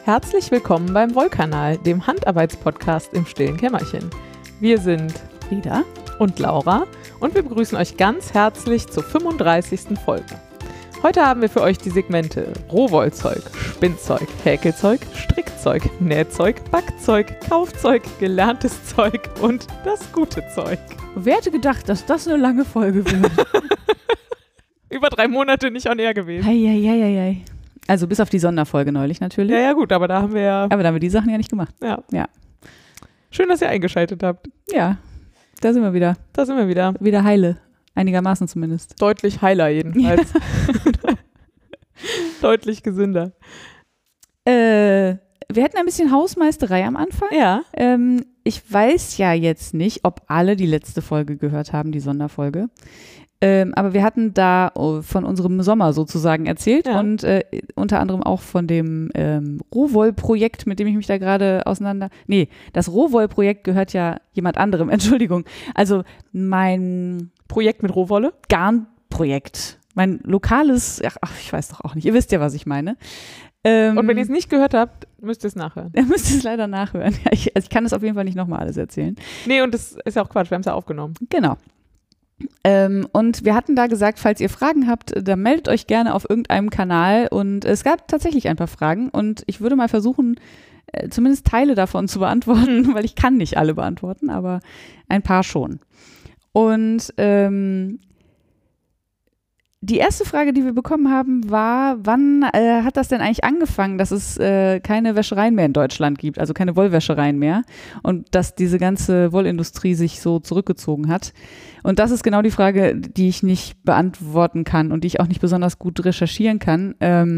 Herzlich willkommen beim Wollkanal, dem Handarbeitspodcast im stillen Kämmerchen. Wir sind Frieda und Laura und wir begrüßen euch ganz herzlich zur 35. Folge. Heute haben wir für euch die Segmente Rohwollzeug, Spinnzeug, Häkelzeug, Strickzeug, Nähzeug, Backzeug, Kaufzeug, gelerntes Zeug und das gute Zeug. Wer hätte gedacht, dass das eine lange Folge wird? Über 3 Monate nicht on air gewesen. Hei. Also bis auf die Sonderfolge neulich natürlich. Ja, gut, aber da haben wir ja... Aber da haben wir die Sachen ja nicht gemacht. Ja. Schön, dass ihr eingeschaltet habt. Ja, da sind wir wieder. Wieder heile. Einigermaßen zumindest. Deutlich heiler jedenfalls. Ja. Deutlich gesünder. Wir hätten ein bisschen Hausmeisterei am Anfang. Ja. Ich weiß ja jetzt nicht, ob alle die letzte Folge gehört haben, die Sonderfolge. Aber wir hatten da von unserem Sommer sozusagen erzählt und unter anderem auch von dem Rohwoll-Projekt, mit dem ich mich da gerade das Rohwoll-Projekt gehört ja jemand anderem, Entschuldigung. Also mein Projekt mit Rohwolle? Garnprojekt. Mein lokales, ich weiß doch auch nicht, ihr wisst ja, was ich meine. Und wenn ihr es nicht gehört habt, müsst ihr es nachhören. Ihr müsst es leider nachhören. Ja, ich kann das auf jeden Fall nicht nochmal alles erzählen. Nee, und das ist ja auch Quatsch, wir haben es ja aufgenommen. Genau. Und wir hatten da gesagt, falls ihr Fragen habt, dann meldet euch gerne auf irgendeinem Kanal und es gab tatsächlich ein paar Fragen und ich würde mal versuchen, zumindest Teile davon zu beantworten, weil ich kann nicht alle beantworten, aber ein paar schon. Und die erste Frage, die wir bekommen haben, war, wann hat das denn eigentlich angefangen, dass es keine Wäschereien mehr in Deutschland gibt, also keine Wollwäschereien mehr und dass diese ganze Wollindustrie sich so zurückgezogen hat. Und das ist genau die Frage, die ich nicht beantworten kann und die ich auch nicht besonders gut recherchieren kann.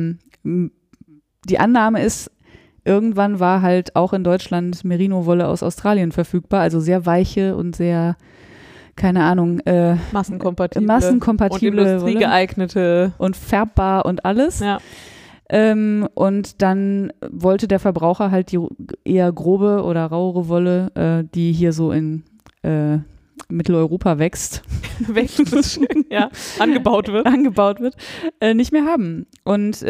Die Annahme ist, irgendwann war halt auch in Deutschland Merino-Wolle aus Australien verfügbar, also sehr weiche und sehr keine Ahnung, massenkompatible und industriegeeignete und färbbar und alles. Ja. Und dann wollte der Verbraucher halt die eher grobe oder rauere Wolle, die hier so in Mitteleuropa wächst, ja, angebaut wird, nicht mehr haben. Und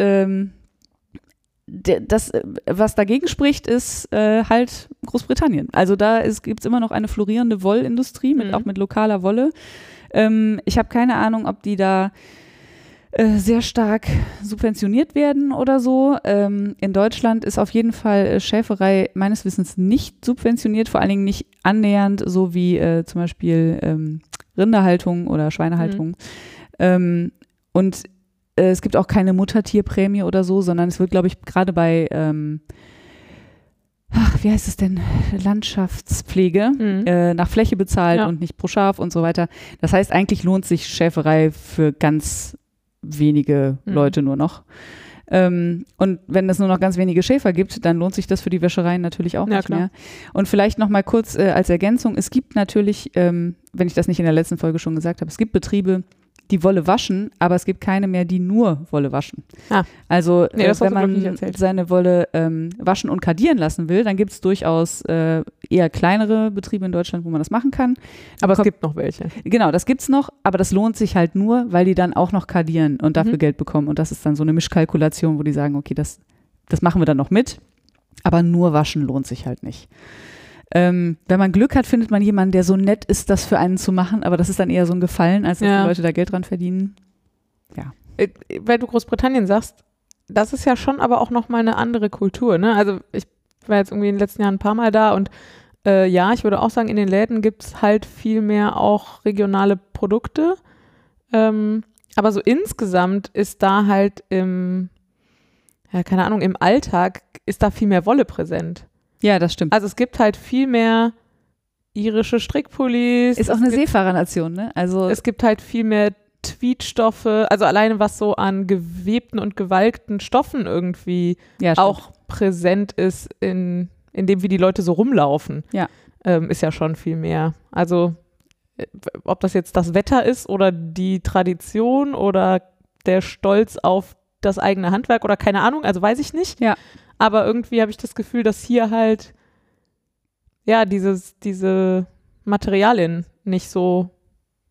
das, was dagegen spricht, ist halt Großbritannien. Also da gibt es immer noch eine florierende Wollindustrie, auch mit lokaler Wolle. Ich habe keine Ahnung, ob die da sehr stark subventioniert werden oder so. In Deutschland ist auf jeden Fall Schäferei meines Wissens nicht subventioniert, vor allen Dingen nicht annähernd, so wie zum Beispiel Rinderhaltung oder Schweinehaltung. Und es gibt auch keine Muttertierprämie oder so, sondern es wird, glaube ich, gerade bei, wie heißt es denn, Landschaftspflege nach Fläche bezahlt und nicht pro Schaf und so weiter. Das heißt, eigentlich lohnt sich Schäferei für ganz wenige Leute nur noch. Und wenn es nur noch ganz wenige Schäfer gibt, dann lohnt sich das für die Wäschereien natürlich auch nicht mehr. Und vielleicht noch mal kurz als Ergänzung, es gibt natürlich, wenn ich das nicht in der letzten Folge schon gesagt habe, es gibt Betriebe, die Wolle waschen, aber es gibt keine mehr, die nur Wolle waschen. Also wenn man seine Wolle waschen und kardieren lassen will, dann gibt es durchaus eher kleinere Betriebe in Deutschland, wo man das machen kann. Aber es gibt noch welche. Genau, das gibt's noch, aber das lohnt sich halt nur, weil die dann auch noch kardieren und dafür Geld bekommen. Und das ist dann so eine Mischkalkulation, wo die sagen, okay, das machen wir dann noch mit, aber nur waschen lohnt sich halt nicht. Wenn man Glück hat, findet man jemanden, der so nett ist, das für einen zu machen, aber das ist dann eher so ein Gefallen, als dass die Leute da Geld dran verdienen. Ja. Weil du Großbritannien sagst, das ist ja schon aber auch nochmal eine andere Kultur, ne? Also ich war jetzt irgendwie in den letzten Jahren ein paar Mal da und ich würde auch sagen, in den Läden gibt es halt viel mehr auch regionale Produkte, aber so insgesamt ist da halt im Alltag ist da viel mehr Wolle präsent. Ja, das stimmt. Also es gibt halt viel mehr irische Strickpullis. Ist auch eine Seefahrernation, ne? Also es gibt halt viel mehr Tweedstoffe, also alleine was so an gewebten und gewalkten Stoffen irgendwie auch präsent ist in dem, wie die Leute so rumlaufen, ist ja schon viel mehr. Also ob das jetzt das Wetter ist oder die Tradition oder der Stolz auf das eigene Handwerk oder keine Ahnung, also weiß ich nicht. Ja. Aber irgendwie habe ich das Gefühl, dass hier halt diese Materialien nicht so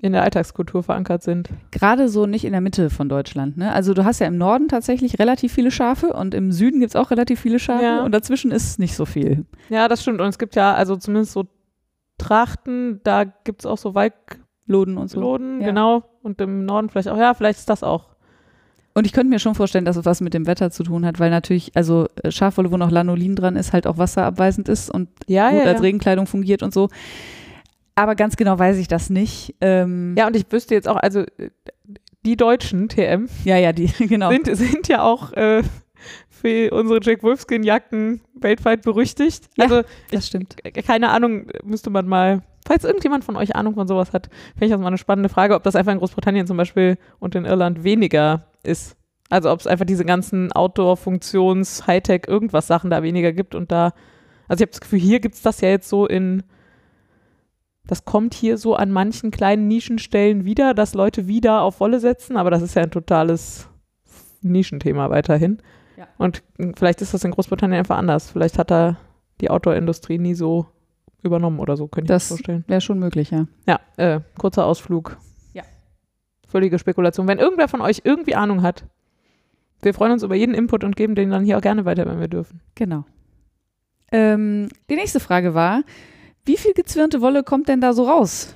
in der Alltagskultur verankert sind. Gerade so nicht in der Mitte von Deutschland. Ne? Also du hast ja im Norden tatsächlich relativ viele Schafe und im Süden gibt es auch relativ viele Schafe und dazwischen ist nicht so viel. Ja, das stimmt. Und es gibt ja also zumindest so Trachten, da gibt es auch so Loden und so. Loden, genau. Und im Norden vielleicht auch. Ja, vielleicht ist das auch. Und ich könnte mir schon vorstellen, dass es was mit dem Wetter zu tun hat, weil natürlich, also Schafwolle, wo noch Lanolin dran ist, halt auch wasserabweisend ist und gut als Regenkleidung fungiert und so. Aber ganz genau weiß ich das nicht. Ja, und ich wüsste jetzt auch, also die deutschen TM die genau. sind ja auch für unsere Jack Wolfskin-Jacken weltweit berüchtigt. Ja, also das stimmt. Keine Ahnung, müsste man mal, falls irgendjemand von euch Ahnung von sowas hat, finde ich das mal eine spannende Frage, ob das einfach in Großbritannien zum Beispiel und in Irland weniger ist. Also ob es einfach diese ganzen Outdoor-Funktions-, Hightech-, irgendwas Sachen da weniger gibt und da, also ich habe das Gefühl, hier gibt es das ja jetzt so das kommt hier so an manchen kleinen Nischenstellen wieder, dass Leute wieder auf Wolle setzen, aber das ist ja ein totales Nischenthema weiterhin. Ja. Und vielleicht ist das in Großbritannien einfach anders. Vielleicht hat da die Outdoor-Industrie nie so übernommen oder so, könnte ich mir vorstellen. Das wäre schon möglich, ja. Ja, kurzer Ausflug. Ja. Völlige Spekulation. Wenn irgendwer von euch irgendwie Ahnung hat, wir freuen uns über jeden Input und geben den dann hier auch gerne weiter, wenn wir dürfen. Genau. Die nächste Frage war, wie viel gezwirnte Wolle kommt denn da so raus?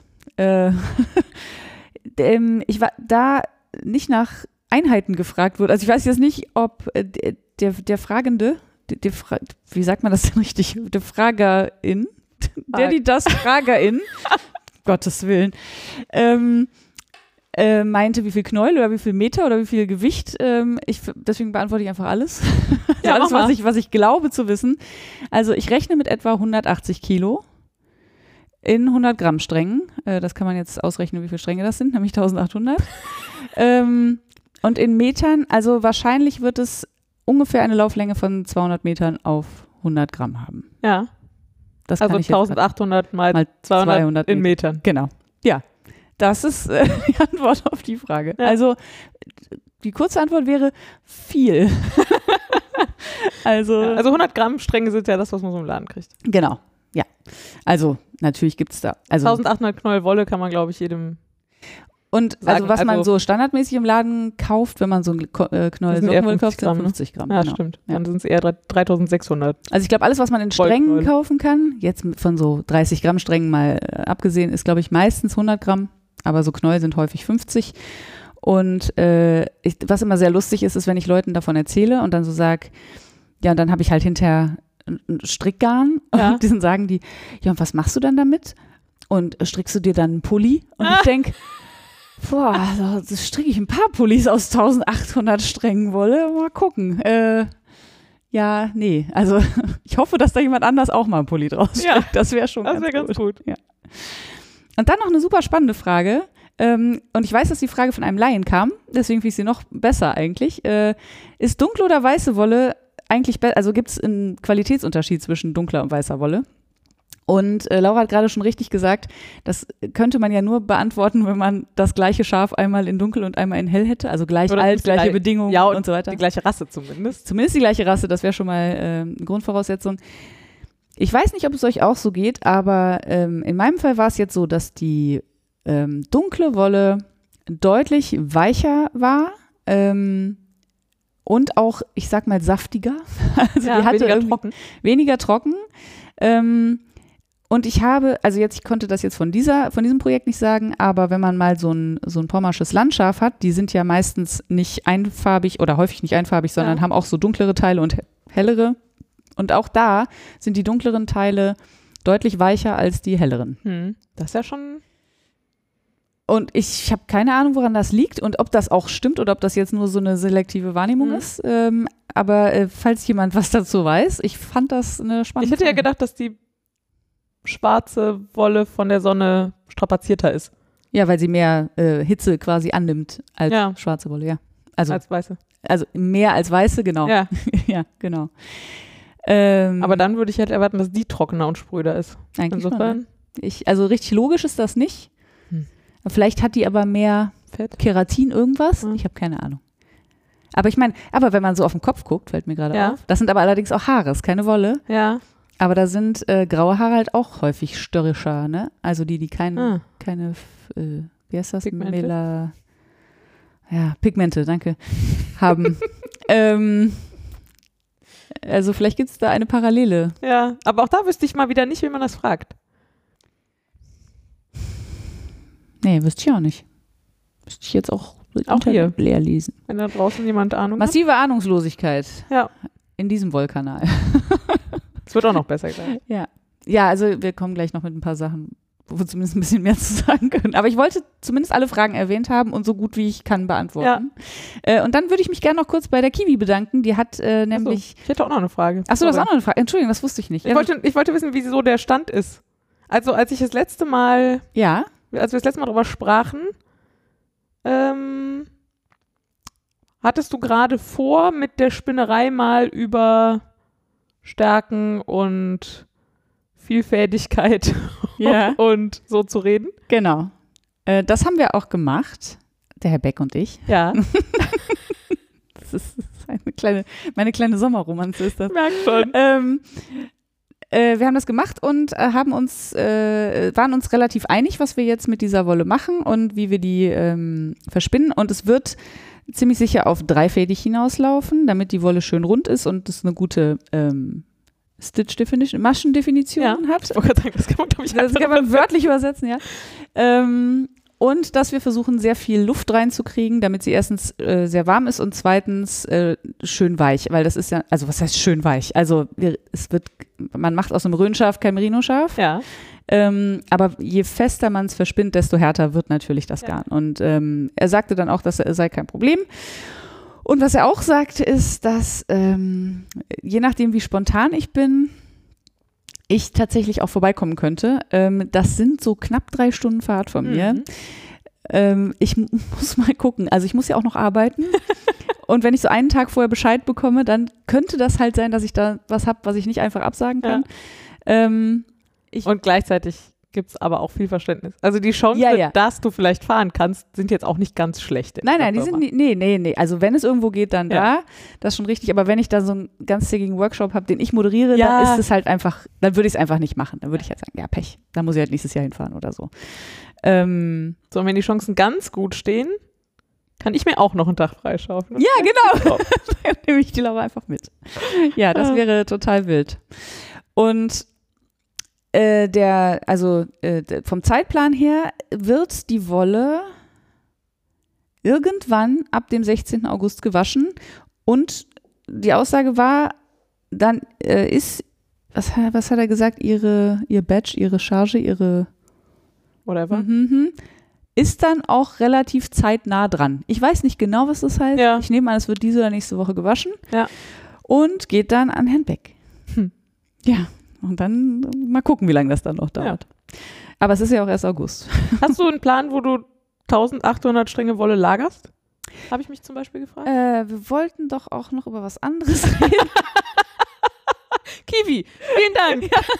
Ich war da nicht nach Einheiten gefragt wurde. Also ich weiß jetzt nicht, ob der Fragende, wie sagt man das denn richtig? Der Fragerin, das Fragerin, Gottes Willen, meinte, wie viel Knäuel oder wie viel Meter oder wie viel Gewicht. Deswegen beantworte ich einfach alles. Ja, alles, was ich glaube zu wissen. Also ich rechne mit etwa 180 Kilo. In 100 Gramm Strängen. Das kann man jetzt ausrechnen, wie viele Stränge das sind, nämlich 1800. Und in Metern, also wahrscheinlich wird es ungefähr eine Lauflänge von 200 Metern auf 100 Gramm haben. Ja. Das also kann ich 1800 mal 200 in Metern. Genau. Ja, das ist die Antwort auf die Frage. Ja. Also die kurze Antwort wäre viel. Also 100 Gramm Stränge sind ja das, was man so im Laden kriegt. Genau. Ja, also natürlich gibt es da. Also 1800 Knäuel Wolle kann man, glaube ich, jedem und sagen. Also was man so standardmäßig im Laden kauft, wenn man so ein Knäuel Sockenwolle kauft, sind 50 Gramm. Ja, genau. Stimmt. Ja. Dann sind es eher 3600. Also ich glaube, alles, was man in Strängen kaufen kann, jetzt von so 30 Gramm Strängen mal abgesehen, ist, glaube ich, meistens 100 Gramm, aber so Knäuel sind häufig 50. Und was immer sehr lustig ist, wenn ich Leuten davon erzähle und dann so sage, ja, und dann habe ich halt hinterher Strickgarn und dann sagen die, ja, und was machst du dann damit? Und strickst du dir dann einen Pulli? Und ich denke, boah, also stricke ich ein paar Pullis aus 1800 Strängen Wolle, mal gucken. Ja, nee, also ich hoffe, dass da jemand anders auch mal einen Pulli draus strickt. Ja, das wäre schon ganz gut. Ja. Und dann noch eine super spannende Frage. Und ich weiß, dass die Frage von einem Laien kam, deswegen finde ich sie noch besser eigentlich. Ist dunkle oder weiße Wolle eigentlich besser? Also gibt es einen Qualitätsunterschied zwischen dunkler und weißer Wolle? Und Laura hat gerade schon richtig gesagt, das könnte man ja nur beantworten, wenn man das gleiche Schaf einmal in dunkel und einmal in hell hätte, also gleich alt, gleiche Bedingungen und so weiter. Die gleiche Rasse zumindest. Zumindest die gleiche Rasse, das wäre schon mal eine Grundvoraussetzung. Ich weiß nicht, ob es euch auch so geht, aber in meinem Fall war es jetzt so, dass die dunkle Wolle deutlich weicher war und auch, ich sag mal, saftiger. Also ja, die hatte weniger trocken. Und ich konnte das jetzt von diesem Projekt nicht sagen, aber wenn man mal so ein pommersches Landschaf hat, die sind ja meistens nicht einfarbig oder häufig nicht einfarbig, sondern haben auch so dunklere Teile und hellere. Und auch da sind die dunkleren Teile deutlich weicher als die helleren. Das ist ja schon. Und ich habe keine Ahnung, woran das liegt und ob das auch stimmt oder ob das jetzt nur so eine selektive Wahrnehmung ist. Aber falls jemand was dazu weiß, ich fand das eine spannende Ich hätte ja gedacht, dass die schwarze Wolle von der Sonne strapazierter ist. Ja, weil sie mehr Hitze quasi annimmt als schwarze Wolle, ja. Also, als weiße. Also mehr als weiße, genau. Ja, ja genau. Aber dann würde ich halt erwarten, dass die trockener und spröder ist. Eigentlich insofern. Schon, also richtig logisch ist das nicht. Vielleicht hat die aber mehr Fett? Keratin irgendwas. Ich habe keine Ahnung. Aber ich meine, wenn man so auf den Kopf guckt, fällt mir gerade auf. Das sind aber allerdings auch Haare, ist keine Wolle. Ja. Aber da sind graue Haare halt auch häufig störrischer, ne? Also die keine wie heißt das? Pigmente. Pigmente, danke, haben. Also vielleicht gibt es da eine Parallele. Ja, aber auch da wüsste ich mal wieder nicht, wie man das fragt. Nee, wüsste ich auch nicht. Müsste ich jetzt auch hier leer lesen. Wenn da draußen jemand Ahnung Massive Ahnungslosigkeit. Ja. In diesem Wollkanal. Es wird auch noch besser gleich. Ja, also wir kommen gleich noch mit ein paar Sachen, wo wir zumindest ein bisschen mehr zu sagen können. Aber ich wollte zumindest alle Fragen erwähnt haben und so gut wie ich kann beantworten. Ja. Und dann würde ich mich gerne noch kurz bei der Kiwi bedanken. Die hat nämlich... Ich hätte auch noch eine Frage. Achso, das ist auch noch eine Frage. Entschuldigung, das wusste ich nicht. Ich wollte wissen, wie so der Stand ist. Also als ich das letzte Mal... Ja. Als wir das letzte Mal darüber sprachen, hattest du gerade vor, mit der Spinnerei mal über Stärken und Vielfältigkeit und so zu reden? Genau. Das haben wir auch gemacht, der Herr Beck und ich. Ja. Das ist meine kleine Sommerromanze ist das. Merk schon. Wir haben das gemacht und waren uns relativ einig, was wir jetzt mit dieser Wolle machen und wie wir die verspinnen. Und es wird ziemlich sicher auf dreifädig hinauslaufen, damit die Wolle schön rund ist und es eine gute Maschendefinition hat. Das kann man wörtlich übersetzen, ja. Und dass wir versuchen, sehr viel Luft reinzukriegen, damit sie erstens sehr warm ist und zweitens schön weich, weil das ist ja, also was heißt schön weich? Also man macht aus einem Röhrenschaf kein Merino-Schaf. Ja. Aber je fester man es verspinnt, desto härter wird natürlich das Garn. Und er sagte dann auch, das sei kein Problem. Und was er auch sagte, ist, dass je nachdem, wie spontan ich bin, ich tatsächlich auch vorbeikommen könnte. Das sind so knapp 3 Stunden Fahrt von mir. Ich muss mal gucken. Also ich muss ja auch noch arbeiten. Und wenn ich so einen Tag vorher Bescheid bekomme, dann könnte das halt sein, dass ich da was habe, was ich nicht einfach absagen kann. Ja. Und gleichzeitig gibt es aber auch viel Verständnis. Also die Chance, dass du vielleicht fahren kannst, sind jetzt auch nicht ganz schlecht. Nein, die sind nee. Also wenn es irgendwo geht, dann da. Das ist schon richtig. Aber wenn ich da so einen ganztägigen Workshop habe, den ich moderiere, dann ist es halt einfach, dann würde ich es einfach nicht machen. Dann würde ich halt sagen, ja, Pech. Dann muss ich halt nächstes Jahr hinfahren oder so. So, und wenn die Chancen ganz gut stehen, kann ich mir auch noch einen Tag freischaufeln. Ja, genau. Dann nehme ich die Laura einfach mit. Ja, das wäre total wild. Und vom Zeitplan her wird die Wolle irgendwann ab dem 16. August gewaschen und die Aussage war, dann ist, was hat er gesagt, ihr Badge, ihre Charge, ihre whatever, ist dann auch relativ zeitnah dran. Ich weiß nicht genau, was das heißt. Ja. Ich nehme an, es wird diese oder nächste Woche gewaschen und geht dann an Herrn Beck. Ja. Und dann mal gucken, wie lange das dann noch dauert. Ja. Aber es ist ja auch erst August. Hast du einen Plan, wo du 1800 Stränge Wolle lagerst? Habe ich mich zum Beispiel gefragt. Wir wollten doch auch noch über was anderes reden. Kiwi, vielen Dank. Ja.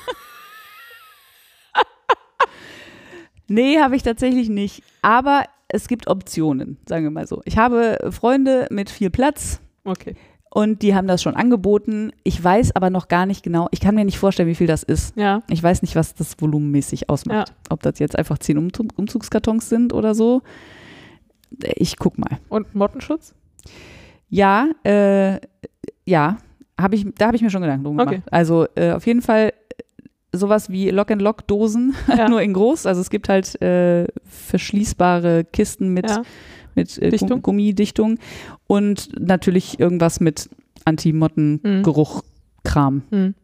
Nee, habe ich tatsächlich nicht. Aber es gibt Optionen, sagen wir mal so. Ich habe Freunde mit viel Platz. Okay. Und die haben das schon angeboten. Ich weiß aber noch gar nicht genau. Ich kann mir nicht vorstellen, wie viel das ist. Ja. Ich weiß nicht, was das volumenmäßig ausmacht. Ja. Ob das jetzt einfach 10 Umzugskartons sind oder so. Ich guck mal. Und Mottenschutz? Ja, da habe ich mir schon Gedanken drum gemacht. Okay. Also auf jeden Fall sowas wie Lock-and-Lock-Dosen, nur in groß. Also es gibt halt verschließbare Kisten mit Gummidichtung und natürlich irgendwas mit Anti-Motten-Geruch-Kram.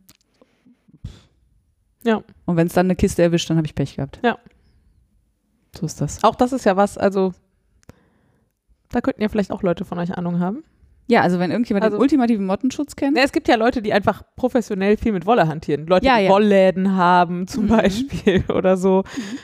Ja. Und wenn es dann eine Kiste erwischt, dann habe ich Pech gehabt. Ja. So ist das. Auch das ist ja was, also da könnten ja vielleicht auch Leute von euch Ahnung haben. Ja, also wenn irgendjemand den ultimativen Mottenschutz kennt. Es gibt ja Leute, die einfach professionell viel mit Wolle hantieren. Leute, die Wollläden haben zum Beispiel oder so.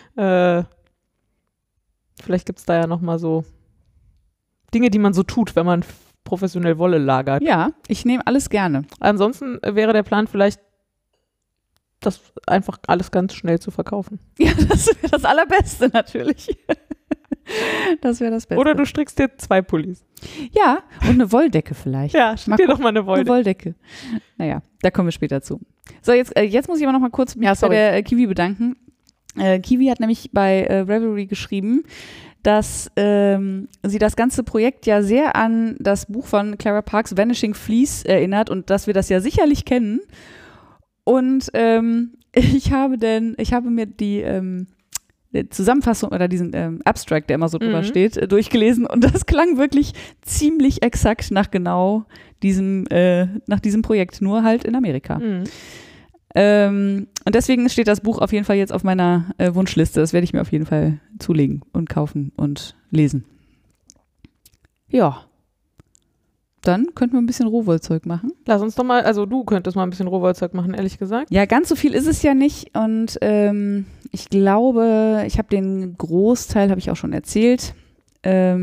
Vielleicht gibt es da ja nochmal so Dinge, die man so tut, wenn man professionell Wolle lagert. Ja, ich nehme alles gerne. Ansonsten wäre der Plan vielleicht, das einfach alles ganz schnell zu verkaufen. Ja, das wäre das Allerbeste natürlich. Das wäre das Beste. Oder du strickst dir 2 Pullis. Ja, und eine Wolldecke vielleicht. Ja, strick dir doch mal eine Wolldecke. Naja, da kommen wir später zu. So, jetzt muss ich aber noch mal kurz mich bei der Kiwi bedanken. Kiwi hat nämlich bei Ravelry geschrieben, dass sie das ganze Projekt ja sehr an das Buch von Clara Parks Vanishing Fleece erinnert und dass wir das ja sicherlich kennen. Und ich habe mir die Zusammenfassung oder diesen Abstract, der immer so drüber steht, durchgelesen und das klang wirklich ziemlich exakt nach genau diesem Projekt, nur halt in Amerika. Und deswegen steht das Buch auf jeden Fall jetzt auf meiner Wunschliste. Das werde ich mir auf jeden Fall zulegen und kaufen und lesen. Ja. Dann könnten wir ein bisschen Rohwollzeug machen. Lass uns doch mal, also du könntest mal ein bisschen Rohwollzeug machen, ehrlich gesagt. Ja, ganz so viel ist es ja nicht und ich glaube, ich habe den Großteil, habe ich auch schon erzählt. Bei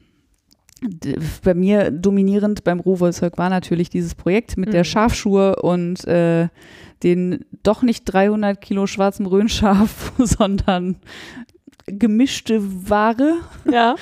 mir dominierend beim Rohwollzeug war natürlich dieses Projekt mit der Schafschuhe und den doch nicht 300 Kilo schwarzem Rhönschaf, sondern gemischte Ware. Ja.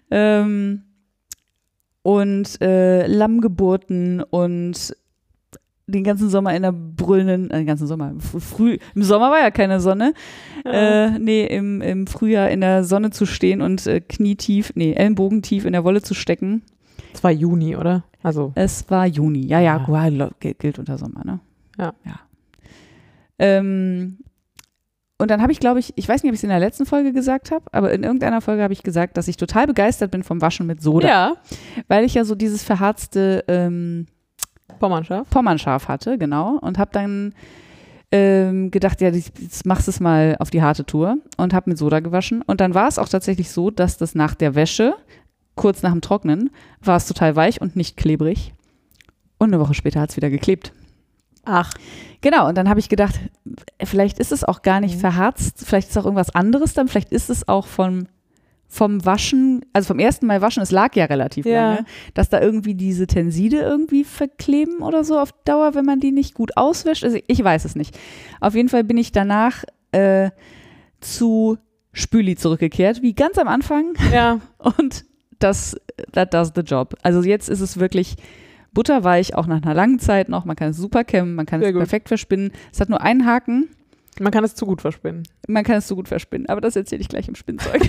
Und Lammgeburten und den ganzen Sommer in der brüllenden, den ganzen Sommer, im Sommer war ja keine Sonne, im Frühjahr in der Sonne zu stehen und ellenbogentief in der Wolle zu stecken. Es war Juni, oder? Also. Es war Juni, ja. Gilt unter Sommer, ne? Ja. Und dann habe ich, glaube ich weiß nicht, ob ich es in der letzten Folge gesagt habe, aber in irgendeiner Folge habe ich gesagt, dass ich total begeistert bin vom Waschen mit Soda. Ja. Weil ich ja so dieses verharzte Pommernschaf hatte, genau. Und habe dann gedacht, ja, jetzt machst du es mal auf die harte Tour und habe mit Soda gewaschen. Und dann war es auch tatsächlich so, dass das nach der Wäsche, kurz nach dem Trocknen, war es total weich und nicht klebrig. Und eine Woche später hat es wieder geklebt. Ach. Genau, und dann habe ich gedacht, vielleicht ist es auch gar nicht verharzt, vielleicht ist es auch irgendwas anderes dann, vielleicht ist es auch vom Waschen, also vom ersten Mal waschen, es lag ja relativ lange, dass da irgendwie diese Tenside irgendwie verkleben oder so auf Dauer, wenn man die nicht gut auswäscht. Also ich weiß es nicht. Auf jeden Fall bin ich danach zu Spüli zurückgekehrt, wie ganz am Anfang. Ja. Und that does the job. Also jetzt ist es wirklich butterweich, auch nach einer langen Zeit noch. Man kann es super kämmen, man kann es perfekt verspinnen. Es hat nur einen Haken. Man kann es zu gut verspinnen. Aber das erzähle ich gleich im Spinnzeug.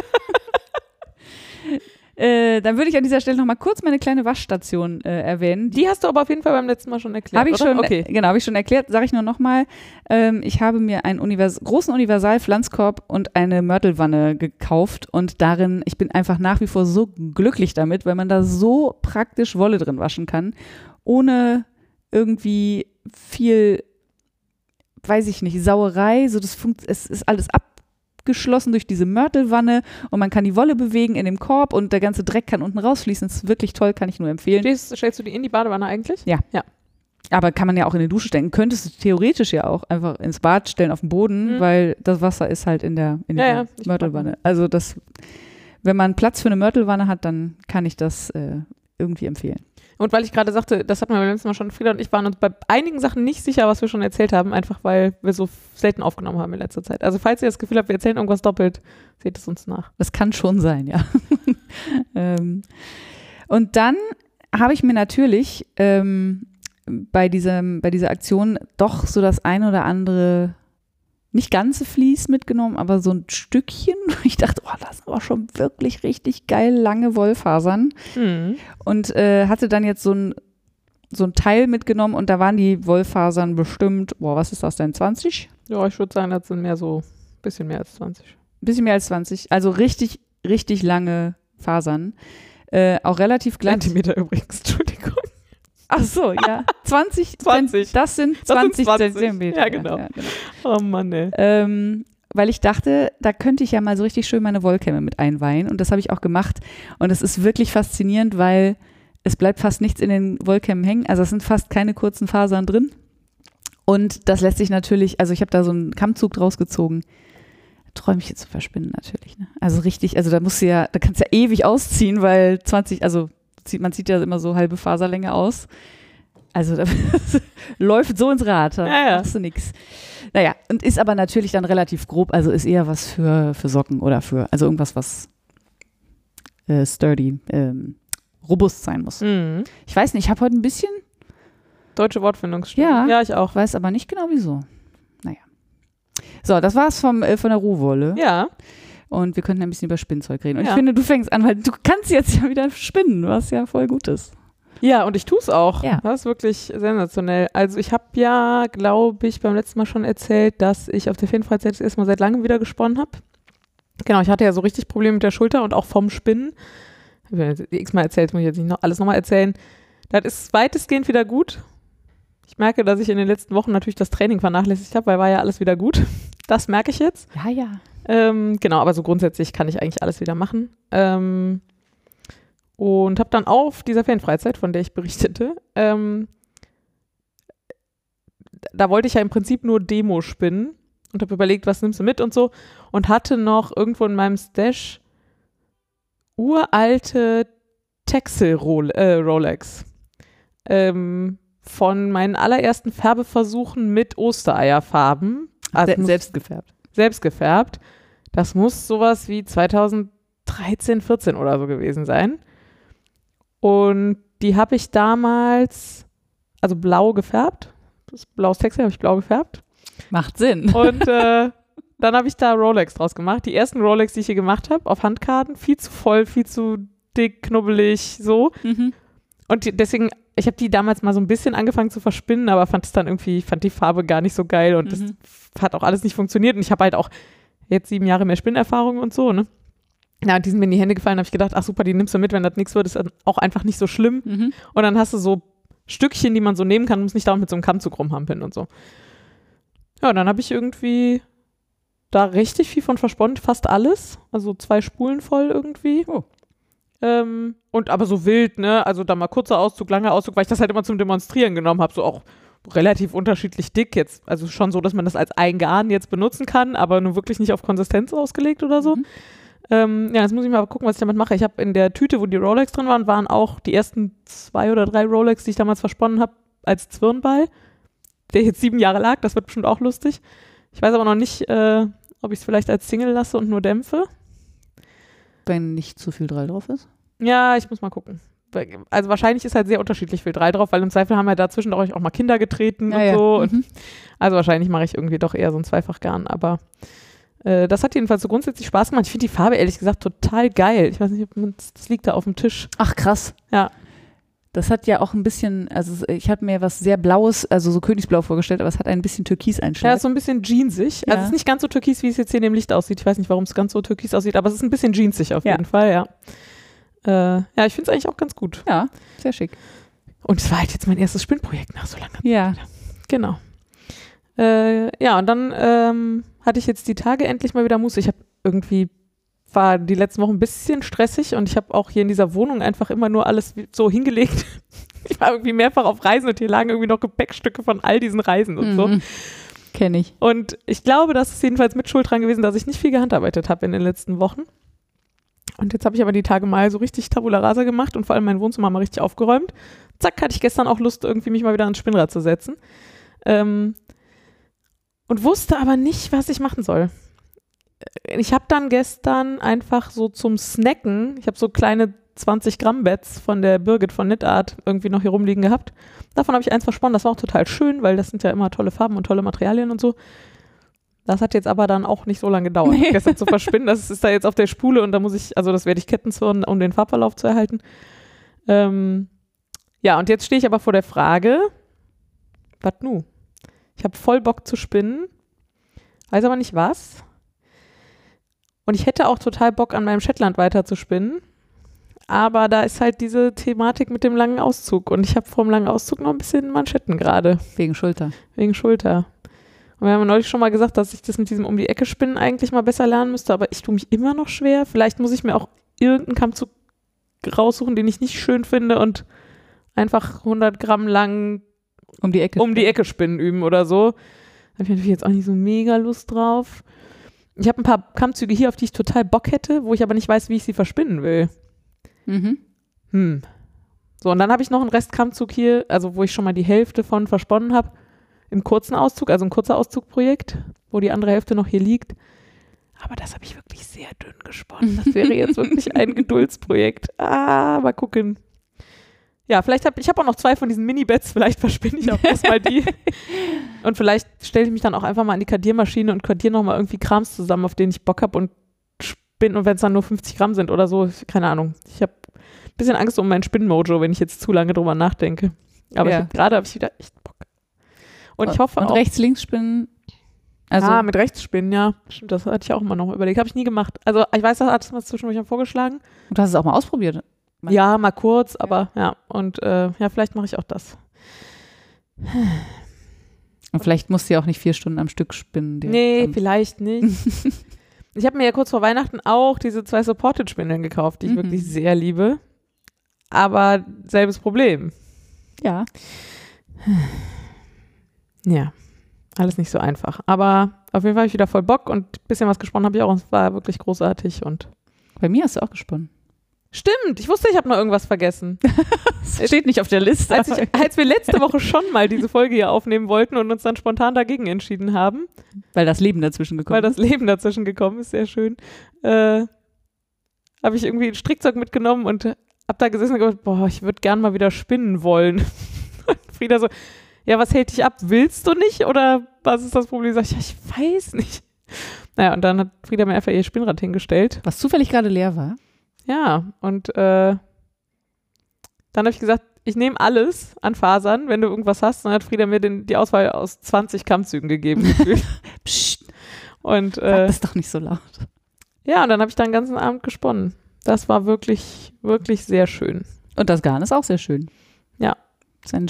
Dann würde ich an dieser Stelle noch mal kurz meine kleine Waschstation erwähnen. Die hast du aber auf jeden Fall beim letzten Mal schon erklärt, Habe ich schon, okay. Genau, habe ich schon erklärt. Sage ich nur noch mal. Ich habe mir einen großen Universal-Pflanzkorb und eine Mörtelwanne gekauft und darin, ich bin einfach nach wie vor so glücklich damit, weil man da so praktisch Wolle drin waschen kann, ohne irgendwie viel, weiß ich nicht, Sauerei. So es ist alles abgeschlossen durch diese Mörtelwanne und man kann die Wolle bewegen in dem Korb und der ganze Dreck kann unten rausfließen. Das ist wirklich toll, kann ich nur empfehlen. Stellst du die in die Badewanne eigentlich? Ja. Aber kann man ja auch in die Dusche stellen. Könntest du theoretisch ja auch einfach ins Bad stellen auf den Boden, weil das Wasser ist halt in der Mörtelwanne. Also wenn man Platz für eine Mörtelwanne hat, dann kann ich das irgendwie empfehlen. Und weil ich gerade sagte, das hatten wir beim letzten Mal schon, Frieda und ich waren uns bei einigen Sachen nicht sicher, was wir schon erzählt haben, einfach weil wir so selten aufgenommen haben in letzter Zeit. Also falls ihr das Gefühl habt, wir erzählen irgendwas doppelt, seht es uns nach. Das kann schon sein, ja. Und dann habe ich mir natürlich bei dieser Aktion doch so das ein oder andere, nicht ganze Vlies mitgenommen, aber so ein Stückchen. Ich dachte, das sind aber schon wirklich richtig geil lange Wollfasern. Und hatte dann jetzt so ein Teil mitgenommen und da waren die Wollfasern bestimmt, was ist das denn, 20? Ja, ich würde sagen, das sind ein bisschen mehr als 20. Ein bisschen mehr als 20, also richtig, richtig lange Fasern. Auch relativ glatt. Zentimeter übrigens, Entschuldigung. Ach so, ja. 20. Das sind 20 Zentimeter. Ja, genau. Oh Mann, ey. Weil ich dachte, da könnte ich ja mal so richtig schön meine Wollkämme mit einweihen. Und das habe ich auch gemacht. Und es ist wirklich faszinierend, weil es bleibt fast nichts in den Wollkämmen hängen. Also es sind fast keine kurzen Fasern drin. Und das lässt sich natürlich, also ich habe da so einen Kammzug draus gezogen. Träumchen zu verspinnen natürlich. Ne? Also richtig, also da kannst du ja ewig ausziehen, weil 20, also man zieht ja immer so halbe Faserlänge aus. Also das läuft so ins Rad, da machst du nix. Naja, und ist aber natürlich dann relativ grob, also ist eher was für Socken oder also irgendwas, was sturdy, robust sein muss. Ich weiß nicht, ich habe heute ein bisschen deutsche Wortfindungsstörung. Ja, ich auch. Weiß aber nicht genau wieso. Naja. So, das war's von der Rohwolle. Ja. Und wir könnten ein bisschen über Spinnzeug reden. Und ich finde, du fängst an, weil du kannst jetzt ja wieder spinnen, was ja voll gut ist. Ja, und ich tue es auch. Ja. Das ist wirklich sensationell. Also ich habe ja, glaube ich, beim letzten Mal schon erzählt, dass ich auf der Ferienfreizeit das erste Mal seit langem wieder gesponnen habe. Genau, ich hatte ja so richtig Probleme mit der Schulter und auch vom Spinnen. Ich habe ja x-mal erzählt, muss ich jetzt nicht alles nochmal erzählen. Das ist weitestgehend wieder gut. Ich merke, dass ich in den letzten Wochen natürlich das Training vernachlässigt habe, weil war ja alles wieder gut. Das merke ich jetzt. Ja. Genau, aber so grundsätzlich kann ich eigentlich alles wieder machen. Und habe dann auf dieser Ferienfreizeit, von der ich berichtete, da wollte ich ja im Prinzip nur Demo spinnen und habe überlegt, was nimmst du mit und so, und hatte noch irgendwo in meinem Stash uralte Texel Rolex von meinen allerersten Färbeversuchen mit Ostereierfarben. Also selbst gefärbt. Selbst gefärbt. Das muss sowas wie 2013, 14 oder so gewesen sein. Und die habe ich damals, also blau gefärbt. Das blaues Textil habe ich blau gefärbt. Macht Sinn. Und dann habe ich da Rolex draus gemacht. Die ersten Rolex, die ich hier gemacht habe, auf Handkarten, viel zu voll, viel zu dick, knubbelig, so. Mhm. Und deswegen, ich habe die damals mal so ein bisschen angefangen zu verspinnen, aber fand die Farbe gar nicht so geil und das hat auch alles nicht funktioniert. Und ich habe halt auch jetzt 7 Jahre mehr Spinnerfahrung und so, ne? Ja, und die sind mir in die Hände gefallen, habe ich gedacht, ach super, die nimmst du mit, wenn das nichts wird, ist dann auch einfach nicht so schlimm. Mhm. Und dann hast du so Stückchen, die man so nehmen kann, muss nicht dauernd mit so einem Kammzug rumhampeln und so. Ja, dann habe ich irgendwie da richtig viel von versponnen, fast alles. Also 2 Spulen voll irgendwie. Oh. Und aber so wild, ne? Also da mal kurzer Auszug, langer Auszug, weil ich das halt immer zum Demonstrieren genommen habe, so auch relativ unterschiedlich dick jetzt. Also schon so, dass man das als ein Garn jetzt benutzen kann, aber nur wirklich nicht auf Konsistenz ausgelegt oder so. Mhm. Ja, jetzt muss ich mal gucken, was ich damit mache. Ich habe in der Tüte, wo die Rolex drin waren auch die ersten 2 oder 3 Rolex, die ich damals versponnen habe, als Zwirnball, der jetzt 7 Jahre lag. Das wird bestimmt auch lustig. Ich weiß aber noch nicht, ob ich es vielleicht als Single lasse und nur dämpfe. Wenn nicht zu viel Drall drauf ist? Ja, ich muss mal gucken. Also wahrscheinlich ist halt sehr unterschiedlich viel Drall drauf, weil im Zweifel haben wir dazwischen auch mal Kinder getreten und so. Ja. Und also wahrscheinlich mache ich irgendwie doch eher so ein Zweifachgarn, aber das hat jedenfalls so grundsätzlich Spaß gemacht. Ich finde die Farbe ehrlich gesagt total geil. Ich weiß nicht, das liegt da auf dem Tisch. Ach krass. Ja. Das hat ja auch ein bisschen, also ich habe mir was sehr Blaues, also so Königsblau vorgestellt, aber es hat ein bisschen Türkis-Einschlag. Ja, so ein bisschen jeansig. Ja. Also es ist nicht ganz so türkis, wie es jetzt hier in dem Licht aussieht. Ich weiß nicht, warum es ganz so türkis aussieht, aber es ist ein bisschen jeansig auf jeden Fall, ja. Ja, ich finde es eigentlich auch ganz gut. Ja, sehr schick. Und es war halt jetzt mein erstes Spinnprojekt nach so langer Zeit. Ja. Genau. Ja, und dann hatte ich jetzt die Tage endlich mal wieder Muße. War die letzten Wochen ein bisschen stressig und ich habe auch hier in dieser Wohnung einfach immer nur alles so hingelegt. Ich war irgendwie mehrfach auf Reisen und hier lagen irgendwie noch Gepäckstücke von all diesen Reisen und so. Kenne ich. Und ich glaube, das ist jedenfalls mit Schuld dran gewesen, dass ich nicht viel gehandarbeitet habe in den letzten Wochen. Und jetzt habe ich aber die Tage mal so richtig Tabula Rasa gemacht und vor allem mein Wohnzimmer mal richtig aufgeräumt. Zack, hatte ich gestern auch Lust, irgendwie mich mal wieder ans Spinnrad zu setzen. Und wusste aber nicht, was ich machen soll. Ich habe dann gestern einfach so zum Snacken, ich habe so kleine 20 Gramm Bets von der Birgit von Knitart irgendwie noch hier rumliegen gehabt. Davon habe ich eins versponnen, das war auch total schön, weil das sind ja immer tolle Farben und tolle Materialien und so. Das hat jetzt aber dann auch nicht so lange gedauert, gestern zu verspinnen. Das ist da jetzt auf der Spule und da muss ich, also das werde ich kettenzwirnen, um den Farbverlauf zu erhalten. Ja, und jetzt stehe ich aber vor der Frage, was nu? Ich habe voll Bock zu spinnen, weiß aber nicht was. Und ich hätte auch total Bock, an meinem Shetland weiter zu spinnen. Aber da ist halt diese Thematik mit dem langen Auszug. Und ich habe vor dem langen Auszug noch ein bisschen Manschetten gerade. Wegen Schulter. Wegen Schulter. Und wir haben neulich schon mal gesagt, dass ich das mit diesem Um-die-Ecke-Spinnen eigentlich mal besser lernen müsste. Aber ich tue mich immer noch schwer. Vielleicht muss ich mir auch irgendeinen Kammzug raussuchen, den ich nicht schön finde und einfach 100 Gramm lang um die Ecke spinnen üben oder so. Da habe ich natürlich jetzt auch nicht so mega Lust drauf. Ich habe ein paar Kammzüge hier, auf die ich total Bock hätte, wo ich aber nicht weiß, wie ich sie verspinnen will. So, und dann habe ich noch einen Restkammzug hier, also wo ich schon mal die Hälfte von versponnen habe, im kurzen Auszug, also ein kurzer Auszugprojekt, wo die andere Hälfte noch hier liegt. Aber das habe ich wirklich sehr dünn gesponnen. Das wäre jetzt wirklich ein Geduldsprojekt. Mal gucken. Ja, vielleicht ich habe auch noch 2 von diesen Mini-Bets, vielleicht verspinne ich auch erstmal die. Und vielleicht stelle ich mich dann auch einfach mal an die Kadiermaschine und kadiere nochmal irgendwie Krams zusammen, auf den ich Bock habe und Spinnen und wenn es dann nur 50 Gramm sind oder so, keine Ahnung. Ich habe ein bisschen Angst um mein Spinnenmojo, wenn ich jetzt zu lange drüber nachdenke. Aber gerade habe ich wieder echt Bock. Und ich hoffe auch. Und Rechts-Links-Spinnen? Also mit Rechtsspinnen, ja. Stimmt, das hatte ich auch immer noch überlegt. Habe ich nie gemacht. Also ich weiß, das hat es mal zwischendurch vorgeschlagen. Und du hast es auch mal ausprobiert? Ja, mal kurz, aber ja. Und vielleicht mache ich auch das. Und vielleicht musst du ja auch nicht 4 Stunden am Stück spinnen. Nee, vielleicht nicht. Ich habe mir ja kurz vor Weihnachten auch diese 2 Supported-Spindeln gekauft, die ich wirklich sehr liebe. Aber selbes Problem. Ja. Ja, alles nicht so einfach. Aber auf jeden Fall habe ich wieder voll Bock und ein bisschen was gesponnen habe ich auch. Und es war wirklich großartig. Und bei mir hast du auch gesponnen. Stimmt, ich wusste, ich habe noch irgendwas vergessen. Es steht nicht auf der Liste. Als wir letzte Woche schon mal diese Folge hier aufnehmen wollten und uns dann spontan dagegen entschieden haben. Weil das Leben dazwischen gekommen ist, sehr schön. Habe ich irgendwie ein Strickzeug mitgenommen und habe da gesessen und gedacht, boah, ich würde gern mal wieder spinnen wollen. Und Frieda so, ja, was hält dich ab? Willst du nicht? Oder was ist das Problem? Sag ich, ja, ich weiß nicht. Naja, und dann hat Frieda mir einfach ihr Spinnrad hingestellt. Was zufällig gerade leer war. Ja, und dann habe ich gesagt, ich nehme alles an Fasern, wenn du irgendwas hast. Dann hat Frieda mir die Auswahl aus 20 Kammzügen gegeben. Psst. Und sag das doch nicht so laut. Ja, und dann habe ich da den ganzen Abend gesponnen. Das war wirklich, wirklich sehr schön. Und das Garn ist auch sehr schön. Ja. Das ist ein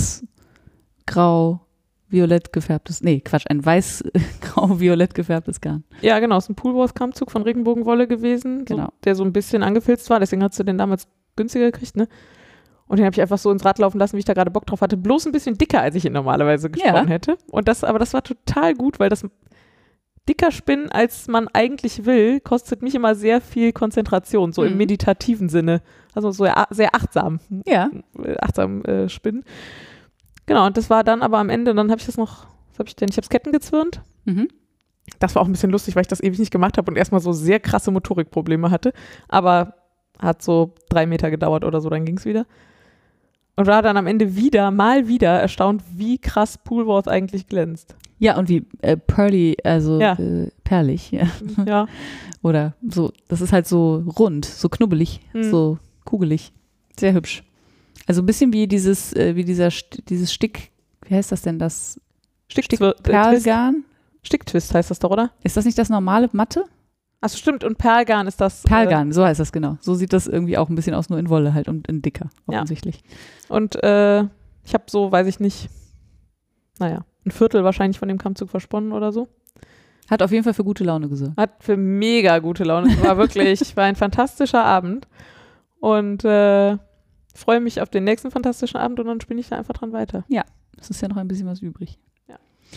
schwarz-grau-violett gefärbtes, ein weiß-grau-violett gefärbtes Garn. Ja, genau, es ist ein Poolwurst-Kammzug von Regenbogenwolle gewesen, genau. Der so ein bisschen angefilzt war, deswegen hast du den damals günstiger gekriegt, ne? Und den habe ich einfach so ins Rad laufen lassen, wie ich da gerade Bock drauf hatte. Bloß ein bisschen dicker, als ich ihn normalerweise gesponnen hätte. Aber das war total gut, weil das dicker Spinnen, als man eigentlich will, kostet mich immer sehr viel Konzentration, so im meditativen Sinne. Also so sehr achtsam. Ja. Achtsam spinnen. Genau, und das war dann aber am Ende, dann habe ich ich habe es Ketten gezwirnt. Mhm. Das war auch ein bisschen lustig, weil ich das ewig nicht gemacht habe und erstmal so sehr krasse Motorikprobleme hatte. Aber hat so 3 Meter gedauert oder so, dann ging es wieder. Und war dann am Ende mal wieder erstaunt, wie krass Poolworth eigentlich glänzt. Ja, und wie pearly, also perlig. Ja. Ja. Oder so, das ist halt so rund, so knubbelig, so kugelig. Sehr hübsch. Also ein bisschen wie dieses Stick, wie heißt das denn, das Perlgarn? Sticktwist heißt das doch, oder? Ist das nicht das normale Matte? Achso, stimmt. Und Perlgarn ist das. Perlgarn, so heißt das genau. So sieht das irgendwie auch ein bisschen aus, nur in Wolle halt und in dicker, offensichtlich. Ja. Und ich habe so, weiß ich nicht, ein Viertel wahrscheinlich von dem Kammzug versponnen oder so. Hat auf jeden Fall für gute Laune gesorgt. Hat für mega gute Laune. Es war ein fantastischer Abend. Und freue mich auf den nächsten fantastischen Abend und dann spinne ich da einfach dran weiter. Ja, es ist ja noch ein bisschen was übrig. Ja.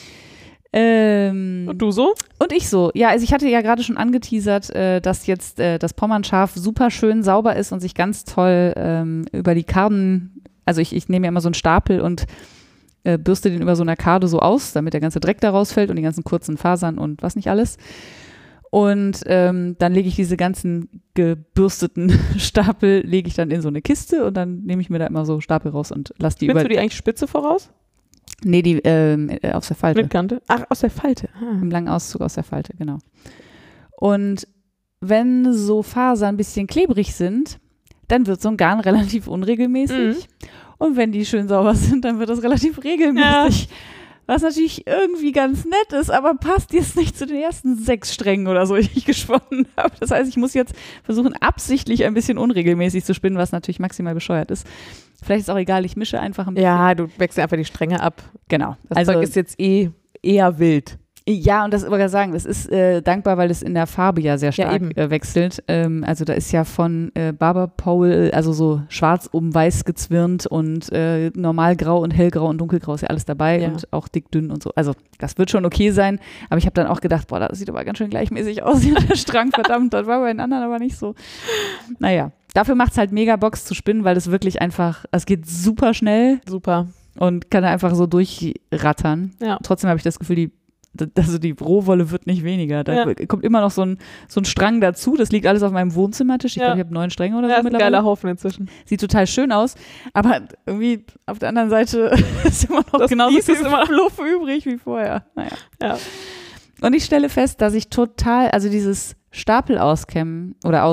Und du so? Und ich so. Ja, also ich hatte ja gerade schon angeteasert, dass jetzt das Pommernschaf super schön sauber ist und sich ganz toll über die Karden, also ich nehme ja immer so einen Stapel und bürste den über so einer Karde so aus, damit der ganze Dreck da rausfällt und die ganzen kurzen Fasern und was nicht alles. Und dann lege ich diese ganzen gebürsteten Stapel, lege ich dann in so eine Kiste und dann nehme ich mir da immer so Stapel raus und lasse die Spinnst du die eigentlich spitze voraus? Nee, die aus der Falte. Mit Kante? Ach, aus der Falte. Im langen Auszug aus der Falte, genau. Und wenn so Fasern ein bisschen klebrig sind, dann wird so ein Garn relativ unregelmäßig. Und wenn die schön sauber sind, dann wird das relativ regelmäßig. Ja. Was natürlich irgendwie ganz nett ist, aber passt jetzt nicht zu den ersten 6 Strängen oder so, die ich gesponnen habe. Das heißt, ich muss jetzt versuchen, absichtlich ein bisschen unregelmäßig zu spinnen, was natürlich maximal bescheuert ist. Vielleicht ist auch egal, ich mische einfach ein bisschen. Ja, du wechselst einfach die Stränge ab. Genau. Das Zeug ist jetzt eher wild. Ja, und das wollte ich sagen, das ist dankbar, weil es in der Farbe ja sehr stark wechselt. Also da ist ja von Barber Pole, also so schwarz um weiß gezwirnt und normalgrau und hellgrau und dunkelgrau ist ja alles dabei und auch dick, dünn und so. Also das wird schon okay sein, aber ich habe dann auch gedacht, boah, das sieht aber ganz schön gleichmäßig aus, der Strang, verdammt, das war bei den anderen aber nicht so. Naja, dafür macht es halt mega Box zu spinnen, weil es wirklich einfach, es geht super schnell. Super. Und kann da einfach so durchrattern. Ja. Trotzdem habe ich das Gefühl, die Rohwolle wird nicht weniger. Da kommt immer noch so ein Strang dazu. Das liegt alles auf meinem Wohnzimmertisch. Ich glaube, ich habe 9 Stränge oder so mittlerweile. Ist ein geiler Haufen inzwischen. Sieht total schön aus. Aber irgendwie auf der anderen Seite ist immer noch genauso viel Fluff übrig wie vorher. Naja. Ja. Und ich stelle fest, dass ich total, also dieses Stapel auskämmen oder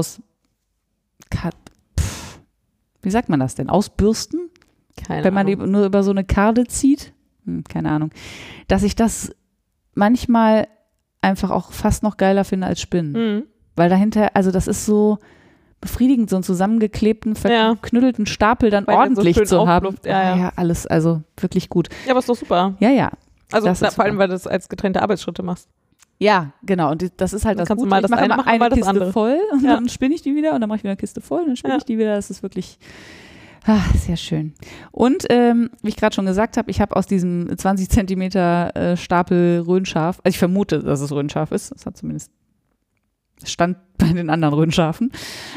wie sagt man das denn? Ausbürsten? Wenn man die nur über so eine Karde zieht? Keine Ahnung. Dass ich das manchmal einfach auch fast noch geiler finde als Spinnen. Mhm. Weil dahinter, also das ist so befriedigend, so einen zusammengeklebten, verknüttelten Stapel dann ordentlich so zu haben. Ja, alles, also wirklich gut. Ja, aber ist doch super. Ja. Also vor allem, weil du das als getrennte Arbeitsschritte machst. Ja, genau. Und das ist halt das Gute. Ich mache immer eine Kiste voll und dann spinne ich die wieder und dann mache ich wieder eine Kiste voll und dann spinne ich die wieder. Das ist wirklich sehr schön. Und wie ich gerade schon gesagt habe, ich habe aus diesem 20 Zentimeter Stapel Röhnschaf, also ich vermute, dass es Röhnschaf ist, das hat zumindest stand bei den anderen Röhnschafen,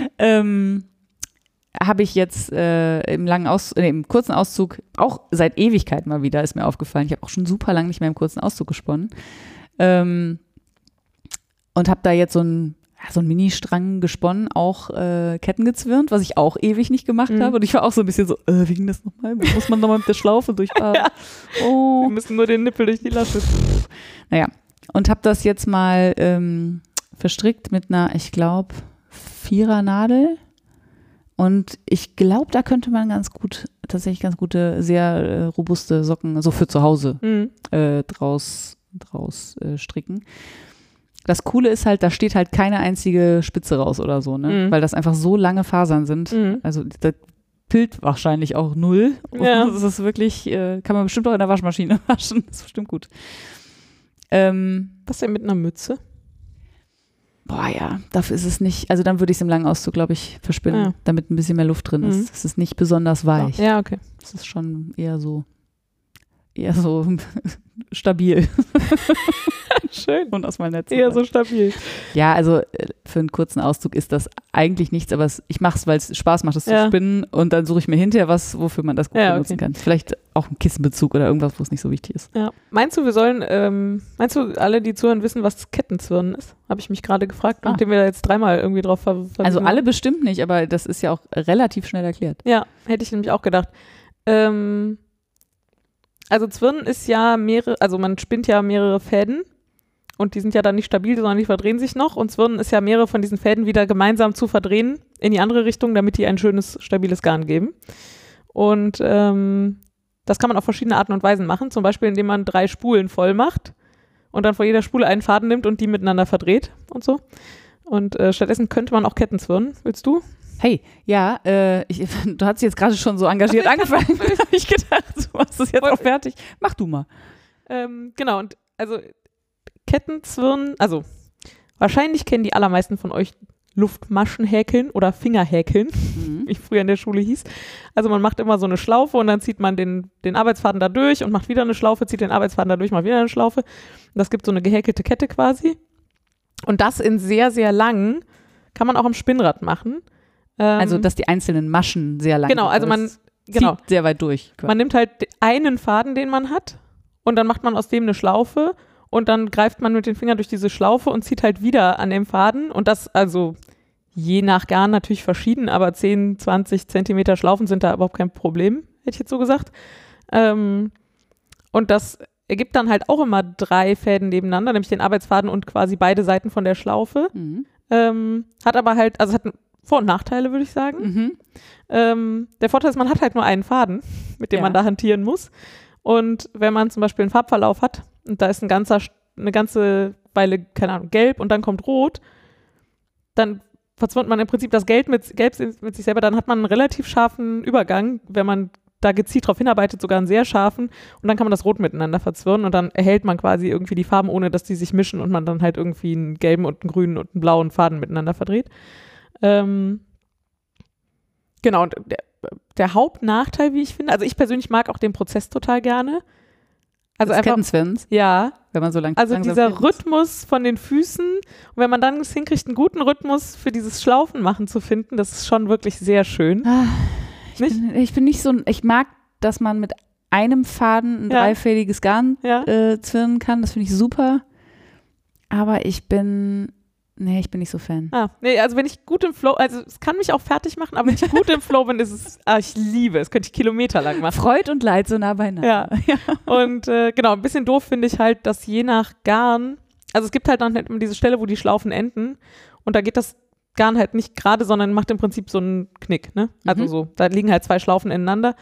habe ich jetzt im kurzen Auszug, auch seit Ewigkeit mal wieder, ist mir aufgefallen, ich habe auch schon super lange nicht mehr im kurzen Auszug gesponnen, und habe da jetzt so einen Mini-Strang gesponnen, auch Ketten gezwirnt, was ich auch ewig nicht gemacht habe. Und ich war auch so ein bisschen so, wie ging das nochmal? Muss man nochmal mit der Schlaufe durchfahren? Ja. Oh. Wir müssen nur den Nippel durch die Lasche. Naja, und habe das jetzt mal verstrickt mit einer, ich glaube, 4er Nadel. Und ich glaube, da könnte man tatsächlich ganz gute, sehr robuste Socken, so für zu Hause, draus stricken. Das Coole ist halt, da steht halt keine einzige Spitze raus oder so, ne? Weil das einfach so lange Fasern sind. Also das Pilt wahrscheinlich auch 0. Ja. Das ist wirklich, kann man bestimmt auch in der Waschmaschine waschen. Das ist bestimmt gut. Was denn mit einer Mütze? Boah, ja, dafür ist es nicht, also dann würde ich es im langen Auszug, glaube ich, verspinnen, damit ein bisschen mehr Luft drin ist. Es ist nicht besonders weich. Ja, okay. Es ist schon eher so stabil. Schön. Und aus meinem Netz. Eher so stabil. Ja, also für einen kurzen Auszug ist das eigentlich nichts, aber ich mache es, weil es Spaß macht, es zu spinnen und dann suche ich mir hinterher was, wofür man das gut benutzen kann. Vielleicht auch einen Kissenbezug oder irgendwas, wo es nicht so wichtig ist. Ja. Meinst du, alle, die zuhören, wissen, was Kettenzwirnen ist? Habe ich mich gerade gefragt, nachdem wir da jetzt 3-mal irgendwie drauf verwiesen haben. Also alle bestimmt nicht, aber das ist ja auch relativ schnell erklärt. Ja, hätte ich nämlich auch gedacht. Also Zwirnen ist ja man spinnt ja mehrere Fäden. Und die sind ja dann nicht stabil, sondern die verdrehen sich noch. Und Zwirnen ist ja mehrere von diesen Fäden wieder gemeinsam zu verdrehen in die andere Richtung, damit die ein schönes, stabiles Garn geben. Und das kann man auf verschiedene Arten und Weisen machen. Zum Beispiel, indem man 3 Spulen voll macht und dann vor jeder Spule einen Faden nimmt und die miteinander verdreht und so. Und stattdessen könnte man auch Ketten zwirnen. Willst du? Hey, ja, du hast jetzt gerade schon so engagiert angefangen. Da habe ich gedacht, du machst das jetzt auch fertig. Mach du mal. Genau, und also Kettenzwirnen, also wahrscheinlich kennen die allermeisten von euch Luftmaschen häkeln oder Fingerhäkeln, wie früher in der Schule hieß. Also man macht immer so eine Schlaufe und dann zieht man den Arbeitsfaden da durch und macht wieder eine Schlaufe, zieht den Arbeitsfaden da durch, macht wieder eine Schlaufe. Und das gibt so eine gehäkelte Kette quasi. Und das in sehr, sehr lang kann man auch am Spinnrad machen. Also dass die einzelnen Maschen sehr lang sind. Genau, also man zieht sehr weit durch. Man nimmt halt einen Faden, den man hat und dann macht man aus dem eine Schlaufe. Und dann greift man mit den Fingern durch diese Schlaufe und zieht halt wieder an dem Faden. Und das also je nach Garn natürlich verschieden, aber 10, 20 Zentimeter Schlaufen sind da überhaupt kein Problem, hätte ich jetzt so gesagt. Und das ergibt dann halt auch immer 3 Fäden nebeneinander, nämlich den Arbeitsfaden und quasi beide Seiten von der Schlaufe. Hat aber halt, also hat Vor- und Nachteile, würde ich sagen. Der Vorteil ist, man hat halt nur einen Faden, mit dem man da hantieren muss. Und wenn man zum Beispiel einen Farbverlauf hat und da ist eine ganze Weile, keine Ahnung, gelb und dann kommt rot, dann verzwirnt man im Prinzip das Gelb mit sich selber, dann hat man einen relativ scharfen Übergang, wenn man da gezielt drauf hinarbeitet, sogar einen sehr scharfen, und dann kann man das Rot miteinander verzwirnen und dann erhält man quasi irgendwie die Farben, ohne dass die sich mischen und man dann halt irgendwie einen gelben und einen grünen und einen blauen Faden miteinander verdreht. Genau, und der Hauptnachteil, wie ich finde, also ich persönlich mag auch den Prozess total gerne. Also einfach, Kettenzwirns? Ja. Wenn man so lang also dieser Rhythmus von den Füßen, und wenn man dann es hinkriegt, einen guten Rhythmus für dieses Schlaufenmachen zu finden, das ist schon wirklich sehr schön. Ich bin nicht so, ich mag, dass man mit einem Faden ein dreifädiges Garn zwirnen kann, das finde ich super, aber ich bin nicht so Fan. Also wenn ich gut im Flow, also es kann mich auch fertig machen, aber wenn ich gut im Flow bin, ist es, ich liebe es, könnte ich kilometerlang machen. Freud und Leid so nah beieinander. Ja. Und genau, ein bisschen doof finde ich halt, dass je nach Garn, also es gibt halt dann diese Stelle, wo die Schlaufen enden und da geht das Garn halt nicht gerade, sondern macht im Prinzip so einen Knick, ne? Also so, da liegen halt 2 Schlaufen ineinander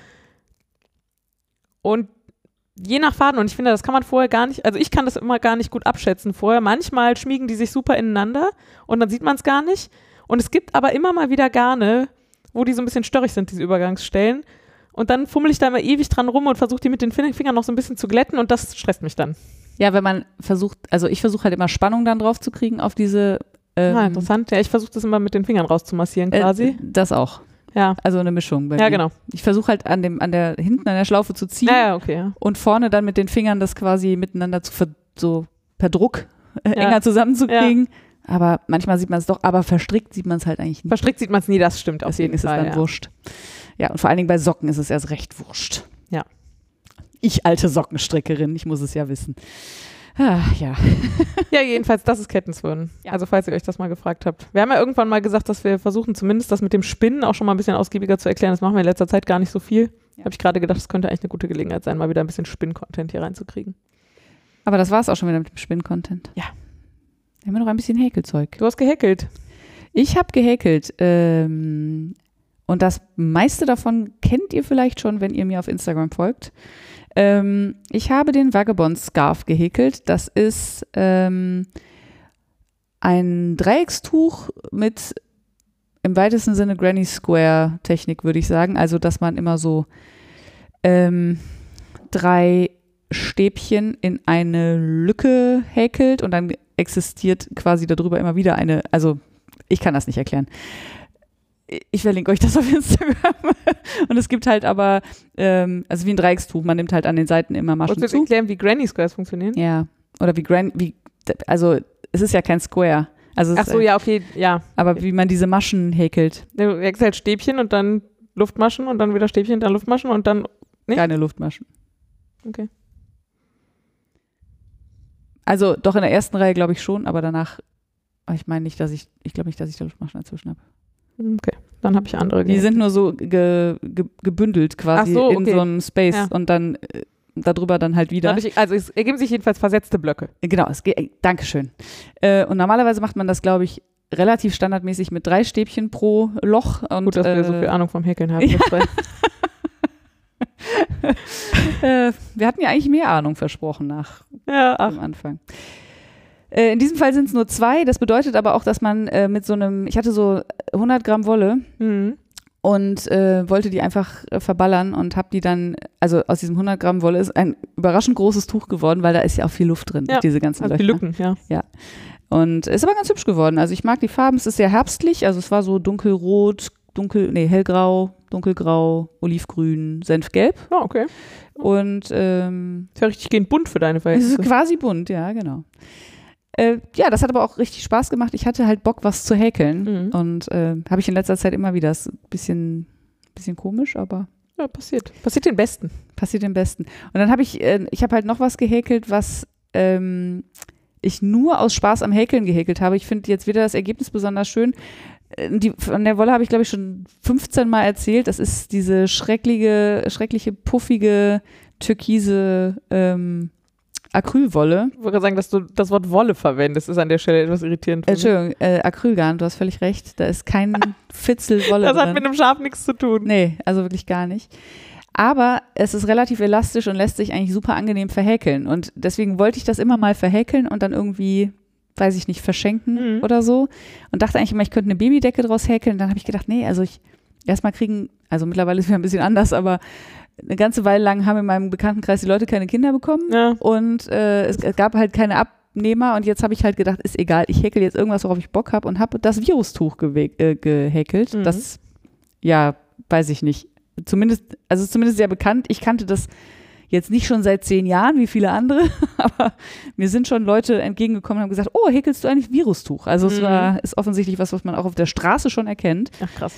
und je nach Faden, und ich finde, das kann man vorher gar nicht, also ich kann das immer gar nicht gut abschätzen vorher. Manchmal schmiegen die sich super ineinander und dann sieht man es gar nicht. Und es gibt aber immer mal wieder Garne, wo die so ein bisschen störrig sind, diese Übergangsstellen. Und dann fummel ich da immer ewig dran rum und versuche die mit den Fingern noch so ein bisschen zu glätten und das stresst mich dann. Ja, wenn man versucht, also ich versuche halt immer Spannung dann drauf zu kriegen auf diese interessant. Ja, ich versuche das immer mit den Fingern rauszumassieren quasi. Das auch. Ja. Also eine Mischung. Bei mir. Ja, genau. Ich versuche halt hinten an der Schlaufe zu ziehen. Ja, okay. Ja. Und vorne dann mit den Fingern das quasi miteinander so per Druck enger zusammenzukriegen. Ja. Aber manchmal sieht man es doch, aber verstrickt sieht man es halt eigentlich nicht. Verstrickt sieht man es nie, das stimmt. Deswegen ist es dann wurscht. Ja, und vor allen Dingen bei Socken ist es erst recht wurscht. Ja. Ich alte Sockenstrickerin, ich muss es ja wissen. Ja. Ja, jedenfalls, das ist Kettenswirren. Ja. Also falls ihr euch das mal gefragt habt. Wir haben ja irgendwann mal gesagt, dass wir versuchen, zumindest das mit dem Spinnen auch schon mal ein bisschen ausgiebiger zu erklären. Das machen wir in letzter Zeit gar nicht so viel. Ja. Habe ich gerade gedacht, das könnte eigentlich eine gute Gelegenheit sein, mal wieder ein bisschen Spinn-Content hier reinzukriegen. Aber das war es auch schon wieder mit dem Spinn-Content. Ja. Wir haben noch ein bisschen Häkelzeug. Du hast gehäkelt. Ich habe gehäkelt. Und das meiste davon kennt ihr vielleicht schon, wenn ihr mir auf Instagram folgt. Ich habe den Vagabond Scarf gehäkelt. Das ist ein Dreieckstuch mit im weitesten Sinne Granny Square Technik, würde ich sagen. Also, dass man immer so 3 Stäbchen in eine Lücke häkelt und dann existiert quasi darüber immer wieder eine, also ich kann das nicht erklären. Ich verlinke euch das auf Instagram. Und es gibt halt aber, also wie ein Dreieckstuch, man nimmt halt an den Seiten immer Maschen zu. Wolltest du erklären, wie Granny Squares funktionieren? Ja, oder also es ist ja kein Square. Also ach so, ja, okay, ja. Aber wie man diese Maschen häkelt. Du häkelst halt Stäbchen und dann Luftmaschen und dann wieder Stäbchen, dann Luftmaschen und dann, nicht? Keine Luftmaschen. Okay. Also doch in der ersten Reihe glaube ich schon, aber danach, ich glaube nicht, dass ich da Luftmaschen dazwischen habe. Okay, dann habe ich andere. Die sind nur so gebündelt quasi so, okay. in so einem Space und dann darüber dann halt wieder. Also es ergeben sich jedenfalls versetzte Blöcke. Genau, Dankeschön. Und normalerweise macht man das, glaube ich, relativ standardmäßig mit 3 Stäbchen pro Loch. Und, gut, dass wir so viel Ahnung vom Häkeln haben. Ja. Wir hatten ja eigentlich mehr Ahnung versprochen am Anfang. In diesem Fall sind es nur 2. Das bedeutet aber auch, dass man mit so einem, ich hatte so 100 Gramm Wolle und wollte die einfach verballern und habe die dann, also aus diesem 100 Gramm Wolle ist ein überraschend großes Tuch geworden, weil da ist ja auch viel Luft drin, diese ganzen Löcher. Die Lücken, ja. Und ist aber ganz hübsch geworden. Also ich mag die Farben, es ist sehr herbstlich, also es war so dunkelrot, hellgrau, dunkelgrau, olivgrün, senfgelb. Oh, okay. Und ist ja richtig gehend bunt für deine Verhältnisse. Es ist quasi bunt, ja, genau. Ja, das hat aber auch richtig Spaß gemacht. Ich hatte halt Bock, was zu häkeln. Und habe ich in letzter Zeit immer wieder. Das ist ein bisschen komisch, aber. Ja, passiert. Passiert den Besten. Passiert den Besten. Und dann habe ich habe halt noch was gehäkelt, was ich nur aus Spaß am Häkeln gehäkelt habe. Ich finde jetzt wieder das Ergebnis besonders schön. Von der Wolle habe ich, glaube ich, schon 15 Mal erzählt. Das ist diese schreckliche, puffige, türkise Acrylwolle. Ich wollte gerade sagen, dass du das Wort Wolle verwendest, ist an der Stelle etwas irritierend. Entschuldigung, Acrylgarn, du hast völlig recht. Da ist kein Fitzel Wolle drin. Das hat mit einem Schaf nichts zu tun. Nee, also wirklich gar nicht. Aber es ist relativ elastisch und lässt sich eigentlich super angenehm verhäkeln. Und deswegen wollte ich das immer mal verhäkeln und dann irgendwie, weiß ich nicht, verschenken oder so. Und dachte eigentlich immer, ich könnte eine Babydecke draus häkeln. Dann habe ich gedacht, nee, also also mittlerweile ist es wieder ein bisschen anders, aber eine ganze Weile lang haben in meinem Bekanntenkreis die Leute keine Kinder bekommen. Ja. Und es gab halt keine Abnehmer. Und jetzt habe ich halt gedacht, ist egal, ich häkel jetzt irgendwas, worauf ich Bock habe und habe das Virustuch gehäkelt. Das, ja, weiß ich nicht. Zumindest sehr bekannt. Ich kannte das jetzt nicht schon seit 10 Jahren, wie viele andere, aber mir sind schon Leute entgegengekommen und haben gesagt, oh, häkelst du eigentlich Virustuch? Also es ist offensichtlich was man auch auf der Straße schon erkennt. Ach, krass.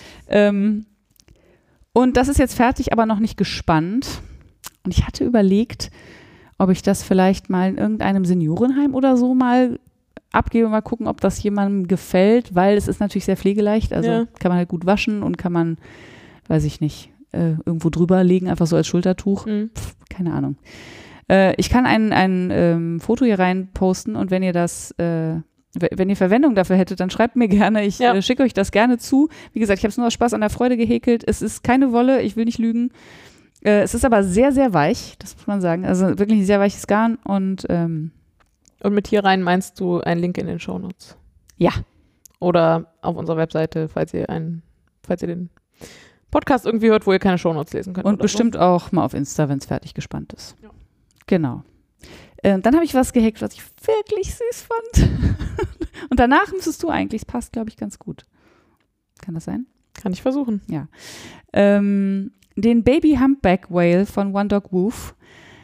Und das ist jetzt fertig, aber noch nicht gespannt. Und ich hatte überlegt, ob ich das vielleicht mal in irgendeinem Seniorenheim oder so mal abgebe, mal gucken, ob das jemandem gefällt, weil es ist natürlich sehr pflegeleicht. Also kann man halt gut waschen und kann man, weiß ich nicht, irgendwo drüber legen, einfach so als Schultertuch. Keine Ahnung. Ich kann ein Foto hier rein posten und wenn ihr das wenn ihr Verwendung dafür hättet, dann schreibt mir gerne. Ich schicke euch das gerne zu. Wie gesagt, ich habe es nur aus Spaß an der Freude gehäkelt. Es ist keine Wolle, ich will nicht lügen. Es ist aber sehr, sehr weich, das muss man sagen. Also wirklich ein sehr weiches Garn. Und mit hier rein meinst du einen Link in den Shownotes? Ja. Oder auf unserer Webseite, falls ihr den Podcast irgendwie hört, wo ihr keine Shownotes lesen könnt. Und bestimmt auch mal auf Insta, wenn es fertig gespannt ist. Ja. Genau. Dann habe ich was gehackt, was ich wirklich süß fand. Und danach müsstest du eigentlich, es passt, glaube ich, ganz gut. Kann das sein? Kann ich versuchen. Ja. Den Baby Humpback Whale von One Dog Woof.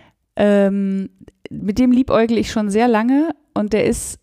Mit dem liebäugle ich schon sehr lange und der ist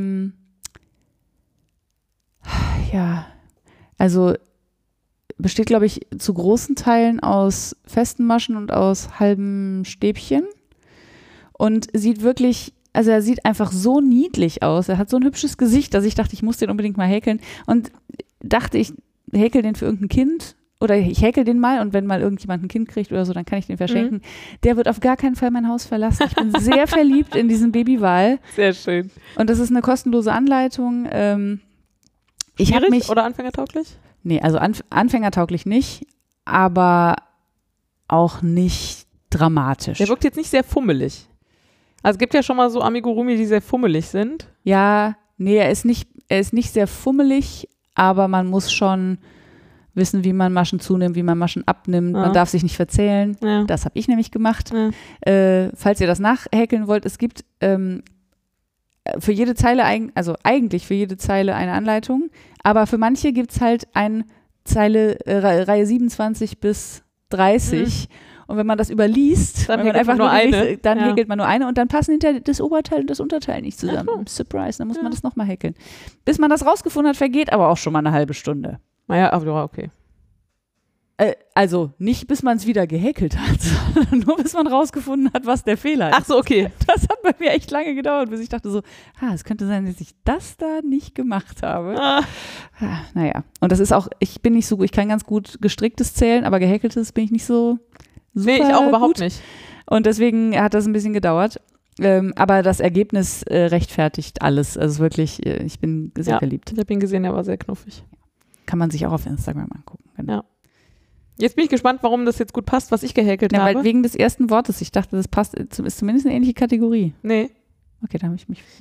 also besteht, glaube ich, zu großen Teilen aus festen Maschen und aus halben Stäbchen und sieht wirklich, also er sieht einfach so niedlich aus. Er hat so ein hübsches Gesicht, dass ich dachte, ich muss den unbedingt mal häkeln und dachte, ich häkel den für irgendein Kind oder ich häkel den mal und wenn mal irgendjemand ein Kind kriegt oder so, dann kann ich den verschenken. Der wird auf gar keinen Fall mein Haus verlassen. Ich bin sehr verliebt in diesen Babywal. Sehr schön. Und das ist eine kostenlose Anleitung. Schwierig oder anfängertauglich? Nee, also anfängertauglich nicht, aber auch nicht dramatisch. Der wirkt jetzt nicht sehr fummelig. Also es gibt ja schon mal so Amigurumi, die sehr fummelig sind. Ja, nee, er ist nicht sehr fummelig, aber man muss schon wissen, wie man Maschen zunimmt, wie man Maschen abnimmt. Man darf sich nicht verzählen. Ja. Das habe ich nämlich gemacht. Ja. Falls ihr das nachhäkeln wollt, es gibt für jede Zeile, eigentlich für jede Zeile eine Anleitung, aber für manche gibt es halt eine Zeile, Reihe 27 bis 30 und wenn man das überliest, dann häkelt man nur eine. Häkelt man nur eine und dann passen hinterher das Oberteil und das Unterteil nicht zusammen. Ja. Surprise, dann muss man das nochmal häkeln. Bis man das rausgefunden hat, vergeht aber auch schon mal eine halbe Stunde. Naja, aber okay. Also nicht, bis man es wieder gehäkelt hat, sondern nur, bis man rausgefunden hat, was der Fehler ist. Ach so, okay. Das hat bei mir echt lange gedauert, bis ich dachte so, es könnte sein, dass ich das da nicht gemacht habe. Naja, und das ist auch, ich kann ganz gut gestricktes zählen, aber gehäkeltes bin ich nicht so super ich auch überhaupt gut. nicht. Und deswegen hat das ein bisschen gedauert. Aber das Ergebnis rechtfertigt alles. Also wirklich, ich bin sehr verliebt. Ich habe ihn gesehen, er war sehr knuffig. Kann man sich auch auf Instagram angucken. Genau. Ja. Jetzt bin ich gespannt, warum das jetzt gut passt, was ich gehäkelt habe. Weil wegen des ersten Wortes. Ich dachte, das passt, ist zumindest eine ähnliche Kategorie. Nee. Okay, da habe ich mich...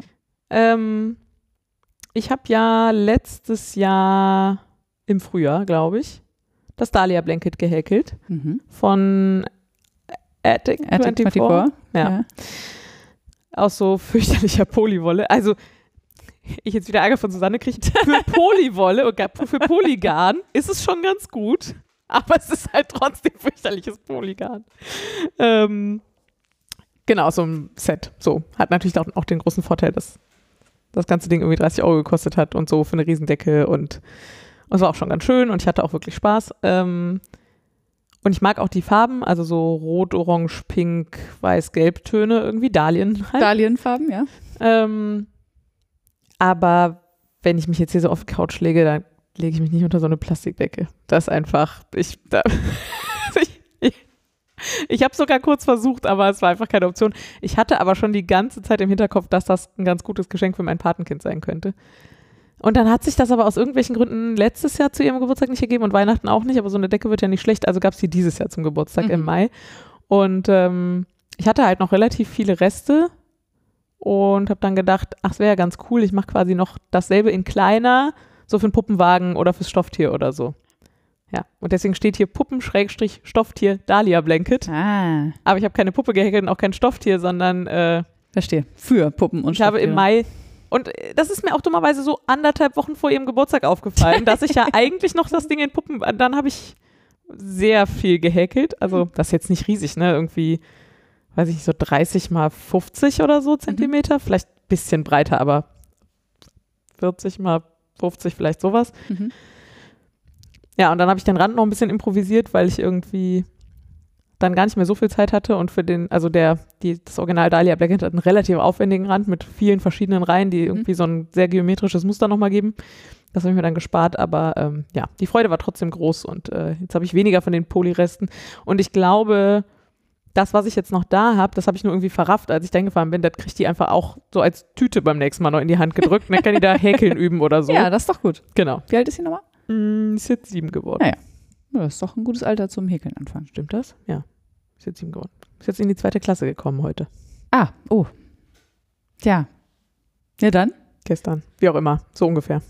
Ich habe ja letztes Jahr im Frühjahr, glaube ich, das Dahlia Blanket gehäkelt von Attic 24. Ja. Aus so fürchterlicher Polywolle. Also ich jetzt wieder Ärger von Susanne kriege. Für Polywolle und für Polygarn ist es schon ganz gut. Aber es ist halt trotzdem fürchterliches Polygarn. Genau, so ein Set. So, hat natürlich auch den großen Vorteil, dass das ganze Ding irgendwie 30 € gekostet hat und so für eine Riesendecke und es war auch schon ganz schön und ich hatte auch wirklich Spaß. Und ich mag auch die Farben, also so rot, orange, pink, weiß, gelb Töne, irgendwie Dahlien halt. Dahlienfarben, ja. Aber wenn ich mich jetzt hier so auf die Couch lege, dann lege ich mich nicht unter so eine Plastikdecke. Das ist einfach, ich habe sogar kurz versucht, aber es war einfach keine Option. Ich hatte aber schon die ganze Zeit im Hinterkopf, dass das ein ganz gutes Geschenk für mein Patenkind sein könnte. Und dann hat sich das aber aus irgendwelchen Gründen letztes Jahr zu ihrem Geburtstag nicht gegeben und Weihnachten auch nicht, aber so eine Decke wird ja nicht schlecht, also gab es die dieses Jahr zum Geburtstag im Mai. Und ich hatte halt noch relativ viele Reste und habe dann gedacht, es wäre ja ganz cool, ich mache quasi noch dasselbe in kleiner, so für einen Puppenwagen oder fürs Stofftier oder so. Ja, und deswegen steht hier Puppen-Stofftier Dahlia Blanket. Aber ich habe keine Puppe gehäkelt und auch kein Stofftier, sondern verstehe, für Puppen und Stofftiere. Ich habe im Mai, und das ist mir auch dummerweise so 1,5 Wochen vor ihrem Geburtstag aufgefallen, dass ich ja eigentlich noch das Ding in Puppen, dann habe ich sehr viel gehäkelt. Also das ist jetzt nicht riesig, ne? Irgendwie, weiß ich nicht, so 30 mal 50 oder so Zentimeter. Vielleicht ein bisschen breiter, aber 40 mal 50, vielleicht sowas. Ja, und dann habe ich den Rand noch ein bisschen improvisiert, weil ich irgendwie dann gar nicht mehr so viel Zeit hatte und für das Original Dahlia Blanket hat einen relativ aufwendigen Rand mit vielen verschiedenen Reihen, die irgendwie so ein sehr geometrisches Muster nochmal geben. Das habe ich mir dann gespart, aber die Freude war trotzdem groß und jetzt habe ich weniger von den Polyresten und ich glaube, das, was ich jetzt noch da habe, das habe ich nur irgendwie verrafft, als ich da hingefahren bin, das kriegt die einfach auch so als Tüte beim nächsten Mal noch in die Hand gedrückt. Und dann kann die da häkeln üben oder so. Ja, das ist doch gut. Genau. Wie alt ist sie nochmal? Ist jetzt 7 geworden. Naja. Ja, das ist doch ein gutes Alter zum Häkeln anfangen. Stimmt das? Ja. Ist jetzt 7 geworden. Ist jetzt in die 2. Klasse gekommen heute. Ah, oh. Tja. Ja, dann? Gestern. Wie auch immer. So ungefähr.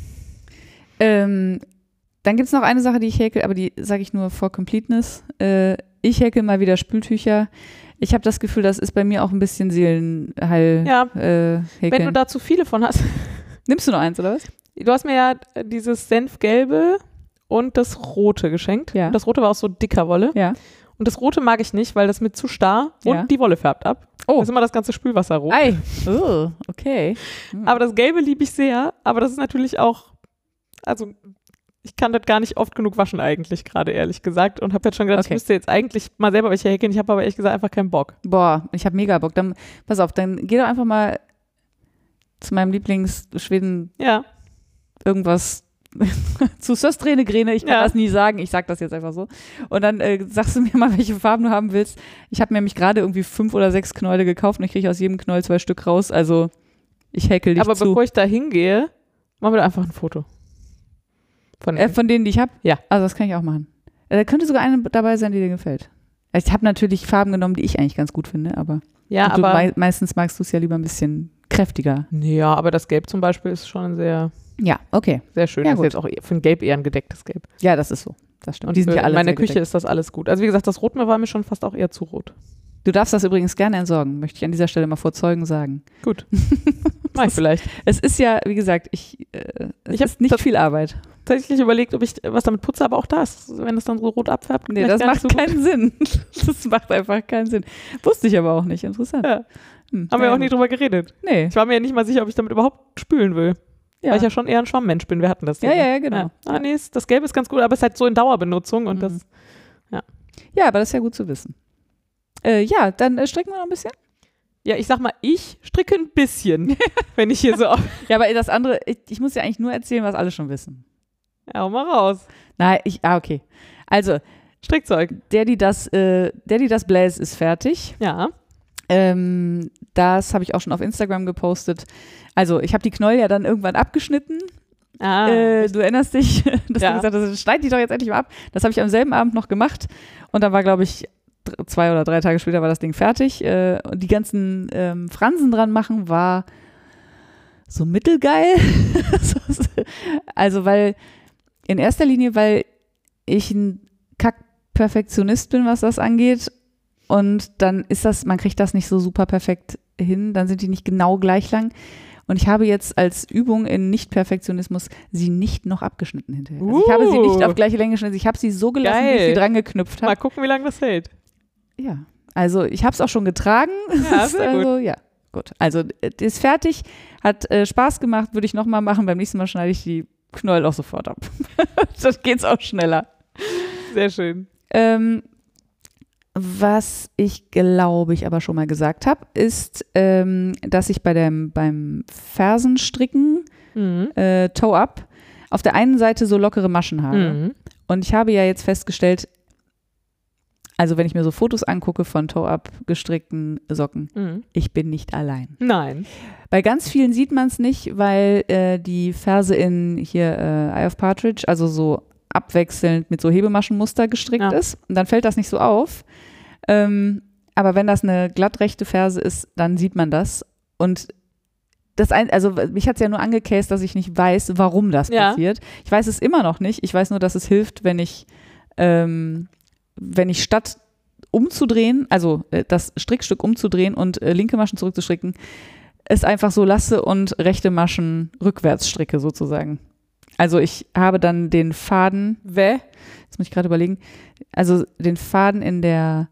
Dann gibt es noch eine Sache, die ich häkel, aber die sage ich nur for completeness. Ich häkel mal wieder Spültücher. Ich habe das Gefühl, das ist bei mir auch ein bisschen Seelenheil. Ja, wenn du da zu viele von hast. Nimmst du noch eins, oder was? Du hast mir ja dieses Senfgelbe und das Rote geschenkt. Ja. Und das Rote war aus so dicker Wolle. Ja. Und das Rote mag ich nicht, weil das mit zu starr und die Wolle färbt ab. Oh. Das ist immer das ganze Spülwasser rot. Ei. Oh, okay. Aber das Gelbe liebe ich sehr. Aber das ist natürlich auch, also ich kann das gar nicht oft genug waschen eigentlich gerade, ehrlich gesagt. Und habe jetzt schon gedacht, ich müsste jetzt eigentlich mal selber welche häkeln. Ich habe aber ehrlich gesagt einfach keinen Bock. Boah, ich habe mega Bock. Dann, pass auf, dann geh doch einfach mal zu meinem Lieblings-Schweden irgendwas zu Söstrene Grene, ich kann das nie sagen, ich sag das jetzt einfach so. Und dann sagst du mir mal, welche Farben du haben willst. Ich habe mir nämlich gerade irgendwie 5 oder 6 Knäule gekauft und ich kriege aus jedem Knäuel 2 Stück raus, also ich häkel dich aber zu. Bevor ich da hingehe, machen wir da einfach ein Foto. Von denen, die ich habe? Ja. Also das kann ich auch machen. Da könnte sogar eine dabei sein, die dir gefällt. Ich habe natürlich Farben genommen, die ich eigentlich ganz gut finde, aber, meistens magst du es ja lieber ein bisschen kräftiger. Ja, aber das Gelb zum Beispiel ist schon sehr... Ja, okay. Sehr schön. Ja, das ist jetzt auch für ein Gelb eher ein gedecktes Gelb. Ja, das ist so. Das stimmt. Und die sind ja alle in meiner Küche ist das alles gut. Also wie gesagt, das Rot war mir schon fast auch eher zu rot. Du darfst das übrigens gerne entsorgen, möchte ich an dieser Stelle mal vor Zeugen sagen. Gut. Mach ich vielleicht. Es ist ja, wie gesagt, es ist nicht viel Arbeit. Tatsächlich überlegt, ob ich was damit putze, aber auch das, wenn es dann so rot abfärbt. Nee, das macht keinen Sinn. Das macht einfach keinen Sinn. Wusste ich aber auch nicht. Interessant. Ja. Haben wir auch nicht drüber geredet. Nee. Ich war mir ja nicht mal sicher, ob ich damit überhaupt spülen will. Ja. Weil ich ja schon eher ein Schwammmensch bin. Wir hatten das. Ja, genau. Ja. Nee, das Gelbe ist ganz gut, aber es ist halt so in Dauerbenutzung und das, Ja, aber das ist ja gut zu wissen. Dann stricken wir noch ein bisschen. Ja, ich sag mal, ich stricke ein bisschen, wenn ich hier so... Ja, aber das andere, ich muss ja eigentlich nur erzählen, was alle schon wissen. Ja, hau mal raus. Nein, okay. Also, Strickzeug. Der, die das bläst, ist fertig. Ja. Das habe ich auch schon auf Instagram gepostet. Also, ich habe die Knäuel ja dann irgendwann abgeschnitten. Du erinnerst dich, dass du gesagt hast, schneid die doch jetzt endlich mal ab. Das habe ich am selben Abend noch gemacht. Und dann war, glaube ich, 2 oder 3 Tage später war das Ding fertig. Und die ganzen Fransen dran machen war so mittelgeil. Also, in erster Linie, weil ich ein Kack-Perfektionist bin, was das angeht. Und dann man kriegt das nicht so super perfekt hin. Dann sind die nicht genau gleich lang. Und ich habe jetzt als Übung in Nicht-Perfektionismus sie nicht noch abgeschnitten hinterher. Also ich habe sie nicht auf gleiche Länge geschnitten. Ich habe sie so gelassen, wie ich sie dran geknüpft habe. Mal gucken, wie lange das hält. Ja, also ich habe es auch schon getragen. Ja, sehr gut. Also, ja, gut. Also das ist fertig, hat Spaß gemacht, würde ich nochmal machen. Beim nächsten Mal schneide ich die Knäuel auch sofort ab. Dann geht's auch schneller. Sehr schön. Was ich, glaube ich, aber schon mal gesagt habe, ist, dass ich beim Fersenstricken Toe-Up auf der einen Seite so lockere Maschen habe. Und ich habe ja jetzt festgestellt, also wenn ich mir so Fotos angucke von Toe-Up gestrickten Socken, ich bin nicht allein. Nein. Bei ganz vielen sieht man es nicht, weil die Ferse in Eye of Partridge, also so abwechselnd mit so Hebemaschenmuster gestrickt ist. Und dann fällt das nicht so auf. Aber wenn das eine glattrechte Ferse ist, dann sieht man das. Und mich hat es ja nur angecased, dass ich nicht weiß, warum das passiert. Ich weiß es immer noch nicht. Ich weiß nur, dass es hilft, wenn ich statt umzudrehen, also das Strickstück umzudrehen und linke Maschen zurückzustricken, es einfach so lasse und rechte Maschen rückwärts stricke sozusagen. Also ich habe dann den Faden, jetzt muss ich gerade überlegen, also den Faden in der,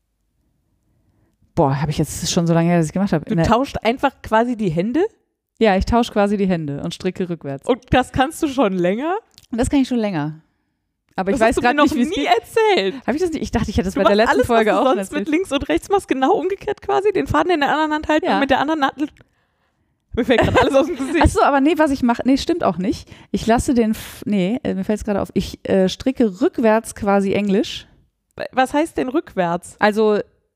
habe ich jetzt schon so lange her, dass ich gemacht habe. Du tauscht einfach quasi die Hände? Ja, ich tausche quasi die Hände und stricke rückwärts. Und das kannst du schon länger? Das kann ich schon länger. Aber ich weiß gerade nicht, wie es geht. Das hast du mir noch nie erzählt. Habe ich das nicht? Ich dachte, ich hätte das bei der letzten Folge auch. Sonst mit links und rechts machst, genau umgekehrt quasi, den Faden in der anderen Hand halten und mit der anderen Nadel. Mir fällt gerade alles aus dem Gesicht. Achso, aber was ich mache, stimmt auch nicht. Ich lasse mir fällt es gerade auf, ich stricke rückwärts quasi Englisch. Was heißt denn rückwärts? Also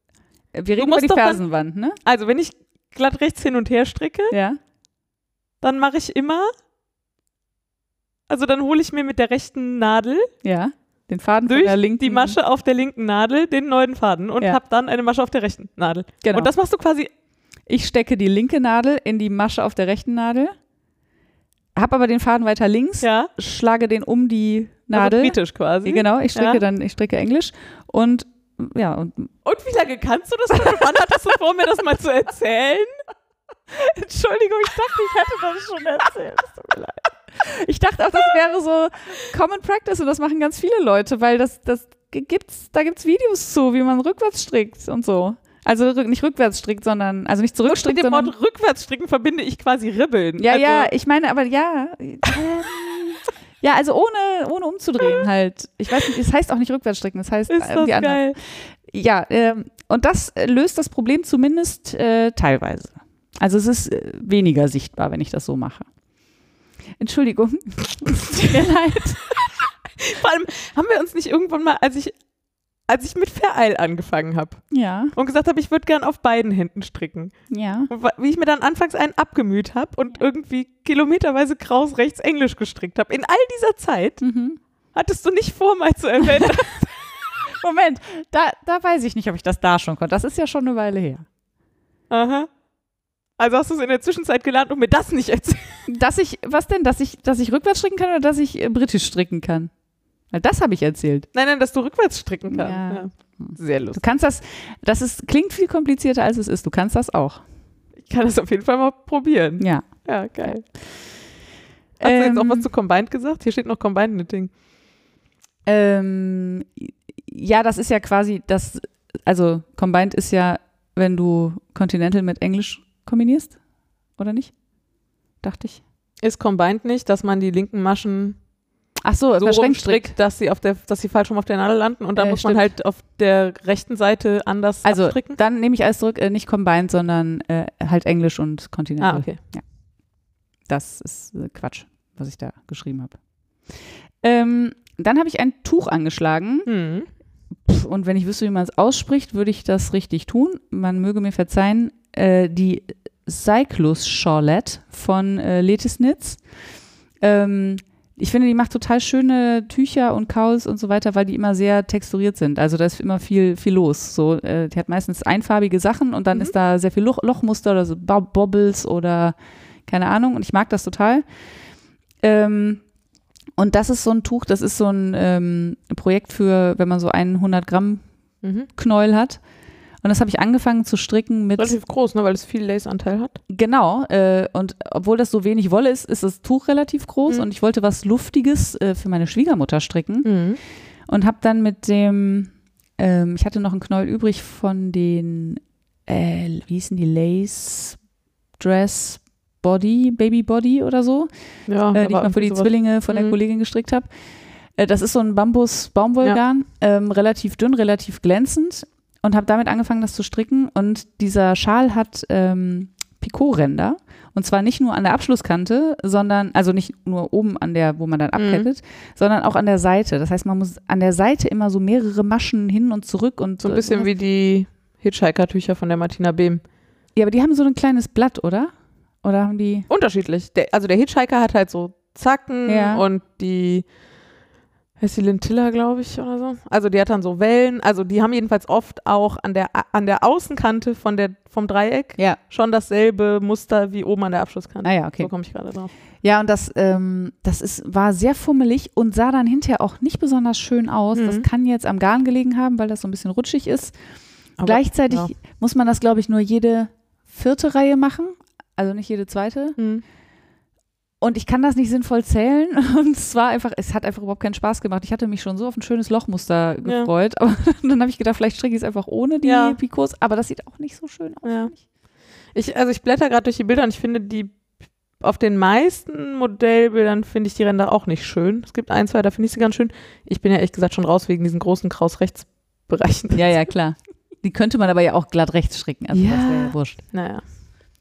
Wir reden über die Fersenwand, ne? Also wenn ich glatt rechts hin und her stricke, dann mache ich immer, also dann hole ich mir mit der rechten Nadel den Faden durch von der linken, die Masche auf der linken Nadel den neuen Faden und habe dann eine Masche auf der rechten Nadel. Genau. Und das machst du quasi. Ich stecke die linke Nadel in die Masche auf der rechten Nadel, habe aber den Faden weiter links, schlage den um die Nadel. Also britisch quasi. Genau, ich stricke Englisch und Und wie lange kannst du das? Wann hattest du vor, mir das mal zu erzählen? Entschuldigung, ich dachte, ich hätte das schon erzählt. Es tut mir leid. Ich dachte auch, das wäre so Common Practice und das machen ganz viele Leute, weil da gibt's Videos zu, wie man rückwärts strickt und so. Also nicht rückwärts strickt, sondern, also nicht zurückstrickt, sondern mit dem Wort rückwärts stricken verbinde ich quasi Ribbeln. Ja, also, ich meine, aber ja, also ohne umzudrehen halt. Ich weiß nicht, es heißt auch nicht rückwärts stricken, das heißt ist irgendwie das geil. Ja, und das löst das Problem zumindest teilweise. Also es ist weniger sichtbar, wenn ich das so mache. Entschuldigung, es tut mir leid. Vor allem haben wir uns nicht irgendwann mal, als ich mit Vereil angefangen habe und gesagt habe, ich würde gern auf beiden Händen stricken. Ja. Und wie ich mir dann anfangs einen abgemüht habe und irgendwie kilometerweise kraus rechts Englisch gestrickt habe. In all dieser Zeit hattest du nicht vor, mal zu erwähnen. Moment, da weiß ich nicht, ob ich das da schon konnte. Das ist ja schon eine Weile her. Aha. Also hast du es in der Zwischenzeit gelernt und mir das nicht erzählt? Was denn? Dass ich rückwärts stricken kann oder dass ich britisch stricken kann? Weil das habe ich erzählt. Nein, dass du rückwärts stricken kannst. Ja. Sehr lustig. Du kannst klingt viel komplizierter, als es ist. Du kannst das auch. Ich kann das auf jeden Fall mal probieren. Ja. Ja, geil. Hast du jetzt auch was zu Combined gesagt? Hier steht noch Combined Knitting. Ja, das ist ja quasi also Combined ist ja, wenn du Continental mit Englisch kombinierst, oder nicht? Dachte ich. Ist Combined nicht, dass man die linken Maschen so rumstrickt, dass sie falsch rum auf der Nadel landen und dann muss man halt auf der rechten Seite anders abstricken? Dann nehme ich alles zurück, nicht Combined, sondern halt Englisch und Continental. Okay. Ja. Das ist Quatsch, was ich da geschrieben habe. Dann habe ich ein Tuch angeschlagen. Und wenn ich wüsste, wie man es ausspricht, würde ich das richtig tun. Man möge mir verzeihen, die Cyclus Shawlette von Lettuce Knits. Ich finde, die macht total schöne Tücher und Cowls und so weiter, weil die immer sehr texturiert sind. Also da ist immer viel los. So, die hat meistens einfarbige Sachen und dann ist da sehr viel Lochmuster oder so Bobbles oder keine Ahnung. Und ich mag das total. Und das ist so ein Tuch, das ist so ein Projekt für, wenn man so einen 100 Gramm Knäuel hat. Und das habe ich angefangen zu stricken mit… Relativ groß, ne, weil es viel Lace-Anteil hat. Genau. Und obwohl das so wenig Wolle ist, ist das Tuch relativ groß. Und ich wollte was Luftiges für meine Schwiegermutter stricken. Und habe dann mit dem… ich hatte noch einen Knäuel übrig von den… wie hießen die? Lace Dress Baby Body oder so, die ich mal für die Zwillinge von der Kollegin gestrickt habe. Das ist so ein Bambus-Baumwollgarn, relativ dünn, relativ glänzend und habe damit angefangen, das zu stricken und dieser Schal hat Picot-Ränder und zwar nicht nur an der Abschlusskante, sondern, also nicht nur oben an der, wo man dann abkettet, sondern auch an der Seite. Das heißt, man muss an der Seite immer so mehrere Maschen hin und zurück und so ein bisschen wie die Hitchhiker-Tücher von der Martina Behm. Ja, aber die haben so ein kleines Blatt, oder? Oder haben die… Unterschiedlich. Der Hitchhiker hat halt so Zacken und die heißt die Lintilla, glaube ich, oder so. Also die hat dann so Wellen. Also die haben jedenfalls oft auch an der Außenkante vom Dreieck schon dasselbe Muster wie oben an der Abschlusskante. Ah ja, okay. So komme ich gerade drauf. Ja, und das war sehr fummelig und sah dann hinterher auch nicht besonders schön aus. Das kann jetzt am Garn gelegen haben, weil das so ein bisschen rutschig ist. Aber gleichzeitig muss man das, glaube ich, nur jede 4. Reihe machen. Also nicht jede 2. Und ich kann das nicht sinnvoll zählen. Und es hat einfach überhaupt keinen Spaß gemacht. Ich hatte mich schon so auf ein schönes Lochmuster gefreut. Aber dann habe ich gedacht, vielleicht stricke ich es einfach ohne die Picots. Aber das sieht auch nicht so schön aus. Ja. Ich blätter gerade durch die Bilder und ich finde auf den meisten Modellbildern finde ich die Ränder auch nicht schön. Es gibt 1, 2, da finde ich sie ganz schön. Ich bin ja ehrlich gesagt schon raus wegen diesen großen Kraus-Rechts-Bereichen. Ja, klar. Die könnte man aber ja auch glatt rechts stricken. Also das wäre ja wurscht. Naja.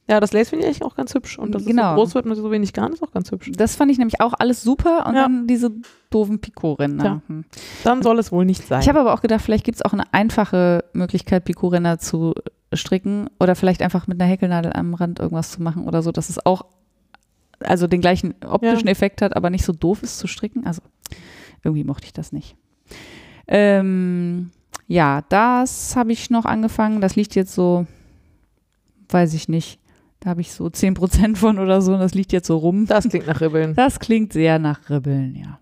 Ja, das Lace finde ich eigentlich auch ganz hübsch. Und dass es so groß wird mit so wenig Garn ist auch ganz hübsch. Das fand ich nämlich auch alles super. Und dann diese doofen Picot-Ränder. Ja. Dann soll es wohl nicht sein. Ich habe aber auch gedacht, vielleicht gibt es auch eine einfache Möglichkeit, Picot-Ränder zu stricken. Oder vielleicht einfach mit einer Häkelnadel am Rand irgendwas zu machen oder so, dass es auch also den gleichen optischen Effekt hat, aber nicht so doof ist zu stricken. Also irgendwie mochte ich das nicht. Ja, das habe ich noch angefangen. Das liegt jetzt so, weiß ich nicht, da habe ich so 10% von oder so und das liegt jetzt so rum. Das klingt nach Ribbeln. Das klingt sehr nach Ribbeln, ja.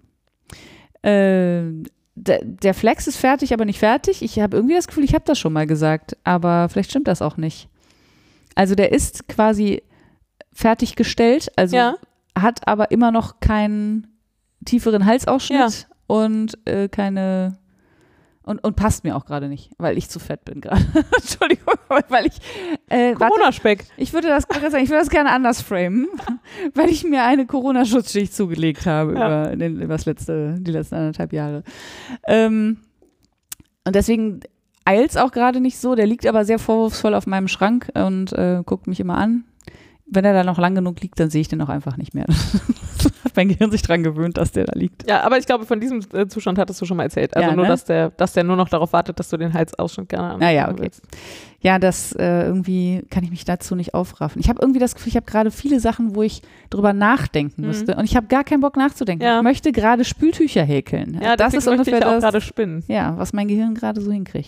Der Flex ist fertig, aber nicht fertig. Ich habe irgendwie das Gefühl, ich habe das schon mal gesagt, aber vielleicht stimmt das auch nicht. Also der ist quasi fertiggestellt, also hat aber immer noch keinen tieferen Halsausschnitt und keine und passt mir auch gerade nicht, weil ich zu fett bin gerade. Entschuldigung, weil ich Corona-Speck. Ich würde das gerne anders framen, weil ich mir eine Corona-Schutzschicht zugelegt habe über die letzten 1,5 Jahre. Und deswegen eilt es auch gerade nicht so. Der liegt aber sehr vorwurfsvoll auf meinem Schrank und guckt mich immer an. Wenn er da noch lang genug liegt, dann sehe ich den auch einfach nicht mehr. Hat mein Gehirn sich dran gewöhnt, dass der da liegt. Ja, aber ich glaube, von diesem Zustand hattest du schon mal erzählt. Also nur, dass der nur noch darauf wartet, dass du den Halsausschnitt gerne willst. Ja, das irgendwie kann ich mich dazu nicht aufraffen. Ich habe irgendwie das Gefühl, ich habe gerade viele Sachen, wo ich drüber nachdenken müsste. Und ich habe gar keinen Bock nachzudenken. Ja. Ich möchte gerade Spültücher häkeln. Ja, das ist ungefähr das, auch gerade spinnen. Ja, was mein Gehirn gerade so hinkriegt.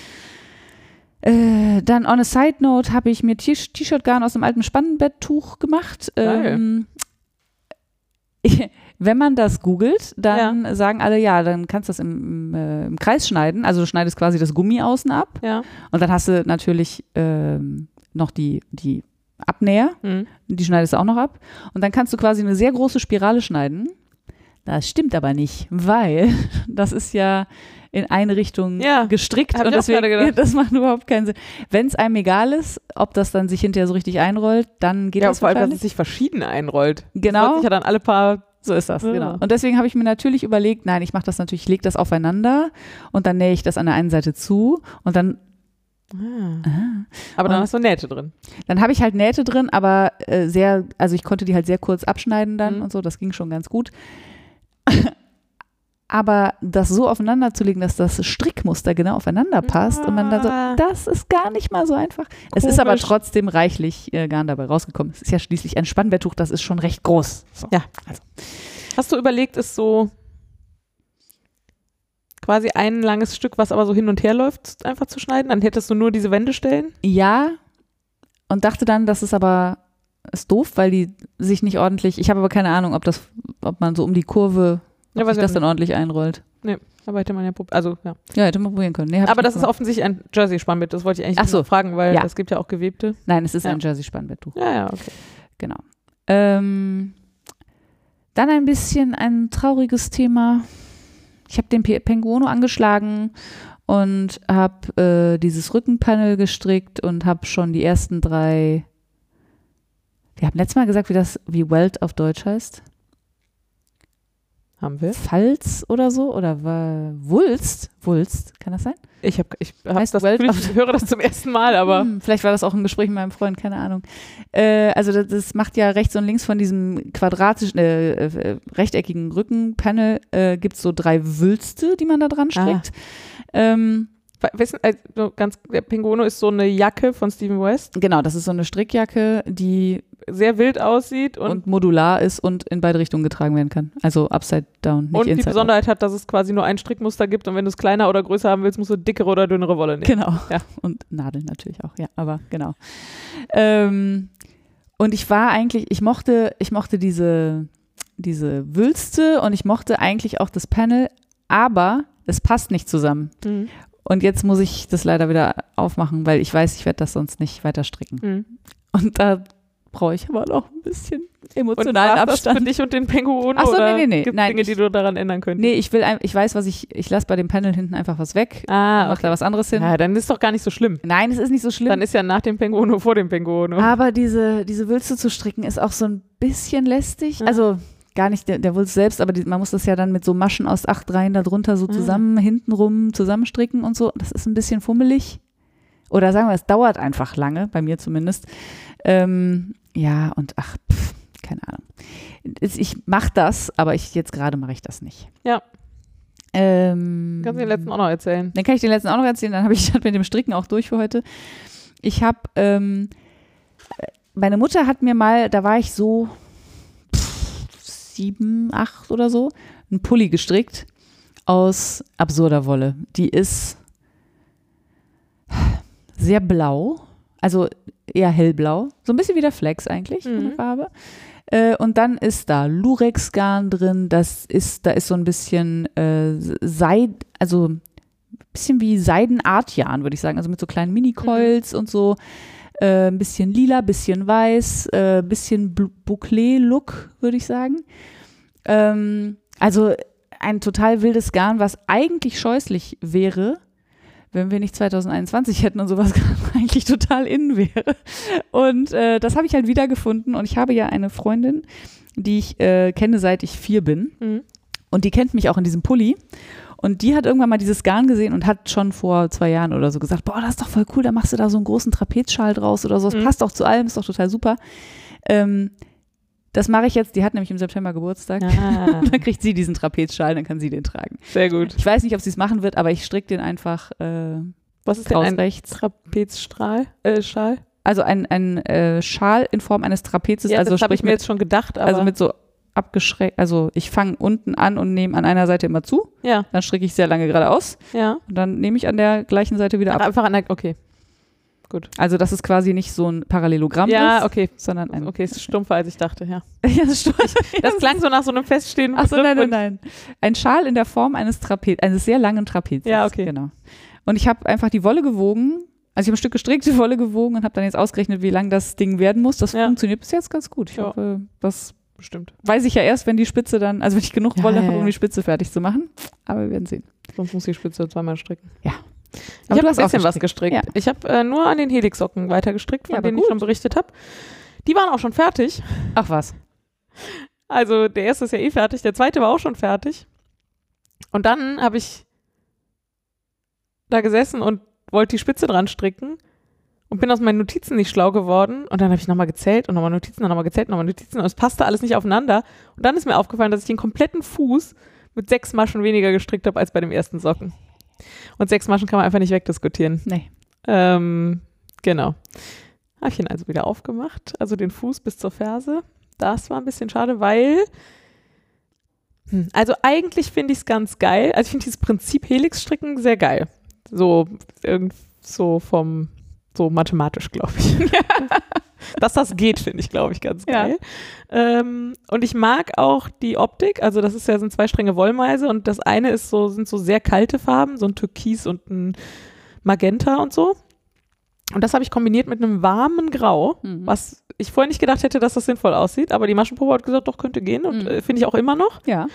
Dann on a side note habe ich mir T-Shirt-Garn aus einem alten Spannbetttuch gemacht. Wenn man das googelt, dann sagen alle, dann kannst du das im Kreis schneiden. Also du schneidest quasi das Gummi außen ab. Ja. Und dann hast du natürlich noch die Abnäher. Die schneidest du auch noch ab. Und dann kannst du quasi eine sehr große Spirale schneiden. Das stimmt aber nicht, weil das ist ja in eine Richtung gestrickt und deswegen, das macht überhaupt keinen Sinn. Wenn es einem egal ist, ob das dann sich hinterher so richtig einrollt, dann geht das vor allem, dass es sich verschieden einrollt. Genau. Das rollt sich ja dann alle paar. So ist das, genau. Und deswegen habe ich mir natürlich überlegt, nein, ich mache das natürlich, ich lege das aufeinander und dann nähe ich das an der einen Seite zu und dann Aber dann hast du Nähte drin. Dann habe ich halt Nähte drin, aber also ich konnte die halt sehr kurz abschneiden dann und so, das ging schon ganz gut. Aber das so aufeinander zu legen, dass das Strickmuster genau aufeinander passt und man dann so, das ist gar nicht mal so einfach. Komisch. Es ist aber trotzdem reichlich Garn dabei rausgekommen. Es ist ja schließlich ein Spannbetttuch, das ist schon recht groß. So. Ja. Also. Hast du überlegt, es so quasi ein langes Stück, was aber so hin und her läuft, einfach zu schneiden? Dann hättest du nur diese Wendestellen? Ja. Und dachte dann, das ist aber doof, weil die sich nicht ordentlich, ich habe aber keine Ahnung, ob man so um die Kurve sich das dann ordentlich einrollt. Nee, aber hätte man ja probieren. Also, ja. Ja, hätte man probieren können. Nee, aber das ist offensichtlich ein Jersey-Spannbett. Das wollte ich eigentlich noch fragen, weil es gibt ja auch gewebte. Nein, es ist ein Jersey-Spannbetttuch. Ja, okay. Genau. Dann ein bisschen ein trauriges Thema. Ich habe den Penguono angeschlagen und habe dieses Rückenpanel gestrickt und habe schon die ersten 3. Wir haben letztes Mal gesagt, wie Welt auf Deutsch heißt. Haben wir? Falz oder so? Oder Wulst? Wulst, kann das sein? Ich höre das zum ersten Mal, aber. Vielleicht war das auch ein Gespräch mit meinem Freund, keine Ahnung. Also das macht ja rechts und links von diesem quadratischen, rechteckigen Rückenpanel gibt es so 3 Wülste, die man da dran strickt. Der Penguono ist so eine Jacke von Stephen West. Genau, das ist so eine Strickjacke, die sehr wild aussieht und modular ist und in beide Richtungen getragen werden kann. Also upside down, nicht und inside die Besonderheit hat, dass es quasi nur ein Strickmuster gibt und wenn du es kleiner oder größer haben willst, musst du dickere oder dünnere Wolle nehmen. Genau. Ja. Und Nadeln natürlich auch, ja, aber genau. Und ich mochte diese Wülste und ich mochte eigentlich auch das Panel, aber es passt nicht zusammen. Mhm. Und jetzt muss ich das leider wieder aufmachen, weil ich weiß, ich werde das sonst nicht weiter stricken. Mhm. Und da brauche ich aber noch ein bisschen emotionalen Abstand. Das für dich und den Penguono? Achso, nee. Gibt Dinge, die du daran ändern könntest? Nee, ich weiß, ich lasse bei dem Panel hinten einfach was weg. Mach da was anderes hin. Ja, dann ist doch gar nicht so schlimm. Nein, es ist nicht so schlimm. Dann ist ja nach dem Penguono vor dem Penguono. Aber diese Wülste zu stricken ist auch so ein bisschen lästig. Ja. Also gar nicht der Wulst selbst, aber man muss das ja dann mit so Maschen aus 8 Reihen da drunter so hintenrum zusammenstricken und so. Das ist ein bisschen fummelig. Oder sagen wir, es dauert einfach lange, bei mir zumindest. Ja, und keine Ahnung. Ich mache das, aber jetzt gerade mache ich das nicht. Ja. Kannst du den letzten auch noch erzählen? Dann kann ich den letzten auch noch erzählen, dann habe ich das mit dem Stricken auch durch für heute. Ich habe, meine Mutter hat mir mal, da war ich so 7, 8 oder so, einen Pulli gestrickt aus absurder Wolle. Die ist sehr blau, also eher hellblau, so ein bisschen wie der Flex eigentlich, von der Farbe. Und dann ist da Lurex-Garn drin, da ist so ein bisschen also ein bisschen wie Seidenartjarn, würde ich sagen, also mit so kleinen Mini-Coils und so, ein bisschen lila, bisschen weiß, bisschen Bouclé-Look, würde ich sagen. Also ein total wildes Garn, was eigentlich scheußlich wäre, wenn wir nicht 2021 hätten und sowas eigentlich total in wäre. Und das habe ich halt wiedergefunden und ich habe ja eine Freundin, die ich kenne, seit ich 4 bin und die kennt mich auch in diesem Pulli und die hat irgendwann mal dieses Garn gesehen und hat schon vor 2 Jahren oder so gesagt, boah, das ist doch voll cool, da machst du da so einen großen Trapezschal draus oder so, das passt auch zu allem, ist doch total super. Das mache ich jetzt, die hat nämlich im September Geburtstag. Dann kriegt sie diesen Trapezschal, dann kann sie den tragen. Sehr gut. Ich weiß nicht, ob sie es machen wird, aber ich stricke den einfach Was ist denn ein Trapezschal? Also ein Schal in Form eines Trapezes. Ja, also das habe ich mir jetzt schon gedacht. Aber also mit so abgeschrägt, also ich fange unten an und nehme an einer Seite immer zu. Ja. Dann stricke ich sehr lange geradeaus. Ja. Und dann nehme ich an der gleichen Seite wieder ab. Einfach an der, okay. Gut. Also dass es quasi nicht so ein Parallelogramm ist, okay, sondern ein... Okay, es ist stumpfer, als ich dachte, ja. Ja, das stimmt. Das klang so nach so einem feststehenden Ach so, nein. Ein Schal in der Form eines sehr langen Trapezes. Ja, okay. Genau. Und ich habe einfach die Wolle gewogen, also ich habe ein Stück gestrickte Wolle gewogen und habe dann jetzt ausgerechnet, wie lang das Ding werden muss. Das funktioniert bis jetzt ganz gut. Ich hoffe, das bestimmt. Weiß ich ja erst, wenn die Spitze dann, also wenn ich genug Wolle habe, um die Spitze fertig zu machen. Aber wir werden sehen. Sonst muss die Spitze 2-mal stricken. Ja. Ich habe ein bisschen was gestrickt. Ja. Ich habe nur an den Helix-Socken weitergestrickt, von denen ich schon berichtet habe. Die waren auch schon fertig. Ach was. Also der erste ist ja fertig, der zweite war auch schon fertig. Und dann habe ich da gesessen und wollte die Spitze dran stricken und bin aus meinen Notizen nicht schlau geworden. Und dann habe ich nochmal gezählt und nochmal Notizen, dann nochmal gezählt, nochmal Notizen. Und es passte alles nicht aufeinander. Und dann ist mir aufgefallen, dass ich den kompletten Fuß mit 6 Maschen weniger gestrickt habe als bei dem ersten Socken. Und 6 Maschen kann man einfach nicht wegdiskutieren. Nee. Genau. Habe ich ihn also wieder aufgemacht, also den Fuß bis zur Ferse. Das war ein bisschen schade, weil also eigentlich finde ich es ganz geil. Also ich finde dieses Prinzip Helix-Stricken sehr geil. So mathematisch, glaube ich. Dass das geht, finde ich, glaube ich, ganz geil. Ja. Und ich mag auch die Optik, also das sind 2 Stränge Wollmeise und das eine sind so sehr kalte Farben, so ein Türkis und ein Magenta und so. Und das habe ich kombiniert mit einem warmen Grau, was ich vorher nicht gedacht hätte, dass das sinnvoll aussieht, aber die Maschenprobe hat gesagt, doch, könnte gehen und finde ich auch immer noch. Ja.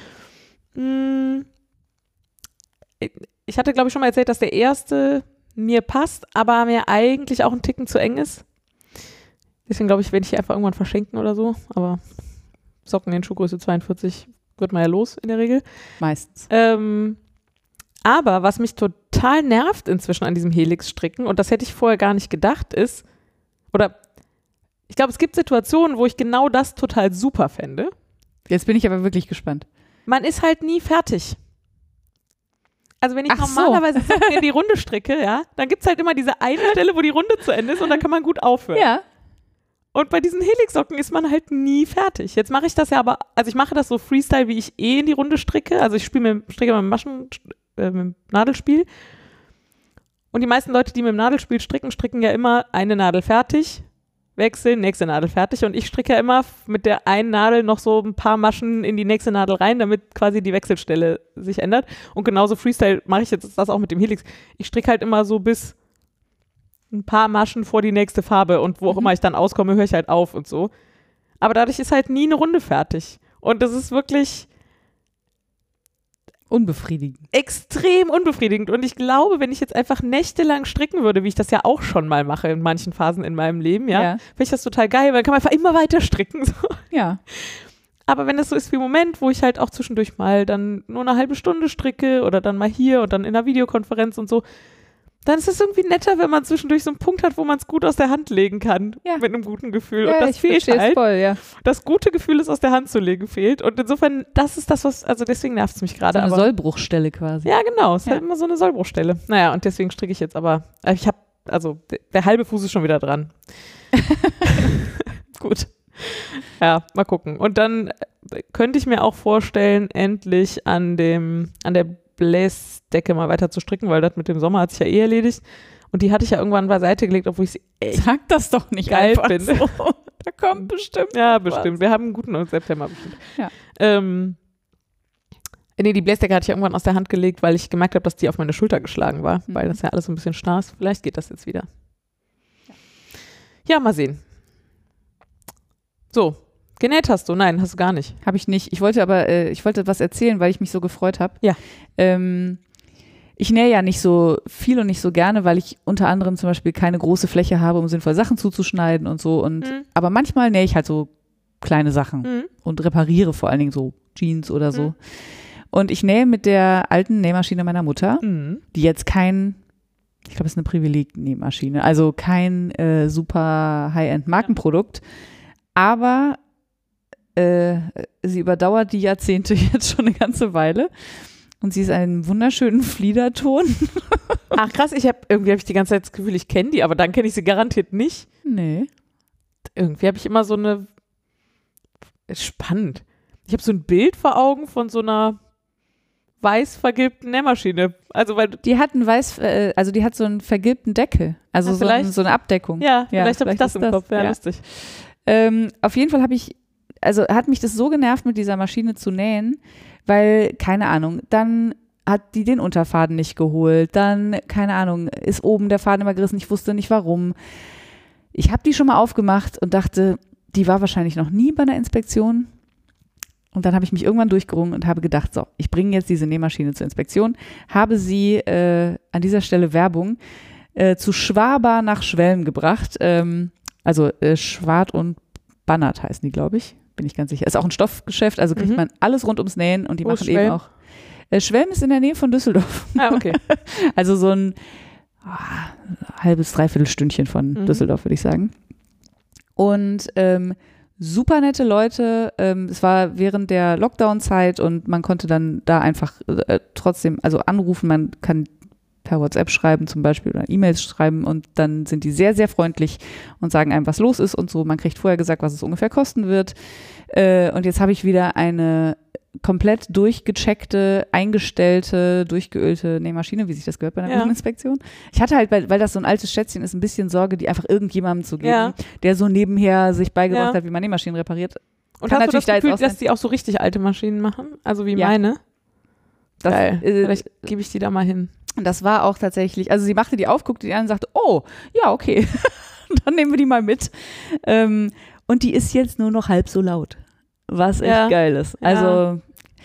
Ich hatte, glaube ich, schon mal erzählt, dass der erste mir passt, aber mir eigentlich auch ein Ticken zu eng ist. Deswegen glaube ich, werde ich einfach irgendwann verschenken oder so. Aber Socken in Schuhgröße 42 wird man ja los in der Regel. Meistens. Aber was mich total nervt inzwischen an diesem Helix-Stricken, und das hätte ich vorher gar nicht gedacht, ist, oder ich glaube, es gibt Situationen, wo ich genau das total super fände. Jetzt bin ich aber wirklich gespannt. Man ist halt nie fertig. Also wenn ich normalerweise Socken in die Runde stricke, ja, dann gibt es halt immer diese eine Stelle, wo die Runde zu Ende ist und dann kann man gut aufhören. Ja. Und bei diesen Helix-Socken ist man halt nie fertig. Jetzt mache ich das ja aber, also ich mache das so Freestyle, wie ich in die Runde stricke. Also ich stricke mit dem Nadelspiel. Und die meisten Leute, die mit dem Nadelspiel stricken ja immer eine Nadel fertig, wechseln, nächste Nadel fertig. Und ich stricke ja immer mit der einen Nadel noch so ein paar Maschen in die nächste Nadel rein, damit quasi die Wechselstelle sich ändert. Und genauso Freestyle mache ich jetzt das auch mit dem Helix. Ich stricke halt immer so bis ein paar Maschen vor die nächste Farbe und wo auch immer ich dann auskomme, höre ich halt auf und so. Aber dadurch ist halt nie eine Runde fertig. Und das ist wirklich unbefriedigend. Extrem unbefriedigend. Und ich glaube, wenn ich jetzt einfach nächtelang stricken würde, wie ich das ja auch schon mal mache in manchen Phasen in meinem Leben, finde ich das total geil, weil dann kann man einfach immer weiter stricken. So. Ja. Aber wenn das so ist wie im Moment, wo ich halt auch zwischendurch mal dann nur eine halbe Stunde stricke oder dann mal hier und dann in einer Videokonferenz und so, dann ist es irgendwie netter, wenn man zwischendurch so einen Punkt hat, wo man es gut aus der Hand legen kann. Ja. Mit einem guten Gefühl. Und das fehlt halt. Voll, ja. Das gute Gefühl, es aus der Hand zu legen, fehlt. Und insofern, das ist das, was, also deswegen nervt es mich gerade. So eine Sollbruchstelle quasi. Ja, genau. Es ist halt immer so eine Sollbruchstelle. Naja, und deswegen stricke ich jetzt aber, der halbe Fuß ist schon wieder dran. Gut. Ja, mal gucken. Und dann könnte ich mir auch vorstellen, endlich an der Bläsdecke mal weiter zu stricken, weil das mit dem Sommer hat sich ja erledigt. Und die hatte ich ja irgendwann beiseite gelegt, obwohl ich sie echt Sag das doch nicht geil finde. So. Da kommt bestimmt. Ja, bestimmt. Wir haben einen guten September bestimmt. Ja. Die Bläsdecke hatte ich irgendwann aus der Hand gelegt, weil ich gemerkt habe, dass die auf meine Schulter geschlagen war, weil das ja alles so ein bisschen starr ist. Vielleicht geht das jetzt wieder. Ja, mal sehen. So. Genäht hast du? Nein, hast du gar nicht. Habe ich nicht. Ich wollte was erzählen, weil ich mich so gefreut habe. Ja. Ich nähe ja nicht so viel und nicht so gerne, weil ich unter anderem zum Beispiel keine große Fläche habe, um sinnvoll Sachen zuzuschneiden und so. Aber manchmal nähe ich halt so kleine Sachen und repariere vor allen Dingen so Jeans oder so. Und ich nähe mit der alten Nähmaschine meiner Mutter, die jetzt ich glaube, es ist eine Privileg-Nähmaschine, also kein super High-End-Markenprodukt, aber sie überdauert die Jahrzehnte jetzt schon eine ganze Weile und sie ist einen wunderschönen Fliederton. Ach krass, irgendwie habe ich die ganze Zeit das Gefühl, ich kenne die, aber dann kenne ich sie garantiert nicht. Nee. Irgendwie habe ich immer so eine, spannend. Ich habe so ein Bild vor Augen von so einer weiß vergilbten Nähmaschine. Also weil die hat die hat so einen vergilbten Deckel, also so eine Abdeckung. Ja, vielleicht habe ich das im Kopf. Ja, lustig. Auf jeden Fall hat mich das so genervt, mit dieser Maschine zu nähen, weil, keine Ahnung, dann hat die den Unterfaden nicht geholt, dann, keine Ahnung, ist oben der Faden immer gerissen, ich wusste nicht warum. Ich habe die schon mal aufgemacht und dachte, die war wahrscheinlich noch nie bei einer Inspektion. Und dann habe ich mich irgendwann durchgerungen und habe gedacht, so, ich bringe jetzt diese Nähmaschine zur Inspektion, habe sie an dieser Stelle Werbung zu Schwaber nach Schwelm gebracht, Schwart und Bannert heißen die, glaube ich. Bin ich ganz sicher. Ist auch ein Stoffgeschäft, also kriegt man alles rund ums Nähen und die machen eben auch. Schwelm ist in der Nähe von Düsseldorf. Ah, okay. Also so ein halbes, dreiviertel Stündchen von Düsseldorf, würde ich sagen. Und super nette Leute. Es war während der Lockdown-Zeit und man konnte dann da einfach trotzdem, also anrufen, man kann per WhatsApp schreiben zum Beispiel oder E-Mails schreiben und dann sind die sehr, sehr freundlich und sagen einem, was los ist und so. Man kriegt vorher gesagt, was es ungefähr kosten wird. Und jetzt habe ich wieder eine komplett durchgecheckte, eingestellte, durchgeölte Nähmaschine, wie sich das gehört bei einer guten Inspektion. Ich hatte halt, weil das so ein altes Schätzchen ist, ein bisschen Sorge, die einfach irgendjemandem zu geben, der so nebenher sich beigebracht hat, wie man Nähmaschinen repariert. Und hast du das Gefühl, dass die auch so richtig alte Maschinen machen? Also wie meine? Geil. Vielleicht gebe ich die da mal hin. Das war auch tatsächlich, also sie machte die auf, guckte die an und sagte, oh, ja, okay, dann nehmen wir die mal mit. Und die ist jetzt nur noch halb so laut, was echt geil ist. Also,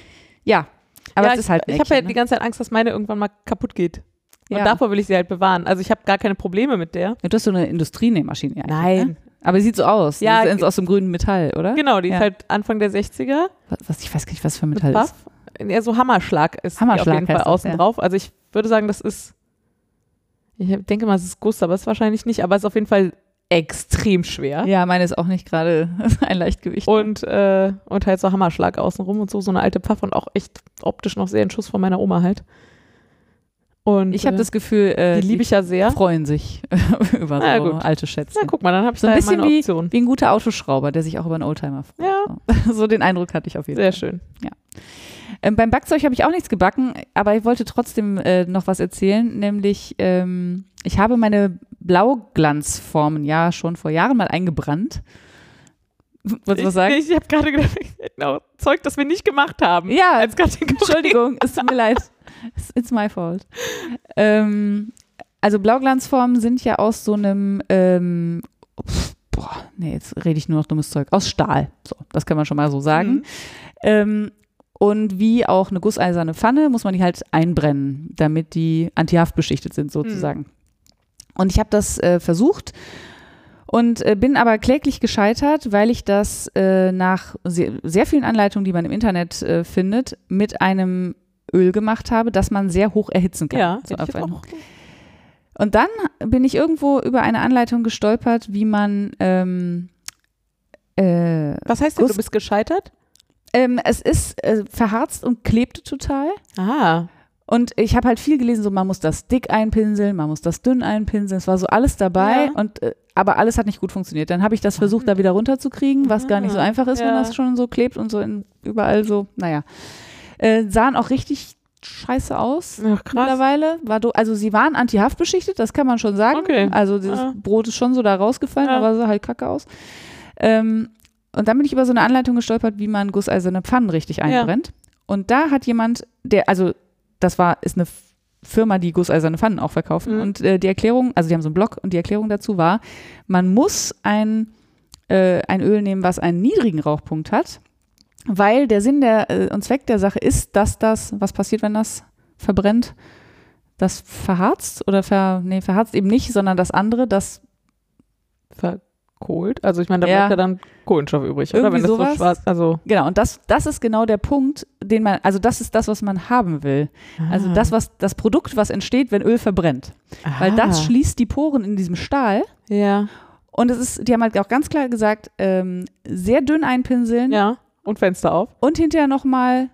aber es ist halt ich habe halt die ganze Zeit Angst, dass meine irgendwann mal kaputt geht. Und davor will ich sie halt bewahren. Also ich habe gar keine Probleme mit der. Ja, du hast so eine Industrienähmaschine eigentlich. Nein. Ne? Aber sie sieht so aus. Ja. Die ist aus dem grünen Metall, oder? Genau, die ist halt Anfang der 60er. Ich weiß gar nicht, was für Metall ist. Ja, so Hammerschlag ist auf jeden Fall außen drauf. Also ich würde sagen, ich denke mal, es ist Guss, aber es ist wahrscheinlich nicht, aber es ist auf jeden Fall extrem schwer. Ja, meine ist auch nicht gerade ein Leichtgewicht. Und halt so Hammerschlag außenrum und so eine alte Pfaffe und auch echt optisch noch sehr ein Schuss von meiner Oma halt. Und ich habe das Gefühl, die liebe ich ja sehr. Freuen sich über so alte Schätze. Na, guck mal, dann habe ich so da ein bisschen meine Option. Wie ein guter Autoschrauber, der sich auch über einen Oldtimer freut. Ja. So den Eindruck hatte ich auf jeden Fall. Sehr schön. Ja. Beim Backzeug habe ich auch nichts gebacken, aber ich wollte trotzdem noch was erzählen, nämlich ich habe meine Blauglanzformen ja schon vor Jahren mal eingebrannt. Wolltest du was sagen? Ich habe gerade gedacht, genau, Zeug, das wir nicht gemacht haben. Ja, Entschuldigung, es tut mir leid. It's my fault. Also Blauglanzformen sind ja aus so einem jetzt rede ich nur noch dummes Zeug. Aus Stahl. So, das kann man schon mal so sagen. Und wie auch eine gusseiserne Pfanne muss man die halt einbrennen, damit die antihaftbeschichtet sind sozusagen. Und ich habe das versucht und bin aber kläglich gescheitert, weil ich das nach sehr vielen Anleitungen, die man im Internet findet, mit einem Öl gemacht habe, das man sehr hoch erhitzen kann. Ja, so Und dann bin ich irgendwo über eine Anleitung gestolpert, wie man was heißt denn, du bist gescheitert? Es ist verharzt und klebte total. Ah. Und ich habe halt viel gelesen, so man muss das dick einpinseln, man muss das dünn einpinseln. Es war so alles dabei, aber alles hat nicht gut funktioniert. Dann habe ich das versucht, da wieder runterzukriegen, was gar nicht so einfach ist, wenn das schon so klebt und so überall so, sahen auch richtig scheiße aus. Ach, krass. Mittlerweile. Also sie waren antihaftbeschichtet, das kann man schon sagen. Okay. Also das Brot ist schon so da rausgefallen, aber sah halt kacke aus. Und dann bin ich über so eine Anleitung gestolpert, wie man gusseiserne Pfannen richtig einbrennt. Und da hat jemand, ist eine Firma, die gusseiserne Pfannen auch verkaufen. Und die Erklärung, also die haben so einen Blog und die Erklärung dazu war, man muss ein Öl nehmen, was einen niedrigen Rauchpunkt hat, weil der Sinn und Zweck der Sache ist, dass was passiert, wenn das verbrennt? Das verharzt oder verharzt eben nicht, sondern das andere, das verkohlt. Also ich meine, da bleibt ja dann Kohlenstoff übrig, oder? Wenn das sowas. So schwarz, also genau, und das ist genau der Punkt, das ist das, was man haben will. Also das Produkt, was entsteht, wenn Öl verbrennt. Weil das schließt die Poren in diesem Stahl. Ja. Und die haben halt auch ganz klar gesagt, sehr dünn einpinseln. Ja. Und Fenster auf. Und hinterher nochmal,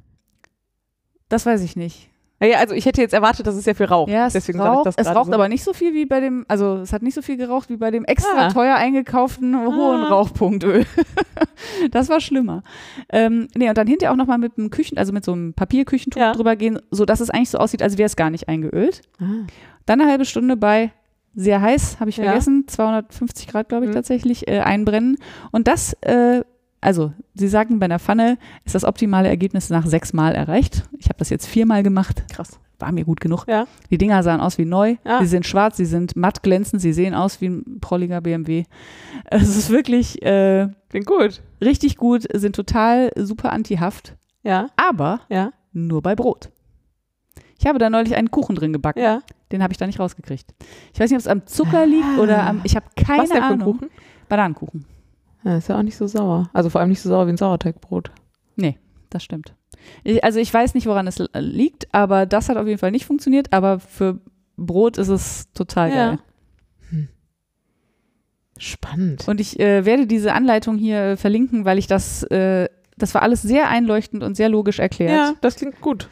das weiß ich nicht. Ja, also ich hätte jetzt erwartet, dass es sehr viel raucht. Ja, deswegen sage ich das es raucht so. aber nicht so viel wie bei dem, also es hat nicht so viel geraucht wie bei dem extra teuer eingekauften hohen Rauchpunktöl. Das war schlimmer. Und dann hinterher auch nochmal mit einem mit so einem Papierküchentuch drüber gehen, sodass es eigentlich so aussieht, als wäre es gar nicht eingeölt. Dann eine halbe Stunde bei sehr heiß, habe ich vergessen, 250 Grad, glaube ich, tatsächlich, einbrennen. Und das, sie sagten, bei einer Pfanne ist das optimale Ergebnis nach 6 Mal erreicht. Ich habe das jetzt 4 Mal gemacht. Krass. War mir gut genug. Ja. Die Dinger sahen aus wie neu. Sie sind schwarz, sie sind matt glänzend, sie sehen aus wie ein prolliger BMW. Es ist wirklich klingt gut. Richtig gut, sind total super antihaft. Ja. Aber nur bei Brot. Ich habe da neulich einen Kuchen drin gebacken. Ja. Den habe ich da nicht rausgekriegt. Ich weiß nicht, ob es am Zucker liegt oder ich habe keine Ahnung. Was denn für ein Kuchen? Bananenkuchen. Ja, ist ja auch nicht so sauer. Also vor allem nicht so sauer wie ein Sauerteigbrot. Nee, das stimmt. Ich weiß nicht, woran es liegt, aber das hat auf jeden Fall nicht funktioniert. Aber für Brot ist es total geil. Spannend. Und ich werde diese Anleitung hier verlinken, weil ich das war alles sehr einleuchtend und sehr logisch erklärt. Ja, das klingt gut.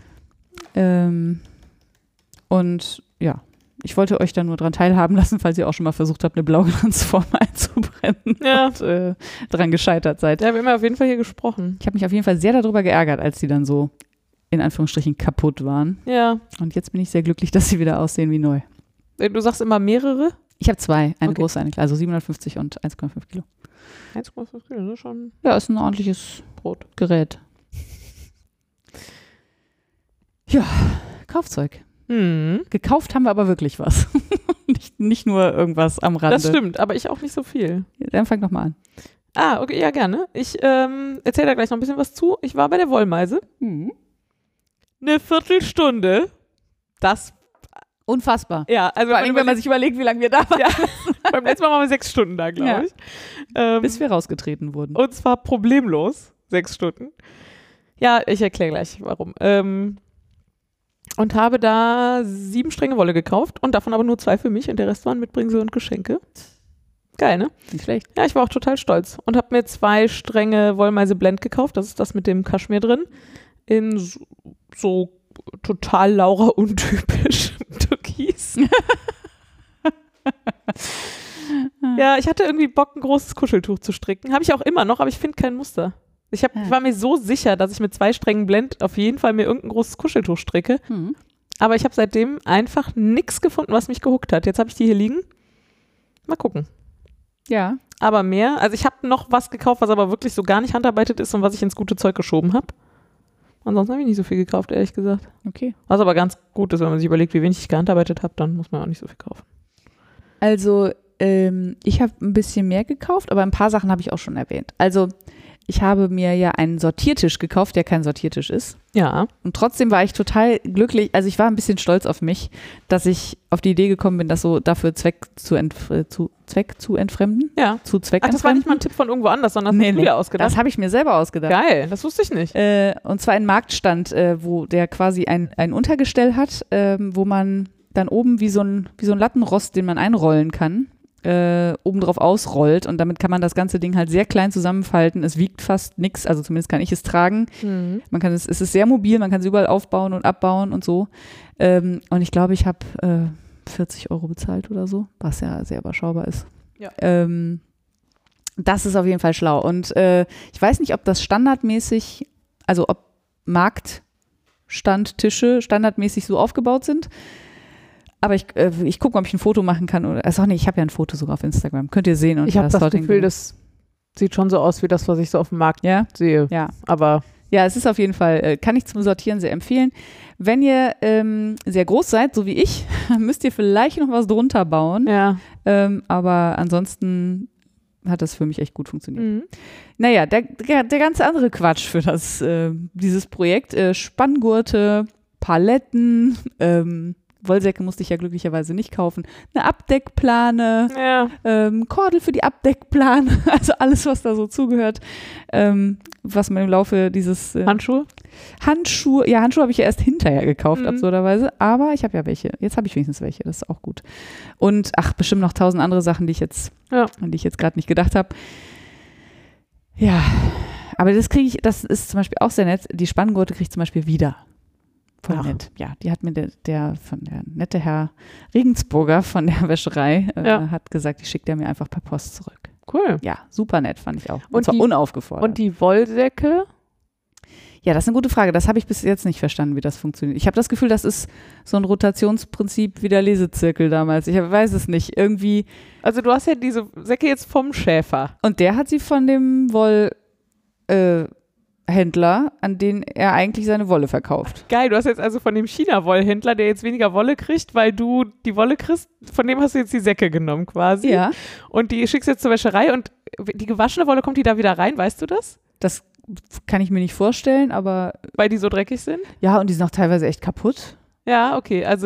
Und ja, ich wollte euch da nur dran teilhaben lassen, falls ihr auch schon mal versucht habt, eine Blauglanzform einzubrennen und dran gescheitert seid. Ja, wir haben ja auf jeden Fall hier gesprochen. Ich habe mich auf jeden Fall sehr darüber geärgert, als die dann so in Anführungsstrichen kaputt waren. Ja. Und jetzt bin ich sehr glücklich, dass sie wieder aussehen wie neu. Du sagst immer mehrere? Ich habe 2, eine große, eine kleine, also 750 und 1,5 Kilo. 1,5 Kilo, das ist schon... Ja, ist ein ordentliches Brotgerät. Ja, Kaufzeug. Gekauft haben wir aber wirklich was. nicht nur irgendwas am Rande. Das stimmt, aber ich auch nicht so viel. Dann fang doch mal an. Okay, ja, gerne. Ich erzähle da gleich noch ein bisschen was zu. Ich war bei der Wollmeise. Eine Viertelstunde. Das unfassbar. Ja, also vor allem, wenn man sich überlegt, wie lange wir da waren. Ja, beim letzten Mal waren wir 6 Stunden da, glaube ich. Bis wir rausgetreten wurden. Und zwar problemlos 6 Stunden. Ja, ich erkläre gleich, warum. Und habe da 7 Stränge Wolle gekauft und davon aber nur 2 für mich und der Rest waren Mitbringsel und Geschenke. Geil, ne? Nicht schlecht. Ja, ich war auch total stolz und habe mir 2 Stränge Wollmeise Blend gekauft. Das ist das mit dem Kaschmir drin. In so total Laura untypisch Türkis. Ja, ich hatte irgendwie Bock, ein großes Kuscheltuch zu stricken. Habe ich auch immer noch, aber ich finde kein Muster. Ich war mir so sicher, dass ich mit 2 Strängen Blend auf jeden Fall mir irgendein großes Kuscheltuch stricke. Aber ich habe seitdem einfach nichts gefunden, was mich gehuckt hat. Jetzt habe ich die hier liegen. Mal gucken. Ja. Aber mehr. Also ich habe noch was gekauft, was aber wirklich so gar nicht handarbeitet ist und was ich ins gute Zeug geschoben habe. Ansonsten habe ich nicht so viel gekauft, ehrlich gesagt. Okay. Was aber ganz gut ist, wenn man sich überlegt, wie wenig ich gehandarbeitet habe, dann muss man auch nicht so viel kaufen. Also ich habe ein bisschen mehr gekauft, aber ein paar Sachen habe ich auch schon erwähnt. Also ich habe mir ja einen Sortiertisch gekauft, der kein Sortiertisch ist. Ja. Und trotzdem war ich total glücklich. Also ich war ein bisschen stolz auf mich, dass ich auf die Idee gekommen bin, das so dafür Zweck zu entfremden. Ja. Zu Zweck Ach, das war nicht mal ein Tipp von irgendwo anders, sondern das hast du dir ausgedacht. Das habe ich mir selber ausgedacht. Geil, das wusste ich nicht. Und zwar ein Marktstand, wo der quasi ein Untergestell hat, wo man dann oben wie so ein Lattenrost, den man einrollen kann, oben drauf ausrollt und damit kann man das ganze Ding halt sehr klein zusammenfalten. Es wiegt fast nichts, also zumindest kann ich es tragen. Man kann es ist sehr mobil, man kann es überall aufbauen und abbauen und so. Und ich glaube, ich habe 40 € bezahlt oder so, was ja sehr überschaubar ist. Ja. Das ist auf jeden Fall schlau. Und ich weiß nicht, ob das standardmäßig, also ob Marktstandtische standardmäßig so aufgebaut sind. Aber ich gucke, ob ich ein Foto machen kann. Also nee, ich habe ja ein Foto sogar auf Instagram. Könnt ihr sehen. Und ich habe das Gefühl, das sieht schon so aus wie das, was ich so auf dem Markt sehe. Ja. Aber ja, es ist auf jeden Fall, kann ich zum Sortieren sehr empfehlen. Wenn ihr sehr groß seid, so wie ich, müsst ihr vielleicht noch was drunter bauen. Ja. Aber ansonsten hat das für mich echt gut funktioniert. Naja, der ganze andere Quatsch für dieses Projekt, Spanngurte, Paletten, Wollsäcke musste ich ja glücklicherweise nicht kaufen. Eine Abdeckplane, Kordel für die Abdeckplane, also alles, was da so zugehört, was man im Laufe dieses Handschuhe, habe ich ja erst hinterher gekauft, absurderweise, aber ich habe ja welche. Jetzt habe ich wenigstens welche, das ist auch gut. Und bestimmt noch 1000 andere Sachen, an die ich jetzt gerade nicht gedacht habe. Ja, aber das ist zum Beispiel auch sehr nett. Die Spanngurte kriege ich zum Beispiel wieder. Voll nett. Ja, die hat mir der nette Herr Regensburger von der Wäscherei hat gesagt, die schickt er mir einfach per Post zurück. Cool. Ja, super nett, fand ich auch. Und zwar unaufgefordert. Und die Wollsäcke? Ja, das ist eine gute Frage. Das habe ich bis jetzt nicht verstanden, wie das funktioniert. Ich habe das Gefühl, das ist so ein Rotationsprinzip wie der Lesezirkel damals. Ich weiß es nicht. Irgendwie. Also du hast ja diese Säcke jetzt vom Schäfer. Und der hat sie von dem Händler, an den er eigentlich seine Wolle verkauft. Geil, du hast jetzt also von dem China-Wollhändler, der jetzt weniger Wolle kriegt, weil du die Wolle kriegst, von dem hast du jetzt die Säcke genommen quasi. Ja. Und die schickst jetzt zur Wäscherei und die gewaschene Wolle, kommt die da wieder rein, weißt du das? Das kann ich mir nicht vorstellen, aber... Weil die so dreckig sind? Ja, und die sind auch teilweise echt kaputt. Ja, okay, also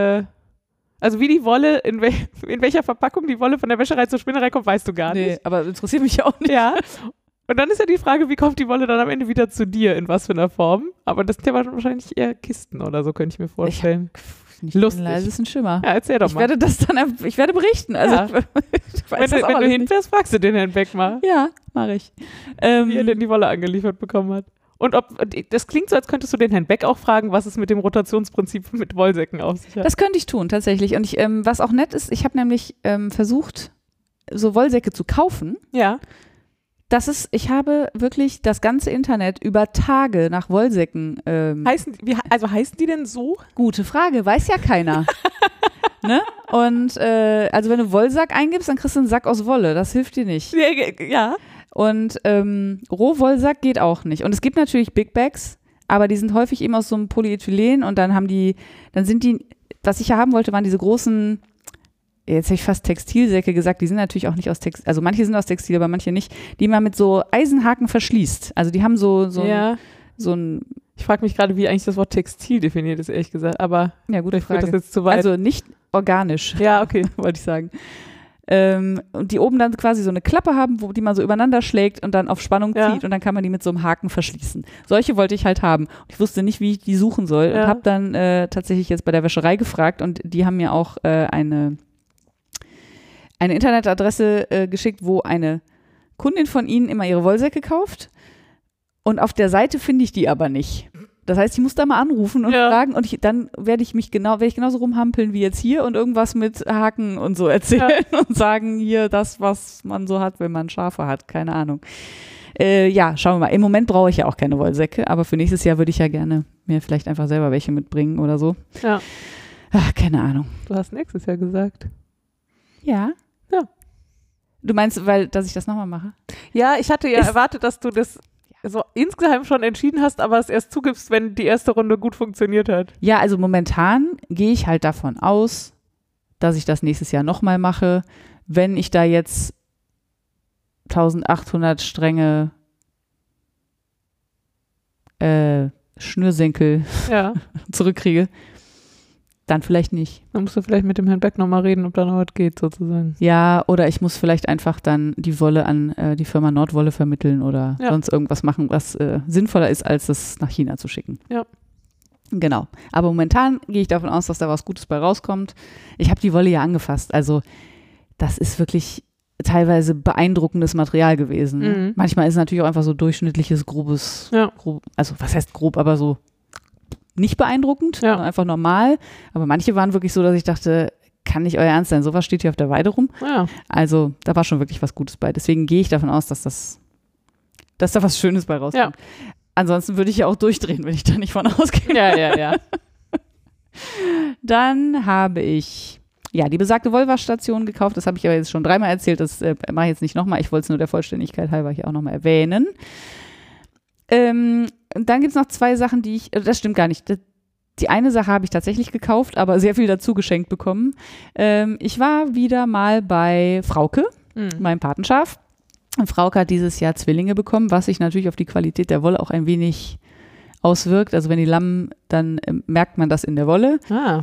wie die Wolle, in welcher Verpackung die Wolle von der Wäscherei zur Spinnerei kommt, weißt du gar nicht. Nee, aber interessiert mich auch nicht. Ja. Und dann ist ja die Frage, wie kommt die Wolle dann am Ende wieder zu dir, in was für einer Form? Aber das sind ja wahrscheinlich eher Kisten oder so, könnte ich mir vorstellen. Lustig. Das ist ein Schimmer. Ja, erzähl doch mal. Ich werde berichten. Also, ja. Wenn du hinfährst, fragst du den Herrn Beck mal. Ja, mache ich. Wie er denn die Wolle angeliefert bekommen hat. Und das klingt so, als könntest du den Herrn Beck auch fragen, was es mit dem Rotationsprinzip mit Wollsäcken auf sich hat. Das könnte ich tun, tatsächlich. Und was auch nett ist, ich habe nämlich versucht, so Wollsäcke zu kaufen. Ja. Ich habe wirklich das ganze Internet über Tage nach Wollsäcken. Heißen die denn so? Gute Frage, weiß ja keiner. Ne? Und also wenn du Wollsack eingibst, dann kriegst du einen Sack aus Wolle. Das hilft dir nicht. Ja. Und Rohwollsack geht auch nicht. Und es gibt natürlich Big Bags, aber die sind häufig eben aus so einem Polyethylen und dann sind die, was ich ja haben wollte, waren diese großen. Jetzt habe ich fast Textilsäcke gesagt, die sind natürlich auch nicht aus Textil, also manche sind aus Textil, aber manche nicht, die man mit so Eisenhaken verschließt. Also die haben so ein. Ich frage mich gerade, wie eigentlich das Wort Textil definiert ist, ehrlich gesagt, aber ja, gute Frage. Wird das jetzt zu weit. Also nicht organisch. Ja, okay. Wollte ich sagen. Und die oben dann quasi so eine Klappe haben, die man so übereinander schlägt und dann auf Spannung zieht und dann kann man die mit so einem Haken verschließen. Solche wollte ich halt haben. Ich wusste nicht, wie ich die suchen soll und habe dann tatsächlich jetzt bei der Wäscherei gefragt und die haben mir auch eine Internetadresse geschickt, wo eine Kundin von ihnen immer ihre Wollsäcke kauft und auf der Seite finde ich die aber nicht. Das heißt, ich muss da mal anrufen und fragen und dann werde ich genauso rumhampeln wie jetzt hier und irgendwas mit Haken und so erzählen und sagen, hier das, was man so hat, wenn man Schafe hat, keine Ahnung. Schauen wir mal. Im Moment brauche ich ja auch keine Wollsäcke, aber für nächstes Jahr würde ich ja gerne mir vielleicht einfach selber welche mitbringen oder so. Ja. Ach, keine Ahnung. Du hast nächstes Jahr gesagt. Ja. Ja. Du meinst, dass ich das nochmal mache? Ja, ich hatte ja erwartet, dass du das so insgeheim schon entschieden hast, aber es erst zugibst, wenn die erste Runde gut funktioniert hat. Ja, also momentan gehe ich halt davon aus, dass ich das nächstes Jahr nochmal mache. Wenn ich da jetzt 1800 Stränge Schnürsenkel zurückkriege, dann vielleicht nicht. Dann musst du vielleicht mit dem Herrn Beck nochmal reden, ob da noch was geht, sozusagen. Ja, oder ich muss vielleicht einfach dann die Wolle an die Firma Nordwolle vermitteln oder sonst irgendwas machen, was sinnvoller ist, als es nach China zu schicken. Ja. Genau. Aber momentan gehe ich davon aus, dass da was Gutes bei rauskommt. Ich habe die Wolle ja angefasst. Also das ist wirklich teilweise beeindruckendes Material gewesen. Ne? Manchmal ist es natürlich auch einfach so durchschnittliches, grobes, also was heißt grob, aber so nicht beeindruckend, einfach normal. Aber manche waren wirklich so, dass ich dachte, kann nicht euer Ernst sein, sowas steht hier auf der Weide rum. Ja. Also da war schon wirklich was Gutes bei. Deswegen gehe ich davon aus, dass da was Schönes bei rauskommt. Ja. Ansonsten würde ich ja auch durchdrehen, wenn ich da nicht von ausgehe. Ja. Dann habe ich die besagte Wollwaschstation gekauft. Das habe ich aber jetzt schon 3-mal erzählt. Das mache ich jetzt nicht nochmal. Ich wollte es nur der Vollständigkeit halber hier auch nochmal erwähnen. Dann gibt es noch 2 Sachen, das stimmt gar nicht. Die eine Sache habe ich tatsächlich gekauft, aber sehr viel dazu geschenkt bekommen. Ich war wieder mal bei Frauke, meinem Patenschaf. Und Frauke hat dieses Jahr Zwillinge bekommen, was sich natürlich auf die Qualität der Wolle auch ein wenig auswirkt. Also wenn die lammen, dann merkt man das in der Wolle.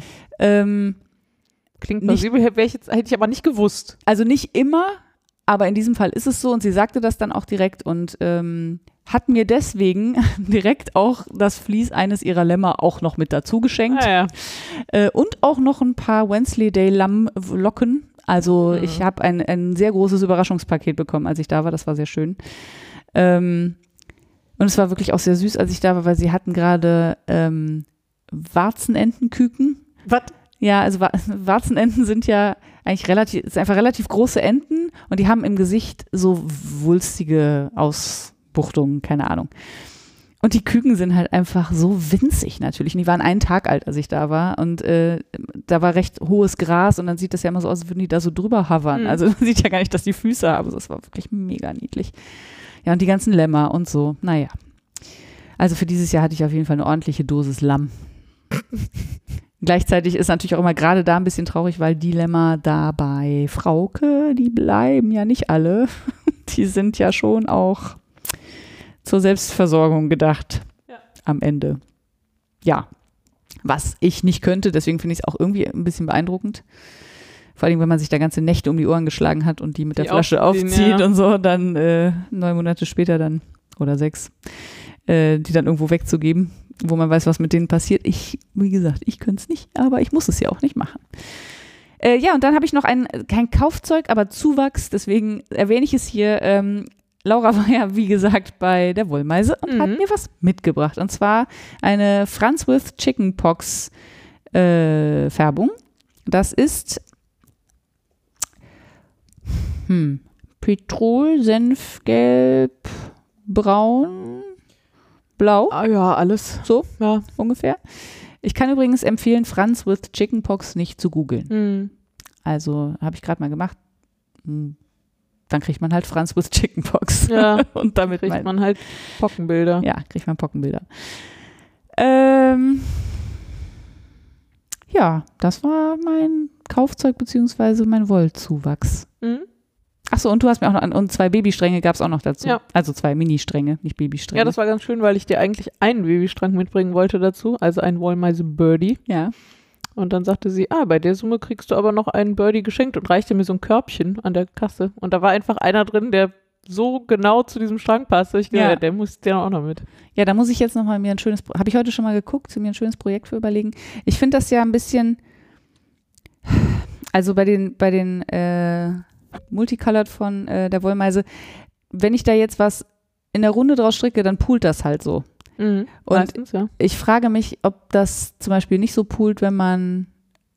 Klingt plausibel, hätte ich aber nicht gewusst. Also nicht immer, aber in diesem Fall ist es so. Und sie sagte das dann auch direkt und hat mir deswegen direkt auch das Vlies eines ihrer Lämmer auch noch mit dazu geschenkt. Und auch noch ein paar Wensleydale-Lammlocken. Also ich habe ein sehr großes Überraschungspaket bekommen, als ich da war. Das war sehr schön. Und es war wirklich auch sehr süß, als ich da war, weil sie hatten gerade Warzenentenküken. Was? Ja, also Warzenenten sind ja eigentlich einfach relativ große Enten und die haben im Gesicht so wulstige Ausbuchtungen, keine Ahnung. Und die Küken sind halt einfach so winzig natürlich. Und die waren 1 Tag alt, als ich da war. Und da war recht hohes Gras und dann sieht das ja immer so aus, als würden die da so drüber hovern. Also man sieht ja gar nicht, dass die Füße haben. Das war wirklich mega niedlich. Ja, und die ganzen Lämmer und so. Naja. Also für dieses Jahr hatte ich auf jeden Fall eine ordentliche Dosis Lamm. Gleichzeitig ist natürlich auch immer gerade da ein bisschen traurig, weil die Lämmer da bei Frauke, die bleiben ja nicht alle. Die sind ja schon auch zur Selbstversorgung gedacht am Ende. Ja, was ich nicht könnte, deswegen finde ich es auch irgendwie ein bisschen beeindruckend. Vor allem, wenn man sich da ganze Nächte um die Ohren geschlagen hat und die mit der Flasche aufzieht und so, dann 9 Monate später dann, oder 6, die dann irgendwo wegzugeben, wo man weiß, was mit denen passiert. Wie gesagt, ich könnte es nicht, aber ich muss es ja auch nicht machen. Und dann habe ich noch kein Kaufzeug, aber Zuwachs, deswegen erwähne ich es hier. Laura war ja, wie gesagt, bei der Wollmeise und hat mir was mitgebracht. Und zwar eine Franz with Chickenpox Färbung. Das ist Petrol, Senfgelb, Braun, Blau. Ah ja, alles. So, ja, ungefähr. Ich kann übrigens empfehlen, Franz with Chickenpox nicht zu googeln. Also habe ich gerade mal gemacht. Dann kriegt man halt Franz with Chickenpox. Ja, und damit kriegt man halt Pockenbilder. Ja, kriegt man Pockenbilder. Ja, das war mein Kaufzeug bzw. mein Wollzuwachs. Achso, und du hast mir auch noch, und 2 Babystränge gab es auch noch dazu. Ja. Also 2 Ministränge, nicht Babystränge. Ja, das war ganz schön, weil ich dir eigentlich einen Babystrang mitbringen wollte dazu, also einen Wollmeise Birdie. Ja. Und dann sagte sie, bei der Summe kriegst du aber noch einen Birdie geschenkt und reichte mir so ein Körbchen an der Kasse. Und da war einfach einer drin, der so genau zu diesem Strang passte. Ich dachte, der muss der auch noch mit. Ja, da muss ich jetzt nochmal mir ein schönes, habe ich heute schon mal geguckt, mir ein schönes Projekt für überlegen. Ich finde das ja ein bisschen, also bei den Multicolored von der Wollmeise, wenn ich da jetzt was in der Runde draus stricke, dann poolt das halt so. Und meistens, ja. Ich frage mich, ob das zum Beispiel nicht so poolt, wenn man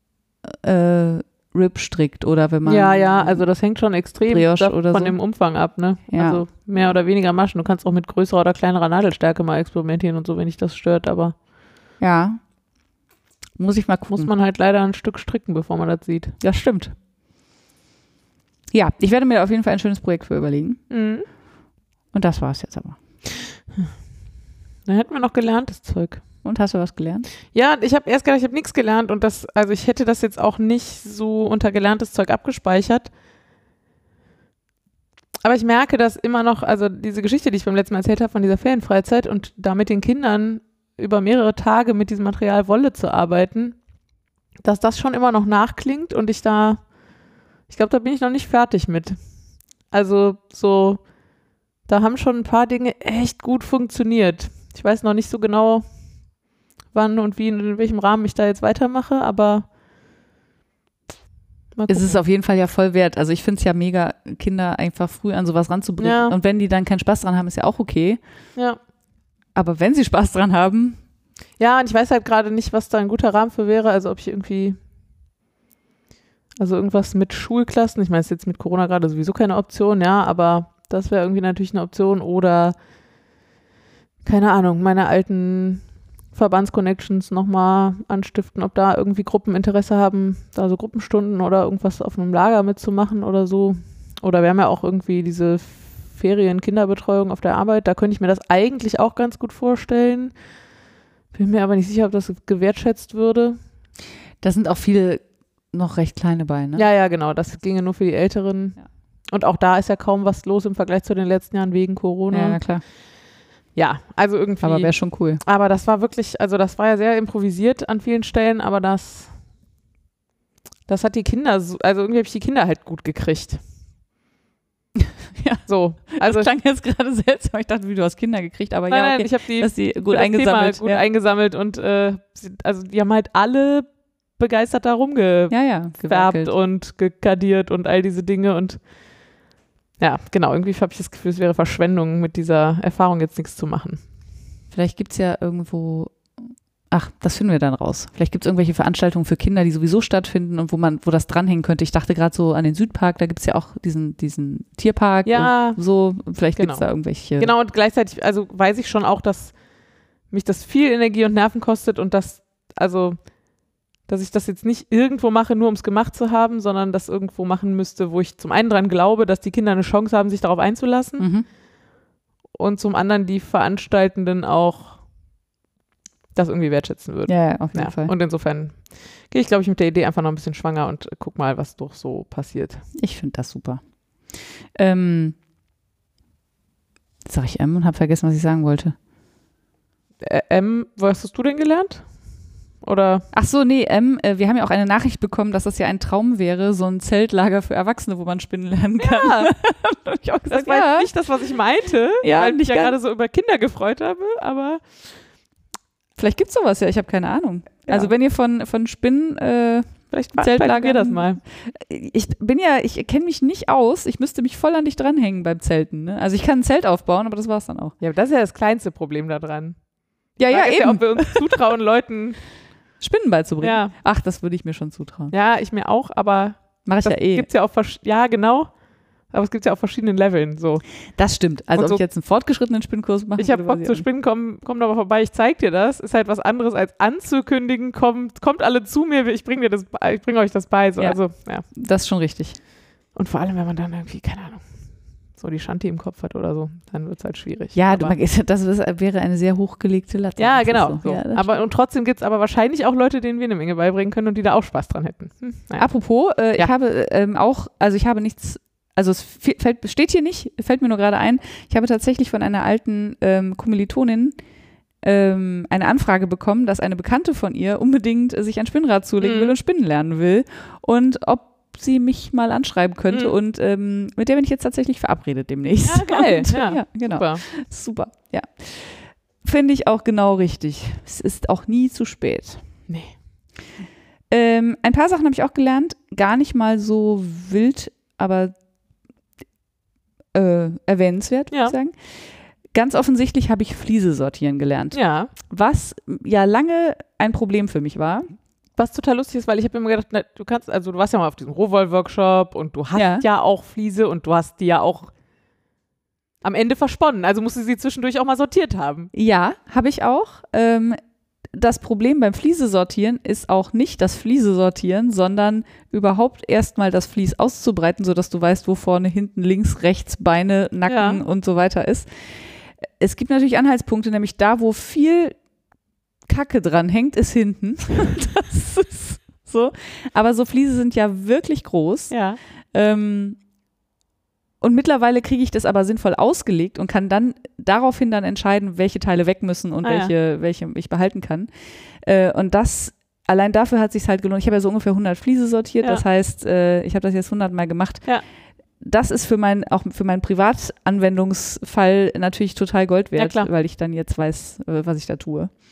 Rib strickt oder wenn man also das hängt schon extrem von dem Umfang ab, ne? Ja. Also mehr oder weniger Maschen. Du kannst auch mit größerer oder kleinerer Nadelstärke mal experimentieren und so, wenn dich das stört, aber ja, muss ich mal gucken. Muss man halt leider ein Stück stricken, bevor man das sieht. Ja, stimmt. Ja, ich werde mir auf jeden Fall ein schönes Projekt für überlegen. Und das war es jetzt aber. Dann hätten wir noch gelerntes Zeug. Und hast du was gelernt? Ja, ich habe erst gedacht, ich habe nichts gelernt und ich hätte das jetzt auch nicht so unter gelerntes Zeug abgespeichert. Aber ich merke, dass immer noch, also diese Geschichte, die ich beim letzten Mal erzählt habe von dieser Ferienfreizeit und da mit den Kindern über mehrere Tage mit diesem Material Wolle zu arbeiten, dass das schon immer noch nachklingt und ich glaube, da bin ich noch nicht fertig mit. Also so, da haben schon ein paar Dinge echt gut funktioniert. Ich weiß noch nicht so genau, wann und wie, in welchem Rahmen ich da jetzt weitermache, aber es ist auf jeden Fall ja voll wert. Also ich finde es ja mega, Kinder einfach früh an sowas ranzubringen. Ja. Und wenn die dann keinen Spaß dran haben, ist ja auch okay. Ja. Aber wenn sie Spaß dran haben. Ja, und ich weiß halt gerade nicht, was da ein guter Rahmen für wäre. Also ob ich irgendwie, also irgendwas mit Schulklassen, ich meine, es ist jetzt mit Corona gerade sowieso keine Option, ja, aber das wäre irgendwie natürlich eine Option. Oder, keine Ahnung, meine alten Verbandsconnections nochmal anstiften, ob da irgendwie Gruppen Interesse haben, da so Gruppenstunden oder irgendwas auf einem Lager mitzumachen oder so. Oder wir haben ja auch irgendwie diese Ferien-Kinderbetreuung auf der Arbeit, da könnte ich mir das eigentlich auch ganz gut vorstellen. Bin mir aber nicht sicher, ob das gewertschätzt würde. Da sind auch viele noch recht kleine bei, ne? Ja, genau, das ginge nur für die Älteren. Ja. Und auch da ist ja kaum was los im Vergleich zu den letzten Jahren wegen Corona. Ja, na klar. Ja, also irgendwie. Aber wäre schon cool. Aber das war wirklich, also das war ja sehr improvisiert an vielen Stellen, aber das hat die Kinder, also irgendwie habe ich die Kinder halt gut gekriegt. Ja, so. Also das klang jetzt gerade seltsam. Ich dachte, wie du hast Kinder gekriegt, aber ja, okay, nein, ich habe die gut eingesammelt. Gut eingesammelt und also die haben halt alle begeistert da rumgefärbt und gekadiert und all diese Dinge und ja, genau, irgendwie habe ich das Gefühl, es wäre Verschwendung, mit dieser Erfahrung jetzt nichts zu machen. Vielleicht gibt es ja irgendwo, das finden wir dann raus. Vielleicht gibt es irgendwelche Veranstaltungen für Kinder, die sowieso stattfinden und wo das dranhängen könnte. Ich dachte gerade so an den Südpark, da gibt es ja auch diesen Tierpark. Ja. Und so, vielleicht gibt es da irgendwelche. Genau, und gleichzeitig, also weiß ich schon auch, dass mich das viel Energie und Nerven kostet und dass ich das jetzt nicht irgendwo mache, nur um es gemacht zu haben, sondern das irgendwo machen müsste, wo ich zum einen dran glaube, dass die Kinder eine Chance haben, sich darauf einzulassen und zum anderen die Veranstaltenden auch das irgendwie wertschätzen würden. Ja, auf jeden Fall. Und insofern gehe ich, glaube ich, mit der Idee einfach noch ein bisschen schwanger und guck mal, was doch so passiert. Ich finde das super. Sag ich und habe vergessen, was ich sagen wollte. Was hast du denn gelernt? Oder? Ach so, nee, wir haben ja auch eine Nachricht bekommen, dass das ja ein Traum wäre, so ein Zeltlager für Erwachsene, wo man spinnen lernen kann. Ja. Ich auch gesagt, das war nicht das, was ich meinte, weil ich mich ja gerade so über Kinder gefreut habe, aber vielleicht gibt es sowas ja, ich habe keine Ahnung. Ja. Also wenn ihr von Spinnen vielleicht Zeltlager wir das mal. Ich kenne mich nicht aus, ich müsste mich voll an dich dranhängen beim Zelten. Ne? Also ich kann ein Zelt aufbauen, aber das war's dann auch. Ja, aber das ist ja das kleinste Problem da dran. Ja, eben. Ja, ob wir uns zutrauen, Leuten Spinnen beizubringen. Ja. Ach, das würde ich mir schon zutrauen. Ja, ich mir auch, aber mache ich ja eh. Gibt's ja auch ja, genau. Aber es gibt ja auf verschiedenen Leveln so. Das stimmt. Also ob ich jetzt einen fortgeschrittenen Spinnkurs mache. Ich habe Bock zu spinnen, komm aber vorbei, ich zeig dir das. Ist halt was anderes als anzukündigen, kommt alle zu mir, ich bringe euch das bei. So. Ja. Also, ja. Das ist schon richtig. Und vor allem, wenn man dann irgendwie, keine Ahnung, so die Shanti im Kopf hat oder so, dann wird es halt schwierig. Ja, das wäre eine sehr hochgelegte Latte. Ja, genau. So. Ja, und trotzdem gibt es aber wahrscheinlich auch Leute, denen wir eine Menge beibringen können und die da auch Spaß dran hätten. Naja. Apropos, ich habe ich habe nichts, also es steht hier nicht, fällt mir nur gerade ein, ich habe tatsächlich von einer alten Kommilitonin eine Anfrage bekommen, dass eine Bekannte von ihr unbedingt sich ein Spinnrad zulegen will und spinnen lernen will und ob sie mich mal anschreiben könnte und mit der bin ich jetzt tatsächlich verabredet demnächst. Ja, geil. Und, ja, genau. Super. Ja. Finde ich auch genau richtig. Es ist auch nie zu spät. Nee. Ein paar Sachen habe ich auch gelernt, gar nicht mal so wild, aber erwähnenswert, würde ich sagen. Ganz offensichtlich habe ich Fliese sortieren gelernt. Ja. Was ja lange ein Problem für mich war. Was total lustig ist, weil ich habe immer gedacht, du warst ja mal auf diesem Rohwoll-Workshop und du hast ja auch Fliese und du hast die ja auch am Ende versponnen. Also musst du sie zwischendurch auch mal sortiert haben. Ja, habe ich auch. Das Problem beim Fliese-Sortieren ist auch nicht das Fliese-Sortieren, sondern überhaupt erstmal das Vlies auszubreiten, sodass du weißt, wo vorne, hinten, links, rechts, Beine, Nacken und so weiter ist. Es gibt natürlich Anhaltspunkte, nämlich da, wo viel Kacke dran hängt, ist hinten. Das ist so. Aber so Fliese sind ja wirklich groß. Ja. Und mittlerweile kriege ich das aber sinnvoll ausgelegt und kann dann daraufhin dann entscheiden, welche Teile weg müssen und welche ich behalten kann. Und allein dafür hat es sich halt gelohnt. Ich habe ja so ungefähr 100 Fliese sortiert. Das heißt, ich habe das jetzt 100 Mal gemacht. Ja. Das ist auch für meinen Privatanwendungsfall natürlich total Gold wert, weil ich dann jetzt weiß, was ich da tue.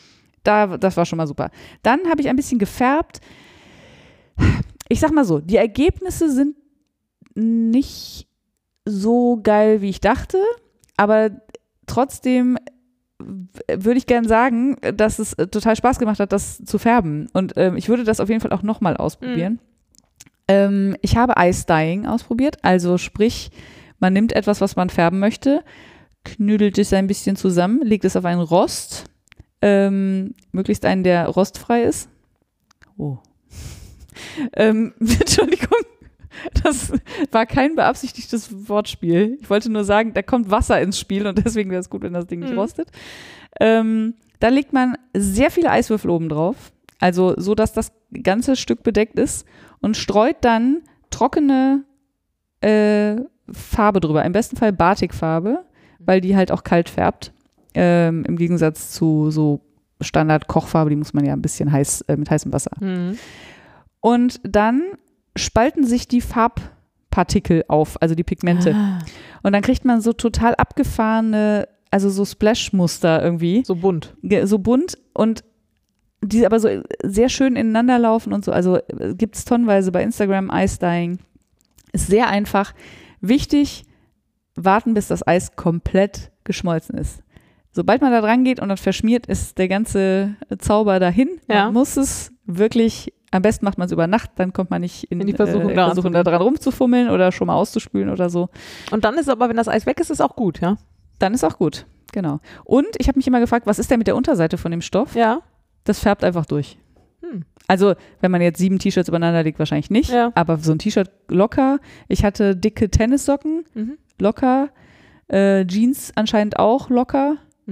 das war schon mal super. Dann habe ich ein bisschen gefärbt. Ich sag mal so, die Ergebnisse sind nicht so geil, wie ich dachte, aber trotzdem würde ich gerne sagen, dass es total Spaß gemacht hat, das zu färben. Und ich würde das auf jeden Fall auch nochmal ausprobieren. Ich habe Ice Dyeing ausprobiert, also sprich, man nimmt etwas, was man färben möchte, knüdelt es ein bisschen zusammen, legt es auf einen Rost, möglichst einen, der rostfrei ist. Oh. Entschuldigung, das war kein beabsichtigtes Wortspiel. Ich wollte nur sagen, da kommt Wasser ins Spiel und deswegen wäre es gut, wenn das Ding nicht rostet. Dann legt man sehr viele Eiswürfel oben drauf, also so, dass das ganze Stück bedeckt ist und streut dann trockene Farbe drüber. Im besten Fall Batikfarbe, weil die halt auch kalt färbt. Im Gegensatz zu so Standard-Kochfarbe, die muss man ja ein bisschen mit heißem Wasser. Und dann spalten sich die Farbpartikel auf, also die Pigmente. Und dann kriegt man so total abgefahrene, also so Splash-Muster irgendwie. So bunt. So bunt und die aber so sehr schön ineinander laufen und so. Also gibt es tonnenweise bei Instagram Ice Dyeing. Ist sehr einfach. Wichtig, warten, bis das Eis komplett geschmolzen ist. Sobald man da dran geht und dann verschmiert, ist der ganze Zauber dahin. Man muss es wirklich, am besten macht man es über Nacht, dann kommt man nicht in die Versuchung da dran rumzufummeln oder schon mal auszuspülen oder so. Und dann ist aber, wenn das Eis weg ist, ist auch gut, ja? Dann ist auch gut, genau. Und ich habe mich immer gefragt, was ist denn mit der Unterseite von dem Stoff? Ja. Das färbt einfach durch. Also, wenn man jetzt 7 T-Shirts übereinander legt, wahrscheinlich nicht, aber so ein T-Shirt locker. Ich hatte dicke Tennissocken, locker, Jeans anscheinend auch locker.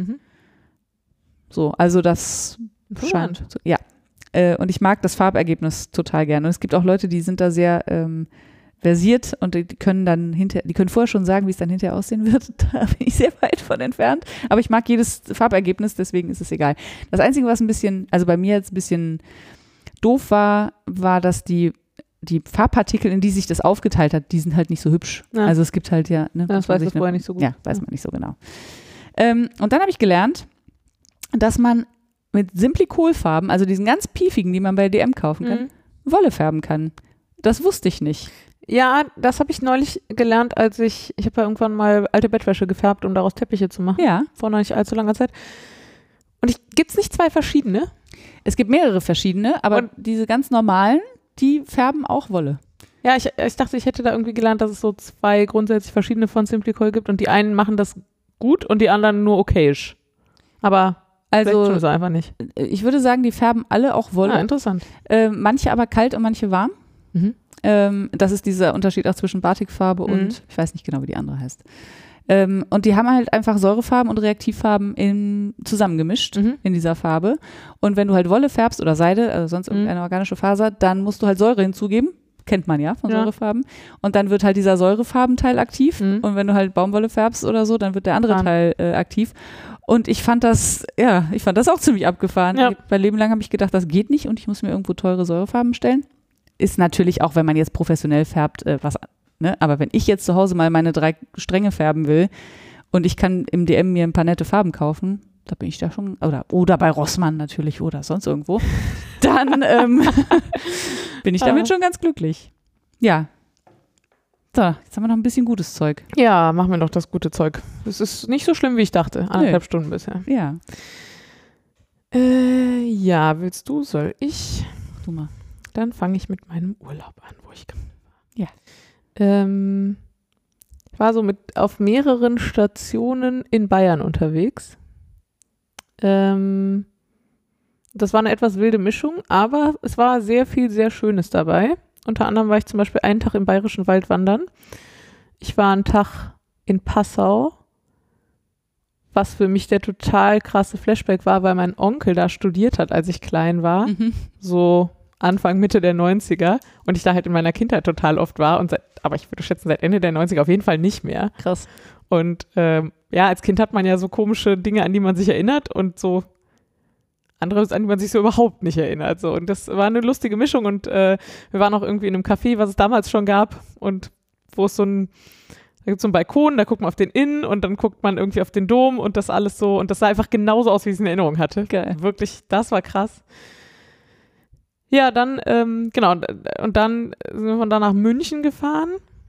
So, also das scheint, ja. Und ich mag das Farbergebnis total gerne. Und es gibt auch Leute, die sind da sehr versiert und die können vorher schon sagen, wie es dann hinterher aussehen wird. Da bin ich sehr weit von entfernt. Aber ich mag jedes Farbergebnis, deswegen ist es egal. Das Einzige, was ein bisschen, also bei mir jetzt ein bisschen doof war, dass die Farbpartikel, in die sich das aufgeteilt hat, die sind halt nicht so hübsch. Ja. Also es gibt halt ja. Ne, das weiß man vorher nicht so gut. Ja, weiß man nicht so genau. Und dann habe ich gelernt, dass man mit Simplicol-Farben, also diesen ganz piefigen, die man bei DM kaufen kann, Wolle färben kann. Das wusste ich nicht. Ja, das habe ich neulich gelernt, als ich habe ja irgendwann mal alte Bettwäsche gefärbt, um daraus Teppiche zu machen. Ja. Vor noch nicht allzu langer Zeit. Und gibt es nicht 2 verschiedene? Es gibt mehrere verschiedene, aber diese ganz normalen, die färben auch Wolle. Ja, ich dachte, ich hätte da irgendwie gelernt, dass es so 2 grundsätzlich verschiedene von Simplicol gibt und die einen machen das gut und die anderen nur okayisch. Aber also ist einfach nicht. Ich würde sagen, die färben alle auch Wolle. Ah, interessant. Manche aber kalt und manche warm. Das ist dieser Unterschied auch zwischen Batikfarbe und ich weiß nicht genau, wie die andere heißt. Und die haben halt einfach Säurefarben und Reaktivfarben zusammengemischt in dieser Farbe. Und wenn du halt Wolle färbst oder Seide, also sonst irgendeine organische Faser, dann musst du halt Säure hinzugeben. Kennt man ja von Säurefarben. Und dann wird halt dieser Säurefarbenteil aktiv. Und wenn du halt Baumwolle färbst oder so, dann wird der andere Teil aktiv. Und ich fand das auch ziemlich abgefahren. Ja. Mein Leben lang habe ich gedacht, das geht nicht und ich muss mir irgendwo teure Säurefarben stellen. Ist natürlich auch, wenn man jetzt professionell färbt, ne? Aber wenn ich jetzt zu Hause mal meine 3 Stränge färben will und ich kann im DM mir ein paar nette Farben kaufen, da bin ich da schon, oder bei Rossmann natürlich oder sonst irgendwo, dann bin ich damit schon ganz glücklich. Ja. So, jetzt haben wir noch ein bisschen gutes Zeug. Ja, machen wir doch das gute Zeug. Es ist nicht so schlimm, wie ich dachte. 1,5 Stunden bisher. Ja. Ja, willst du, soll ich? Du mal. Dann fange ich mit meinem Urlaub an, wo ich war. Ja. Ich war so auf mehreren Stationen in Bayern unterwegs. Das war eine etwas wilde Mischung, aber es war sehr viel, sehr Schönes dabei. Unter anderem war ich zum Beispiel einen Tag im Bayerischen Wald wandern. Ich war einen Tag in Passau, was für mich der total krasse Flashback war, weil mein Onkel da studiert hat, als ich klein war. So Anfang, Mitte der 90er. Und ich da halt in meiner Kindheit total oft war. Aber ich würde schätzen, seit Ende der 90er auf jeden Fall nicht mehr. Krass. Und als Kind hat man ja so komische Dinge, an die man sich erinnert und so anderes, an die man sich so überhaupt nicht erinnert. So. Und das war eine lustige Mischung und wir waren auch irgendwie in einem Café, was es damals schon gab und wo es so ein Da gibt es so einen Balkon, da guckt man auf den Inn und dann guckt man irgendwie auf den Dom und das alles so. Und das sah einfach genauso aus, wie ich es in Erinnerung hatte. Geil. Wirklich, das war krass. Ja, dann, genau, und dann sind wir von da nach München gefahren.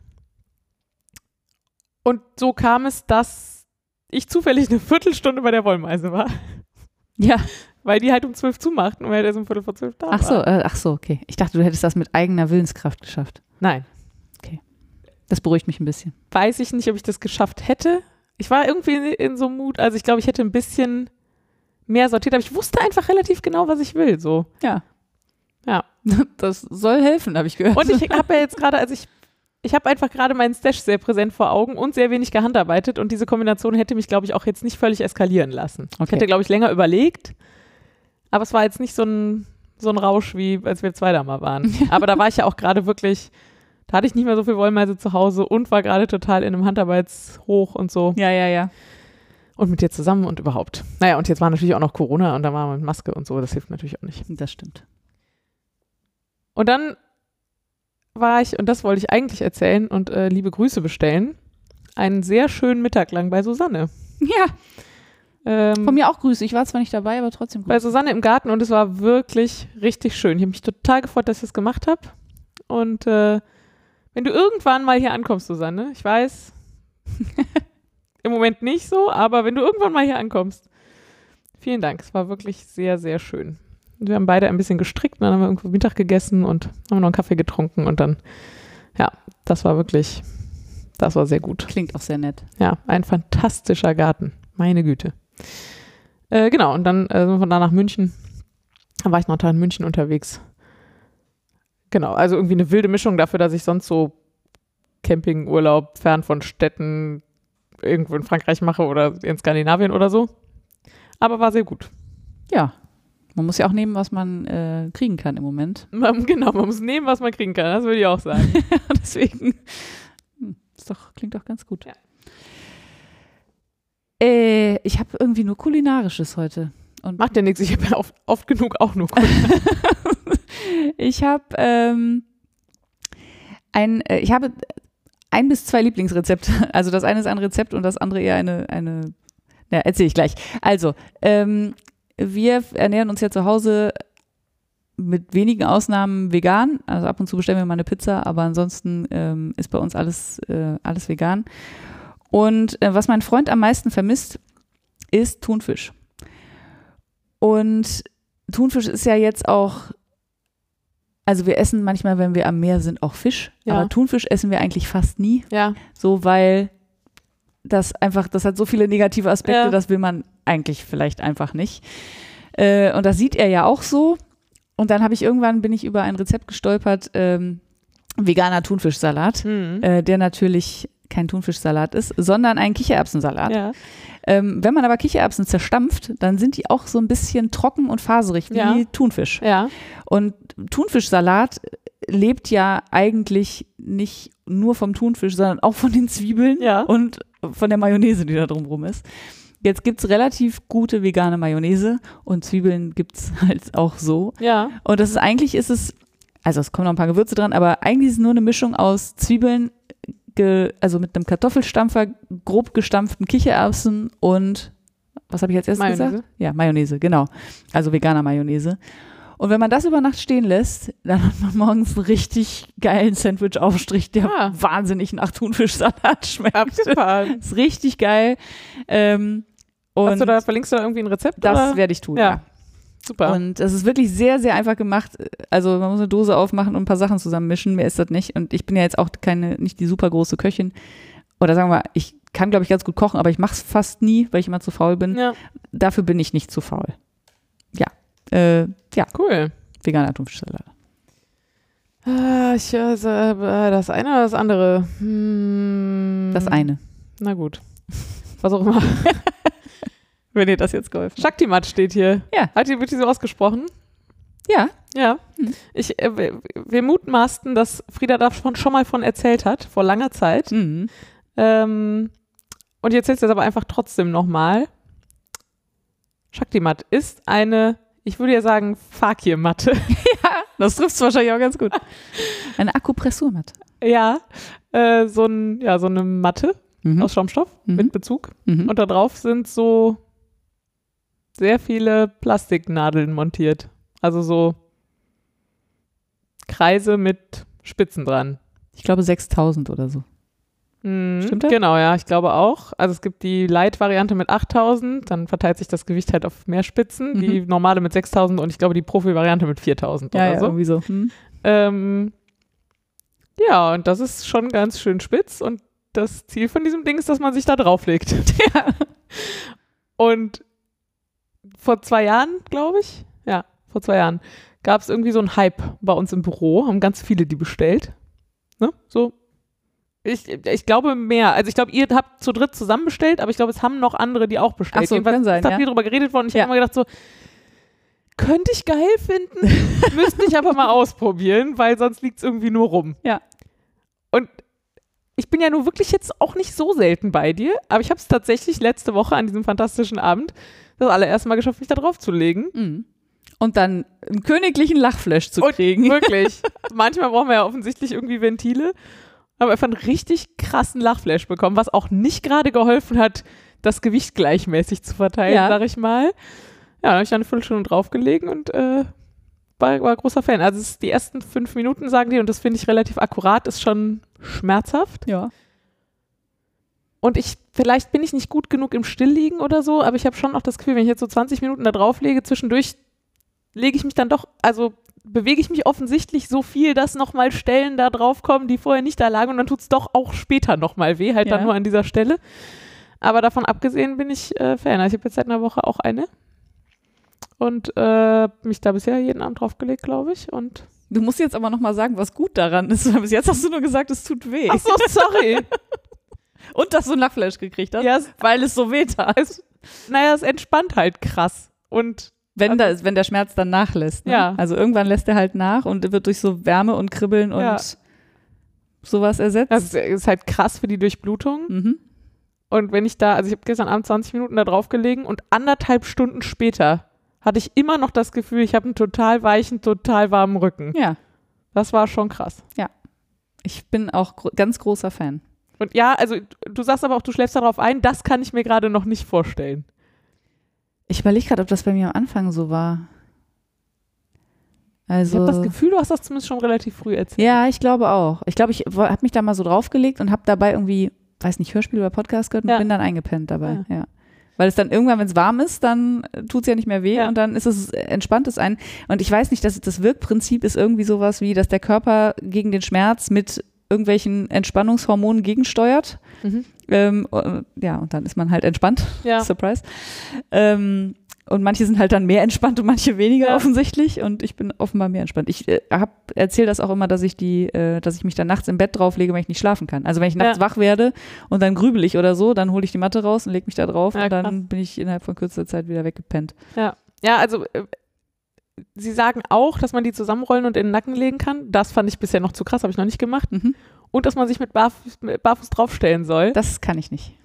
Und so kam es, dass ich zufällig eine Viertelstunde bei der Wollmeise war. Ja. Weil die halt um 12 zumachten und wir halt erst um 11:45 da waren. Ach so, okay. Ich dachte, du hättest das mit eigener Willenskraft geschafft. Nein. Okay. Das beruhigt mich ein bisschen. Weiß ich nicht, ob ich das geschafft hätte. Ich war irgendwie in so einem Mut, also ich glaube, ich hätte ein bisschen mehr sortiert, aber ich wusste einfach relativ genau, was ich will, so. Ja. Ja. Das soll helfen, habe ich gehört. Und ich habe ja jetzt gerade, also ich habe einfach gerade meinen Stash sehr präsent vor Augen und sehr wenig gehandarbeitet und diese Kombination hätte mich, glaube ich, auch jetzt nicht völlig eskalieren lassen. Okay. Ich hätte, glaube ich, länger überlegt, aber es war jetzt nicht so ein Rausch, wie als wir 2 da mal waren. Aber da war ich ja auch gerade wirklich, da hatte ich nicht mehr so viel Wollmeise zu Hause und war gerade total in einem Handarbeitshoch und so. Ja. Und mit dir zusammen und überhaupt. Naja, und jetzt war natürlich auch noch Corona und da war man mit Maske und so, das hilft natürlich auch nicht. Das stimmt. Und dann war ich, und das wollte ich eigentlich erzählen und liebe Grüße bestellen, einen sehr schönen Mittag lang bei Susanne. Ja. Von mir auch Grüße. Ich war zwar nicht dabei, aber trotzdem Grüße. Bei Susanne im Garten und es war wirklich richtig schön. Ich habe mich total gefreut, dass ich das gemacht habe. Und wenn du irgendwann mal hier ankommst, Susanne, ich weiß, im Moment nicht so, aber wenn du irgendwann mal hier ankommst, vielen Dank. Es war wirklich sehr, sehr schön. Wir haben beide ein bisschen gestrickt, dann haben wir irgendwo Mittag gegessen und haben noch einen Kaffee getrunken und dann, ja, das war sehr gut. Klingt auch sehr nett. Ja, ein fantastischer Garten, meine Güte. Genau, und dann sind wir von da nach München, dann war ich noch da in München unterwegs. Genau, also irgendwie eine wilde Mischung dafür, dass ich sonst so Campingurlaub fern von Städten irgendwo in Frankreich mache oder in Skandinavien oder so. Aber war sehr gut. Ja. Man muss ja auch nehmen, was man kriegen kann im Moment. Genau, man muss nehmen, was man kriegen kann, das würde ich auch sagen. Deswegen, klingt doch ganz gut. Ja. Ich habe irgendwie nur Kulinarisches heute. Und macht ja nichts, ich habe ja oft genug auch nur Kulinarisches. Ich habe ich habe 1 bis 2 Lieblingsrezepte. Also das eine ist ein Rezept und das andere eher eine ja, erzähle ich gleich. Also, wir ernähren uns ja zu Hause mit wenigen Ausnahmen vegan. Also ab und zu bestellen wir mal eine Pizza, aber ansonsten ist bei uns alles vegan. Und was mein Freund am meisten vermisst, ist Thunfisch. Und Thunfisch ist ja jetzt auch, also wir essen manchmal, wenn wir am Meer sind, auch Fisch. Ja. Aber Thunfisch essen wir eigentlich fast nie. Ja. So, weil das hat so viele negative Aspekte, das will man eigentlich vielleicht einfach nicht. Und das sieht er ja auch so. Und dann bin ich über ein Rezept gestolpert, veganer Thunfischsalat, der natürlich kein Thunfischsalat ist, sondern ein Kichererbsensalat. Ja. Wenn man aber Kichererbsen zerstampft, dann sind die auch so ein bisschen trocken und faserig wie Thunfisch. Ja. Und Thunfischsalat lebt ja eigentlich nicht nur vom Thunfisch, sondern auch von den Zwiebeln und von der Mayonnaise, die da drumherum ist. Jetzt gibt es relativ gute vegane Mayonnaise und Zwiebeln gibt es halt auch so. Ja. Und es kommen noch ein paar Gewürze dran, aber eigentlich ist es nur eine Mischung aus Zwiebeln, also mit einem Kartoffelstampfer, grob gestampften Kichererbsen und, was habe ich als erstes gesagt? Ja, Mayonnaise, genau. Also veganer Mayonnaise. Und wenn man das über Nacht stehen lässt, dann hat man morgens einen richtig geilen Sandwich-Aufstrich, der wahnsinnig nach Thunfischsalat schmeckt. Abgefahren. Ist richtig geil. Und verlinkst du da irgendwie ein Rezept? Das werde ich tun, ja. Super. Und es ist wirklich sehr, sehr einfach gemacht. Also man muss eine Dose aufmachen und ein paar Sachen zusammenmischen. Mehr ist das nicht. Und ich bin ja jetzt auch nicht die super große Köchin. Oder sagen wir mal, ich kann, glaube ich, ganz gut kochen, aber ich mache es fast nie, weil ich immer zu faul bin. Ja. Dafür bin ich nicht zu faul. Ja. Cool. Veganer Thunfischsalat. Das eine oder das andere? Das eine. Na gut. Was auch immer. Wenn dir das jetzt geholfen hat. Shaktimat steht hier. Ja. Wird die so ausgesprochen? Ja. Ja. Wir mutmaßten, dass Frieda da schon mal von erzählt hat, vor langer Zeit. Mhm. Und ich erzähle es jetzt aber einfach trotzdem nochmal. Shaktimat ist eine, ich würde ja sagen, Fakir-Matte. Ja, das trifft es wahrscheinlich auch ganz gut. Eine Akupressurmatte. Ja, so eine Matte aus Schaumstoff mit Bezug. Und da drauf sind so sehr viele Plastiknadeln montiert. Also so Kreise mit Spitzen dran. Ich glaube 6.000 oder so. Stimmt das? Genau, ja, ich glaube auch. Also es gibt die Light-Variante mit 8.000, dann verteilt sich das Gewicht halt auf mehr Spitzen. Die normale mit 6.000 und ich glaube die Profi-Variante mit 4.000 oder so. Ja, irgendwie so. Ja, und das ist schon ganz schön spitz und das Ziel von diesem Ding ist, dass man sich da drauflegt. Ja. Und vor 2 Jahren, glaube ich, vor 2 Jahren, gab es irgendwie so einen Hype bei uns im Büro, haben ganz viele die bestellt. Ne? So. Ich glaube mehr. Also ich glaube, ihr habt zu dritt zusammen bestellt, aber ich glaube, es haben noch andere, die auch bestellt. Ach so, kann sein, da habt ihr drüber geredet worden und ich habe immer gedacht so, könnte ich geil finden, müsste ich aber mal ausprobieren, weil sonst liegt es irgendwie nur rum. Ja. Und ich bin ja nur wirklich jetzt auch nicht so selten bei dir, aber ich habe es tatsächlich letzte Woche an diesem fantastischen Abend das allererste Mal geschafft, mich da drauf zu legen. Mhm. Und dann einen königlichen Lachflash zu kriegen. Und wirklich. Manchmal brauchen wir ja offensichtlich irgendwie Ventile. Aber einfach einen richtig krassen Lachflash bekommen, was auch nicht gerade geholfen hat, das Gewicht gleichmäßig zu verteilen, sag ich mal. Ja, da habe ich dann eine Viertelstunde draufgelegen und war großer Fan. Also es ist die ersten 5 Minuten, sagen die, und das finde ich relativ akkurat, ist schon schmerzhaft. Ja. Und vielleicht bin ich nicht gut genug im Stillliegen oder so, aber ich habe schon auch das Gefühl, wenn ich jetzt so 20 Minuten da drauflege, zwischendurch lege ich mich dann doch, also bewege ich mich offensichtlich so viel, dass nochmal Stellen da drauf kommen, die vorher nicht da lagen und dann tut es doch auch später nochmal weh, halt dann nur an dieser Stelle. Aber davon abgesehen bin ich Fan. Also ich habe jetzt seit einer Woche auch eine und mich da bisher jeden Abend draufgelegt, glaube ich. Und du musst jetzt aber nochmal sagen, was gut daran ist, weil bis jetzt hast du nur gesagt, es tut weh. Ach so, sorry. Und dass du einen Lachflash gekriegt hast, weil es so weh tat. Naja, es entspannt halt krass und wenn der Schmerz dann nachlässt. Ne? Ja. Also irgendwann lässt er halt nach und wird durch so Wärme und Kribbeln und sowas ersetzt. Das ist halt krass für die Durchblutung. Mhm. Und wenn ich also ich habe gestern Abend 20 Minuten da drauf gelegen und 1,5 Stunden später hatte ich immer noch das Gefühl, ich habe einen total weichen, total warmen Rücken. Ja. Das war schon krass. Ja. Ich bin auch ganz großer Fan. Und ja, also du sagst aber auch, du schläfst darauf ein, das kann ich mir gerade noch nicht vorstellen. Ich überlege gerade, ob das bei mir am Anfang so war. Also, ich habe das Gefühl, du hast das zumindest schon relativ früh erzählt. Ja, ich glaube auch. Ich glaube, ich habe mich da mal so draufgelegt und habe dabei irgendwie, weiß nicht, Hörspiel oder Podcast gehört und bin dann eingepennt dabei. Ja. Weil es dann irgendwann, wenn es warm ist, dann tut es ja nicht mehr weh und dann ist es entspannt es ein. Und ich weiß nicht, das Wirkprinzip ist irgendwie sowas wie, dass der Körper gegen den Schmerz mit irgendwelchen Entspannungshormonen gegensteuert. Mhm. Und dann ist man halt entspannt. Ja. Surprise. Und manche sind halt dann mehr entspannt und manche weniger offensichtlich. Und ich bin offenbar mehr entspannt. Ich erzähle das auch immer, dass ich mich dann nachts im Bett drauflege, wenn ich nicht schlafen kann. Also wenn ich nachts wach werde und dann grübel ich oder so, dann hole ich die Matte raus und lege mich da drauf und dann bin ich innerhalb von kürzester Zeit wieder weggepennt. Ja, also sie sagen auch, dass man die zusammenrollen und in den Nacken legen kann. Das fand ich bisher noch zu krass, habe ich noch nicht gemacht. Mhm. Und dass man sich mit barfuß draufstellen soll. Das kann ich nicht.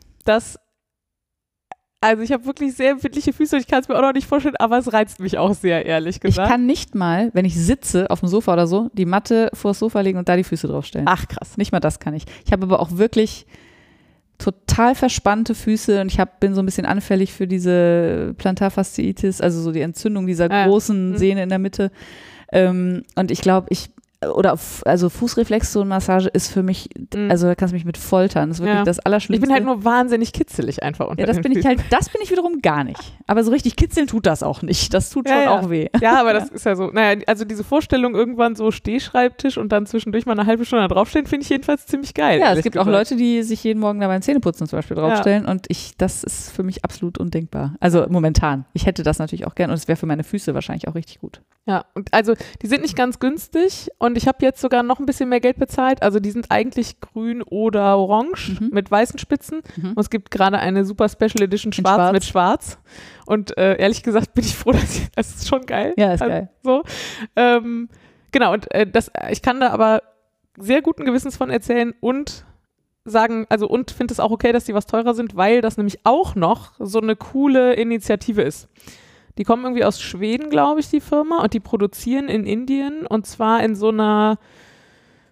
Also ich habe wirklich sehr empfindliche Füße und ich kann es mir auch noch nicht vorstellen, aber es reizt mich auch sehr, ehrlich gesagt. Ich kann nicht mal, wenn ich sitze auf dem Sofa oder so, die Matte vors Sofa legen und da die Füße draufstellen. Ach krass. Nicht mal das kann ich. Ich habe aber auch wirklich total verspannte Füße und bin so ein bisschen anfällig für diese Plantarfasziitis, also so die Entzündung dieser großen Sehne in der Mitte. Und ich glaube, also Fußreflexzonenmassage ist für mich, also da kannst du mich mit foltern. Das ist wirklich das Allerschlimmste. Ich bin halt nur wahnsinnig kitzelig einfach unter das bin ich wiederum gar nicht. Aber so richtig kitzeln tut das auch nicht. Das tut schon auch weh. Ja, aber das ist ja so, also diese Vorstellung irgendwann so Stehschreibtisch und dann zwischendurch mal eine halbe Stunde da draufstehen, finde ich jedenfalls ziemlich geil. Ja, es gibt auch Leute, die sich jeden Morgen da beim Zähneputzen zum Beispiel draufstellen und das ist für mich absolut undenkbar. Also momentan. Ich hätte das natürlich auch gern und es wäre für meine Füße wahrscheinlich auch richtig gut. Ja, und also die sind nicht ganz günstig und ich habe jetzt sogar noch ein bisschen mehr Geld bezahlt. Also die sind eigentlich grün oder orange mit weißen Spitzen. Und es gibt gerade eine super Special Edition schwarz mit schwarz. Und ehrlich gesagt bin ich froh, das ist schon geil. Ja, ist geil. So. Genau, und ich kann da aber sehr guten Gewissens von erzählen und sagen, und finde es auch okay, dass die was teurer sind, weil das nämlich auch noch so eine coole Initiative ist. Die kommen irgendwie aus Schweden, glaube ich, die Firma, und die produzieren in Indien und zwar in so einer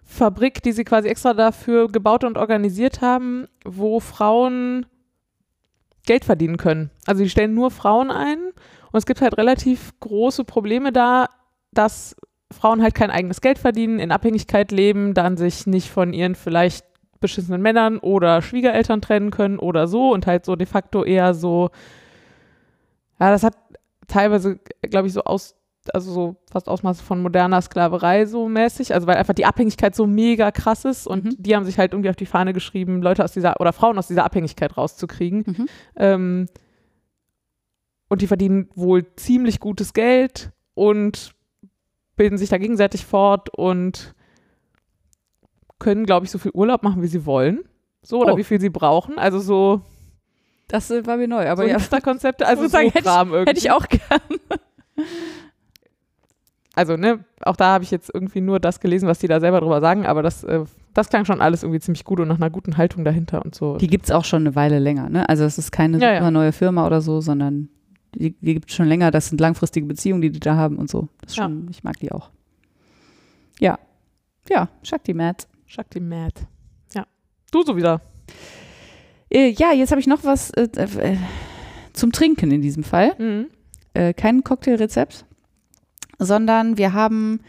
Fabrik, die sie quasi extra dafür gebaut und organisiert haben, wo Frauen Geld verdienen können. Also die stellen nur Frauen ein und es gibt halt relativ große Probleme da, dass Frauen halt kein eigenes Geld verdienen, in Abhängigkeit leben, dann sich nicht von ihren vielleicht beschissenen Männern oder Schwiegereltern trennen können oder so und halt so de facto eher so, ja, das hat teilweise, glaube ich, so fast Ausmaße von moderner Sklaverei so mäßig, also weil einfach die Abhängigkeit so mega krass ist und die haben sich halt irgendwie auf die Fahne geschrieben, Frauen aus dieser Abhängigkeit rauszukriegen. Und die verdienen wohl ziemlich gutes Geld und bilden sich da gegenseitig fort und können, glaube ich, so viel Urlaub machen, wie sie wollen. So, oder wie viel sie brauchen. Also so. Das war mir neu, aber so Konzepte, also so Kram irgendwie. Hätte ich auch gern. Also, ne, auch da habe ich jetzt irgendwie nur das gelesen, was die da selber drüber sagen, aber das klang schon alles irgendwie ziemlich gut und nach einer guten Haltung dahinter und so. Die gibt es auch schon eine Weile länger, ne? Also es ist keine super neue Firma oder so, sondern die gibt es schon länger. Das sind langfristige Beziehungen, die da haben und so. Das schon, ich mag die auch. Ja. Ja, Shakti Mad. Ja. Du so wieder. Ja, jetzt habe ich noch was zum Trinken in diesem Fall. Kein Cocktailrezept, sondern wir haben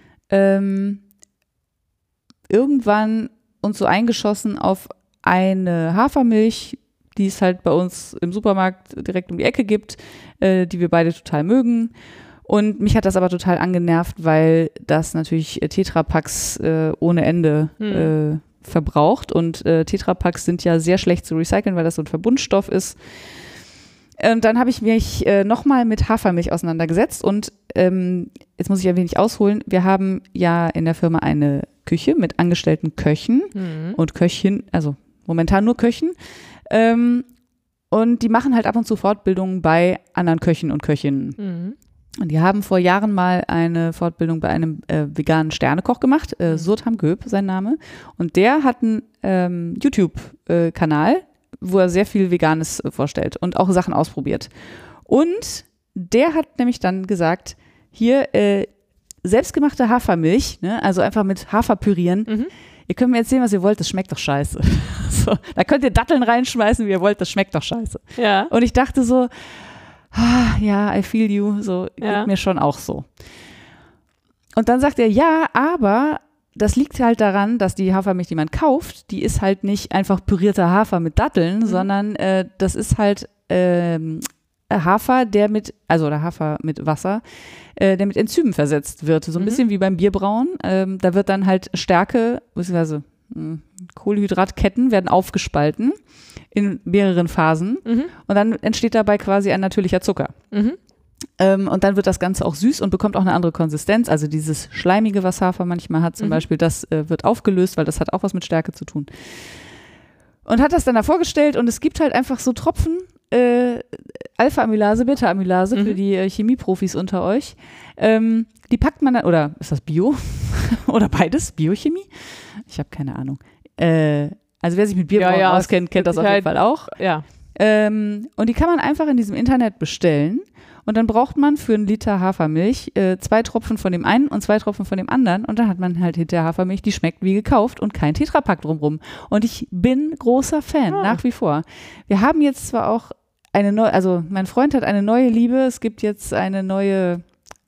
irgendwann uns so eingeschossen auf eine Hafermilch, die es halt bei uns im Supermarkt direkt um die Ecke gibt, die wir beide total mögen. Und mich hat das aber total angenervt, weil das natürlich Tetrapacks ohne Ende verbraucht. Und Tetrapacks sind ja sehr schlecht zu recyceln, weil das so ein Verbundstoff ist. Und dann habe ich mich nochmal mit Hafermilch auseinandergesetzt. Und jetzt muss ich ein wenig ausholen. Wir haben ja in der Firma eine Küche mit angestellten Köchen und Köchinnen, also momentan nur Köchen. Und die machen halt ab und zu Fortbildungen bei anderen Köchen und Köchinnen. Und die haben vor Jahren mal eine Fortbildung bei einem veganen Sternekoch gemacht, Surtham Göb, sein Name. Und der hat einen YouTube-Kanal, wo er sehr viel Veganes vorstellt und auch Sachen ausprobiert. Und der hat nämlich dann gesagt, hier selbstgemachte Hafermilch, ne, also einfach mit Hafer pürieren. Ihr könnt mir erzählen, was ihr wollt, das schmeckt doch scheiße. So, da könnt ihr Datteln reinschmeißen, wie ihr wollt, das schmeckt doch scheiße. Ja. Und ich dachte so, ja, I feel you, so geht mir schon auch so. Und dann sagt er, ja, aber das liegt halt daran, dass die Hafermilch, die man kauft, die ist halt nicht einfach pürierter Hafer mit Datteln, sondern das ist halt Hafer, oder Hafer mit Wasser, der mit Enzymen versetzt wird. So ein bisschen wie beim Bierbrauen. Da wird dann halt Stärke, beziehungsweise Kohlenhydratketten werden aufgespalten in mehreren Phasen und dann entsteht dabei quasi ein natürlicher Zucker. Und dann wird das Ganze auch süß und bekommt auch eine andere Konsistenz. Also dieses Schleimige, was Hafer manchmal hat zum Beispiel, das wird aufgelöst, weil das hat auch was mit Stärke zu tun. Und hat das dann da vorgestellt und es gibt halt einfach so Tropfen, Alpha-Amylase, Beta-Amylase für die Chemieprofis unter euch. Die packt man dann, oder ist das Bio? Oder beides? Biochemie? Ich habe keine Ahnung. Also wer sich mit Bierbrauen auskennt, kennt das auf jeden Fall auch. Ja. Und die kann man einfach in diesem Internet bestellen. Und dann braucht man für einen Liter Hafermilch 2 Tropfen von dem einen und 2 Tropfen von dem anderen. Und dann hat man halt hinter Hafermilch, die schmeckt wie gekauft und kein Tetrapack drumrum. Und ich bin großer Fan, nach wie vor. Wir haben jetzt zwar auch eine neue, also mein Freund hat eine neue Liebe. Es gibt jetzt eine neue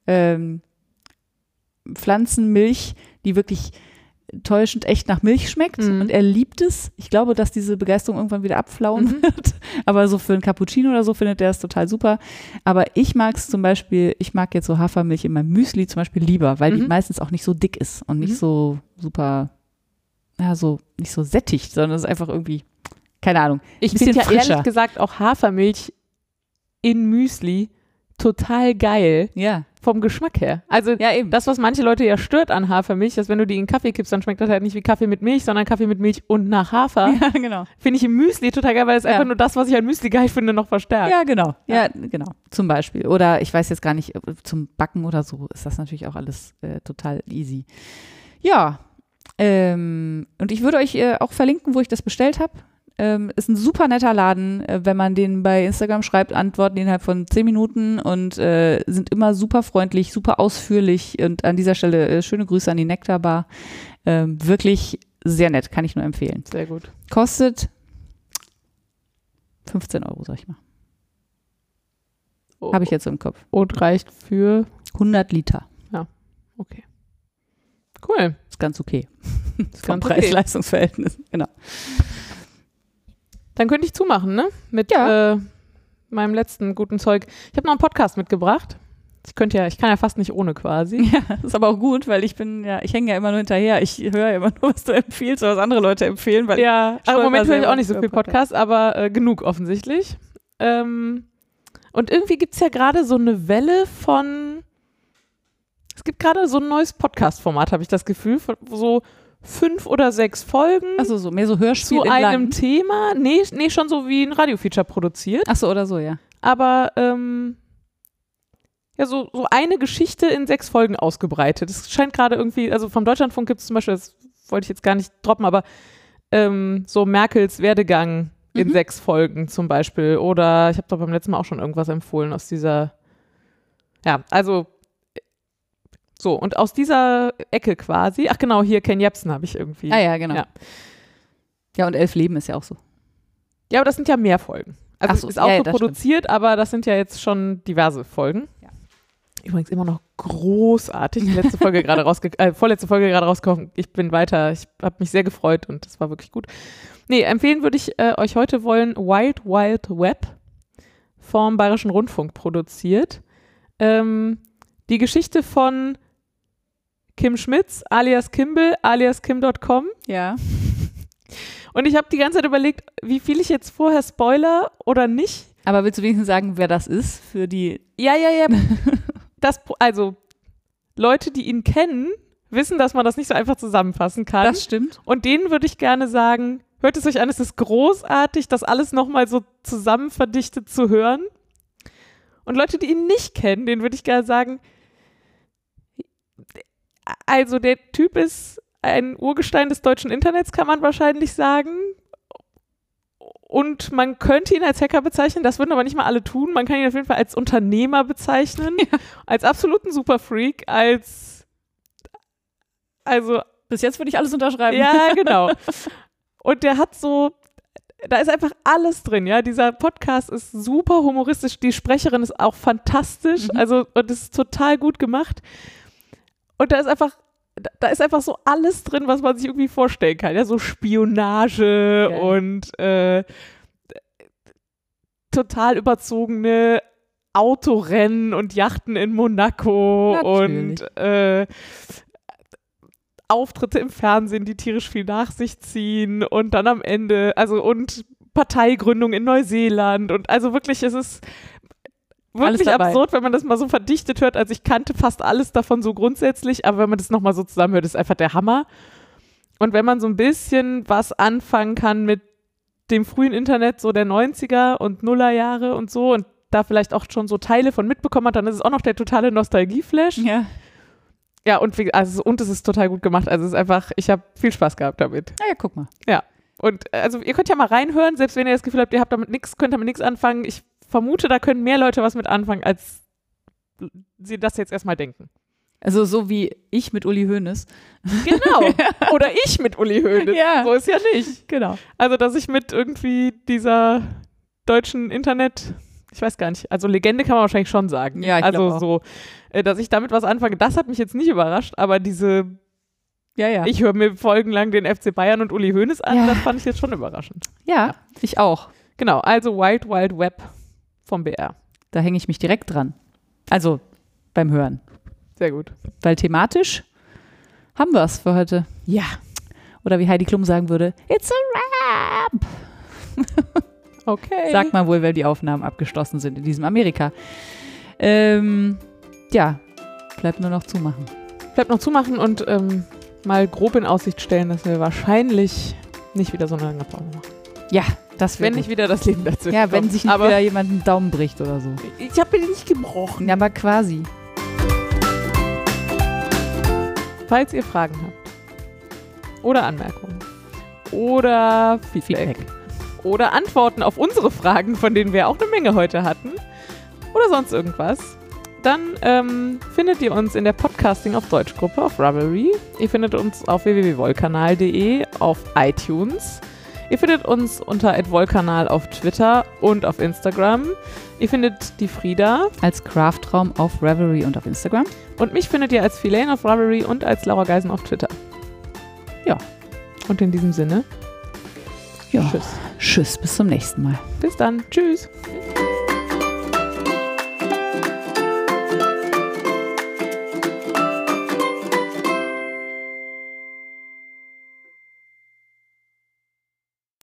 Pflanzenmilch, die wirklich täuschend echt nach Milch schmeckt und er liebt es. Ich glaube, dass diese Begeisterung irgendwann wieder abflauen wird, aber so für einen Cappuccino oder so findet er es total super. Aber ich mag es zum Beispiel, ich mag jetzt so Hafermilch in meinem Müsli zum Beispiel lieber, weil die meistens auch nicht so dick ist und nicht so super, nicht so sättigt, sondern es ist einfach irgendwie, keine Ahnung. Ich finde ja ehrlich gesagt auch Hafermilch in Müsli total geil. Ja. Vom Geschmack her. Also eben. Das, was manche Leute ja stört an Hafermilch, dass wenn du die in Kaffee kippst, dann schmeckt das halt nicht wie Kaffee mit Milch, sondern Kaffee mit Milch und nach Hafer. Ja, genau. Finde ich im Müsli total geil, weil es einfach nur das, was ich an Müsli geil finde, noch verstärkt. Ja, genau. Ja, genau. Zum Beispiel. Oder ich weiß jetzt gar nicht, zum Backen oder so ist das natürlich auch alles total easy. Ja. Und ich würde euch auch verlinken, wo ich das bestellt habe. Ist ein super netter Laden, wenn man denen bei Instagram schreibt, antworten die innerhalb von 10 Minuten und sind immer super freundlich, super ausführlich und an dieser Stelle schöne Grüße an die Nektarbar. Wirklich sehr nett, kann ich nur empfehlen. Sehr gut. Kostet 15 €, sag ich mal. Habe ich jetzt im Kopf. Und reicht für 100 Liter. Ja, okay. Cool. Ist ganz okay. Ist Vom ganz okay. Preis-Leistungs-Verhältnis, genau. Dann könnte ich zumachen, ne? Mit meinem letzten guten Zeug. Ich habe noch einen Podcast mitgebracht. Ich kann ja fast nicht ohne quasi. Ja, das ist aber auch gut, weil ich hänge ja immer nur hinterher. Ich höre ja immer nur, was du empfiehlst oder was andere Leute empfehlen. Weil im Moment höre ich auch nicht so viel Podcast, aber genug offensichtlich. Und irgendwie gibt es ja gerade so eine Welle es gibt gerade so ein neues Podcast-Format, habe ich das Gefühl, von so 5 oder 6 Folgen. Achso, so mehr so Hörspiel zu einem Thema. Nee, schon so wie ein Radio-Feature produziert. Achso, oder so, ja. Aber so eine Geschichte in 6 Folgen ausgebreitet. Das scheint gerade irgendwie, also vom Deutschlandfunk gibt es zum Beispiel, das wollte ich jetzt gar nicht droppen, aber so Merkels Werdegang in 6 Folgen zum Beispiel. Oder ich habe doch beim letzten Mal auch schon irgendwas empfohlen aus dieser, also so, und aus dieser Ecke quasi, ach genau, hier Ken Jebsen habe ich irgendwie. Ah ja, genau. Ja, und 11 Leben ist ja auch so. Ja, aber das sind ja mehr Folgen. Also es ist auch so produziert, stimmt. Aber das sind ja jetzt schon diverse Folgen. Ja. Übrigens immer noch großartig. Die letzte Folge vorletzte Folge gerade rausgekommen. Ich bin weiter. Ich habe mich sehr gefreut und es war wirklich gut. Nee, empfehlen würde ich euch heute wollen Wild Wild Web vom Bayerischen Rundfunk produziert. Die Geschichte von Kim Schmitz, alias Kimball, alias Kim.com. Ja. Und ich habe die ganze Zeit überlegt, wie viel ich jetzt vorher spoiler oder nicht. Aber willst du wenigstens sagen, wer das ist für die? Ja. Also Leute, die ihn kennen, wissen, dass man das nicht so einfach zusammenfassen kann. Das stimmt. Und denen würde ich gerne sagen, hört es euch an, es ist großartig, das alles nochmal so zusammen verdichtet zu hören. Und Leute, die ihn nicht kennen, denen würde ich gerne sagen, also der Typ ist ein Urgestein des deutschen Internets, kann man wahrscheinlich sagen. Und man könnte ihn als Hacker bezeichnen, das würden aber nicht mal alle tun. Man kann ihn auf jeden Fall als Unternehmer bezeichnen, als absoluten Superfreak, also bis jetzt würde ich alles unterschreiben. Ja, genau. Und der hat da ist einfach alles drin, ja. Dieser Podcast ist super humoristisch, die Sprecherin ist auch fantastisch, und es ist total gut gemacht. Und da ist einfach so alles drin, was man sich irgendwie vorstellen kann. Ja, so Spionage und total überzogene Autorennen und Yachten in Monaco. Natürlich. Und Auftritte im Fernsehen, die tierisch viel nach sich ziehen und dann am Ende, und Parteigründung in Neuseeland und also wirklich, es ist wirklich absurd, wenn man das mal so verdichtet hört. Also ich kannte fast alles davon so grundsätzlich, aber wenn man das nochmal so zusammenhört, ist einfach der Hammer. Und wenn man so ein bisschen was anfangen kann mit dem frühen Internet, so der 90er und Nullerjahre und so und da vielleicht auch schon so Teile von mitbekommen hat, dann ist es auch noch der totale Nostalgie-Flash. Ja. Ja, und es ist total gut gemacht. Also es ist einfach, ich habe viel Spaß gehabt damit. Ja, guck mal. Ja. Und also ihr könnt ja mal reinhören, selbst wenn ihr das Gefühl habt, ihr habt könnt damit nichts anfangen. Ich vermute, da können mehr Leute was mit anfangen, als sie das jetzt erstmal denken. Also so wie ich mit Uli Hoeneß. Genau. Oder ich mit Uli Hoeneß. Ja. So ist ja nicht. Genau. Also, dass ich mit irgendwie dieser deutschen Internet, ich weiß gar nicht, also Legende kann man wahrscheinlich schon sagen. Ja, ich glaube auch. So, dass ich damit was anfange, das hat mich jetzt nicht überrascht, aber ich höre mir folgenlang den FC Bayern und Uli Hoeneß an, das fand ich jetzt schon überraschend. Ja, ich auch. Genau, also Wild Wild Web vom BR. Da hänge ich mich direkt dran. Also beim Hören. Sehr gut. Weil thematisch haben wir es für heute. Ja. Oder wie Heidi Klum sagen würde, it's a wrap. Okay. Sagt man wohl, weil die Aufnahmen abgeschlossen sind in diesem Amerika. Bleibt nur noch zumachen. Bleibt noch zumachen und mal grob in Aussicht stellen, dass wir wahrscheinlich nicht wieder so eine lange Pause machen. Ja, das wenn nicht wieder das Leben dazu. Ja, wenn sich nicht wieder jemand einen Daumen bricht oder so. Ich habe mir den nicht gebrochen. Ja, aber quasi. Falls ihr Fragen habt oder Anmerkungen oder Feedback oder Antworten auf unsere Fragen, von denen wir auch eine Menge heute hatten oder sonst irgendwas, Dann findet ihr uns in der Podcasting auf Deutsch-Gruppe auf Ravelry. Ihr findet uns auf www.wollkanal.de, auf iTunes. Ihr findet uns unter @wollkanal auf Twitter und auf Instagram. Ihr findet die Frieda als Craftraum auf Ravelry und auf Instagram. Und mich findet ihr als Filane auf Ravelry und als Laura Geisen auf Twitter. Ja, und in diesem Sinne, ja. Tschüss, bis zum nächsten Mal. Bis dann, tschüss.